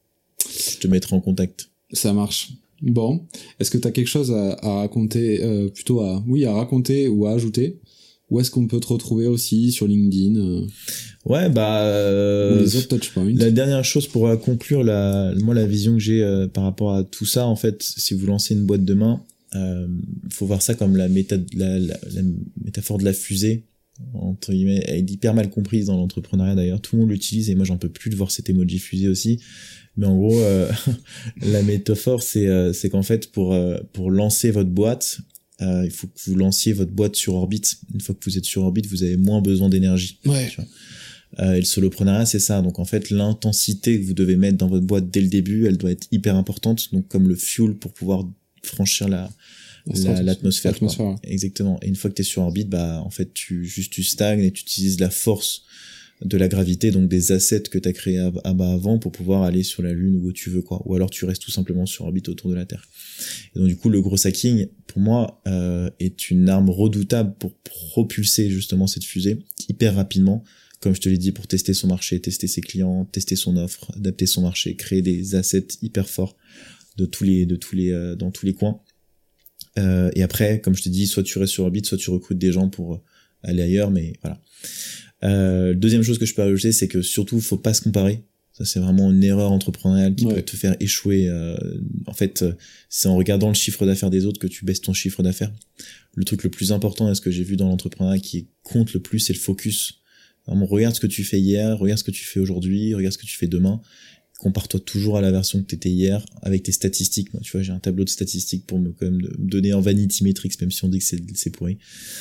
Je te mettrai en contact. Ça marche. Bon. Est-ce que t'as quelque chose à, à raconter, euh, plutôt à, oui, à raconter ou à ajouter? Où est-ce qu'on peut te retrouver aussi sur LinkedIn? euh, Ouais, bah, euh, ou les autres touchpoints. La dernière chose pour euh, conclure la, moi, la vision que j'ai euh, par rapport à tout ça, en fait, si vous lancez une boîte demain, euh, faut voir ça comme la, méta, la, la, la métaphore de la fusée. Entre guillemets, elle est hyper mal comprise dans l'entrepreneuriat d'ailleurs, tout le monde l'utilise et moi j'en peux plus de voir cet emoji fusée aussi, mais en gros euh, la métaphore c'est euh, c'est qu'en fait pour euh, pour lancer votre boîte, euh, il faut que vous lanciez votre boîte sur orbite. Une fois que vous êtes sur orbite, vous avez moins besoin d'énergie. Ouais. Tu vois. Euh, et le soloprenariat c'est ça, donc en fait l'intensité que vous devez mettre dans votre boîte dès le début, elle doit être hyper importante, donc comme le fuel pour pouvoir franchir la La, l'atmosphère, l'atmosphère. Quoi. Exactement. Et une fois que t'es sur orbite, bah, en fait, tu, juste, tu stagnes et tu utilises la force de la gravité, donc des assets que t'as créés à, à bas avant pour pouvoir aller sur la Lune ou où tu veux, quoi. Ou alors tu restes tout simplement sur orbite autour de la Terre. Et donc, du coup, le gros hacking, pour moi, euh, est une arme redoutable pour propulser, justement, cette fusée hyper rapidement. Comme je te l'ai dit, pour tester son marché, tester ses clients, tester son offre, adapter son marché, créer des assets hyper forts de tous les, de tous les, euh, dans tous les coins. Euh, et après, comme je te dis, soit tu restes sur orbite, soit tu recrutes des gens pour aller ailleurs, mais voilà. Euh, deuxième chose que je peux ajouter, c'est que surtout, faut pas se comparer. Ça, c'est vraiment une erreur entrepreneuriale qui ouais. peut te faire échouer. Euh, en fait, c'est en regardant le chiffre d'affaires des autres que tu baisses ton chiffre d'affaires. Le truc le plus important, et ce que j'ai vu dans l'entrepreneuriat qui compte le plus, c'est le focus. Vraiment, regarde ce que tu fais hier, regarde ce que tu fais aujourd'hui, regarde ce que tu fais demain. Compare-toi toujours à la version que t'étais hier avec tes statistiques. Moi, tu vois, j'ai un tableau de statistiques pour me quand même me donner en vanity metrics, même si on dit que c'est, c'est pourri.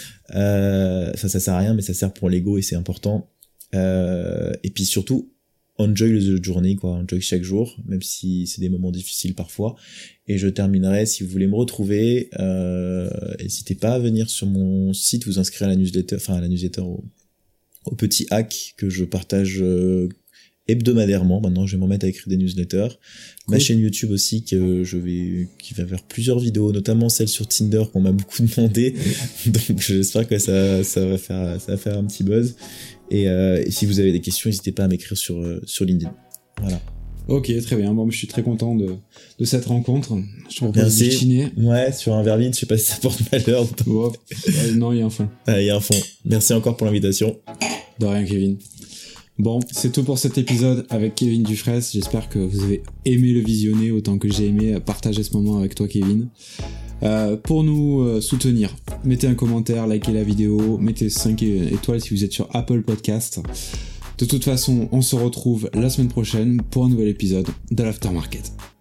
Euh, ça, ça sert à rien, mais ça sert pour l'ego et c'est important. Euh, et puis surtout, enjoy the journey, quoi. Enjoy chaque jour, même si c'est des moments difficiles parfois. Et je terminerai, si vous voulez me retrouver, euh, n'hésitez pas à venir sur mon site, vous inscrire à la newsletter, enfin à la newsletter, au, au petit hack que je partage, euh, hebdomadairement. Maintenant, je vais m'en mettre à écrire des newsletters. Cool. Ma chaîne YouTube aussi, que je vais, qui va faire plusieurs vidéos, notamment celle sur Tinder qu'on m'a beaucoup demandé. Donc, j'espère que ça, ça va faire, ça va faire un petit buzz. Et, euh, et si vous avez des questions, n'hésitez pas à m'écrire sur, sur LinkedIn. Voilà. Ok, très bien. Bon, je suis très content de, de cette rencontre. Je te propose de chiner. Ouais, sur un vermine, je sais pas si ça porte malheur. Oh, euh, non, il y a un fond. Ah, il y a un fond. Merci encore pour l'invitation. De rien, Kevin. Bon, c'est tout pour cet épisode avec Kevin Dufraisse. J'espère que vous avez aimé le visionner autant que j'ai aimé partager ce moment avec toi, Kevin. Euh, pour nous euh, soutenir, mettez un commentaire, likez la vidéo, mettez cinq étoiles si vous êtes sur Apple Podcast. De toute façon, on se retrouve la semaine prochaine pour un nouvel épisode de l'Aftermarket.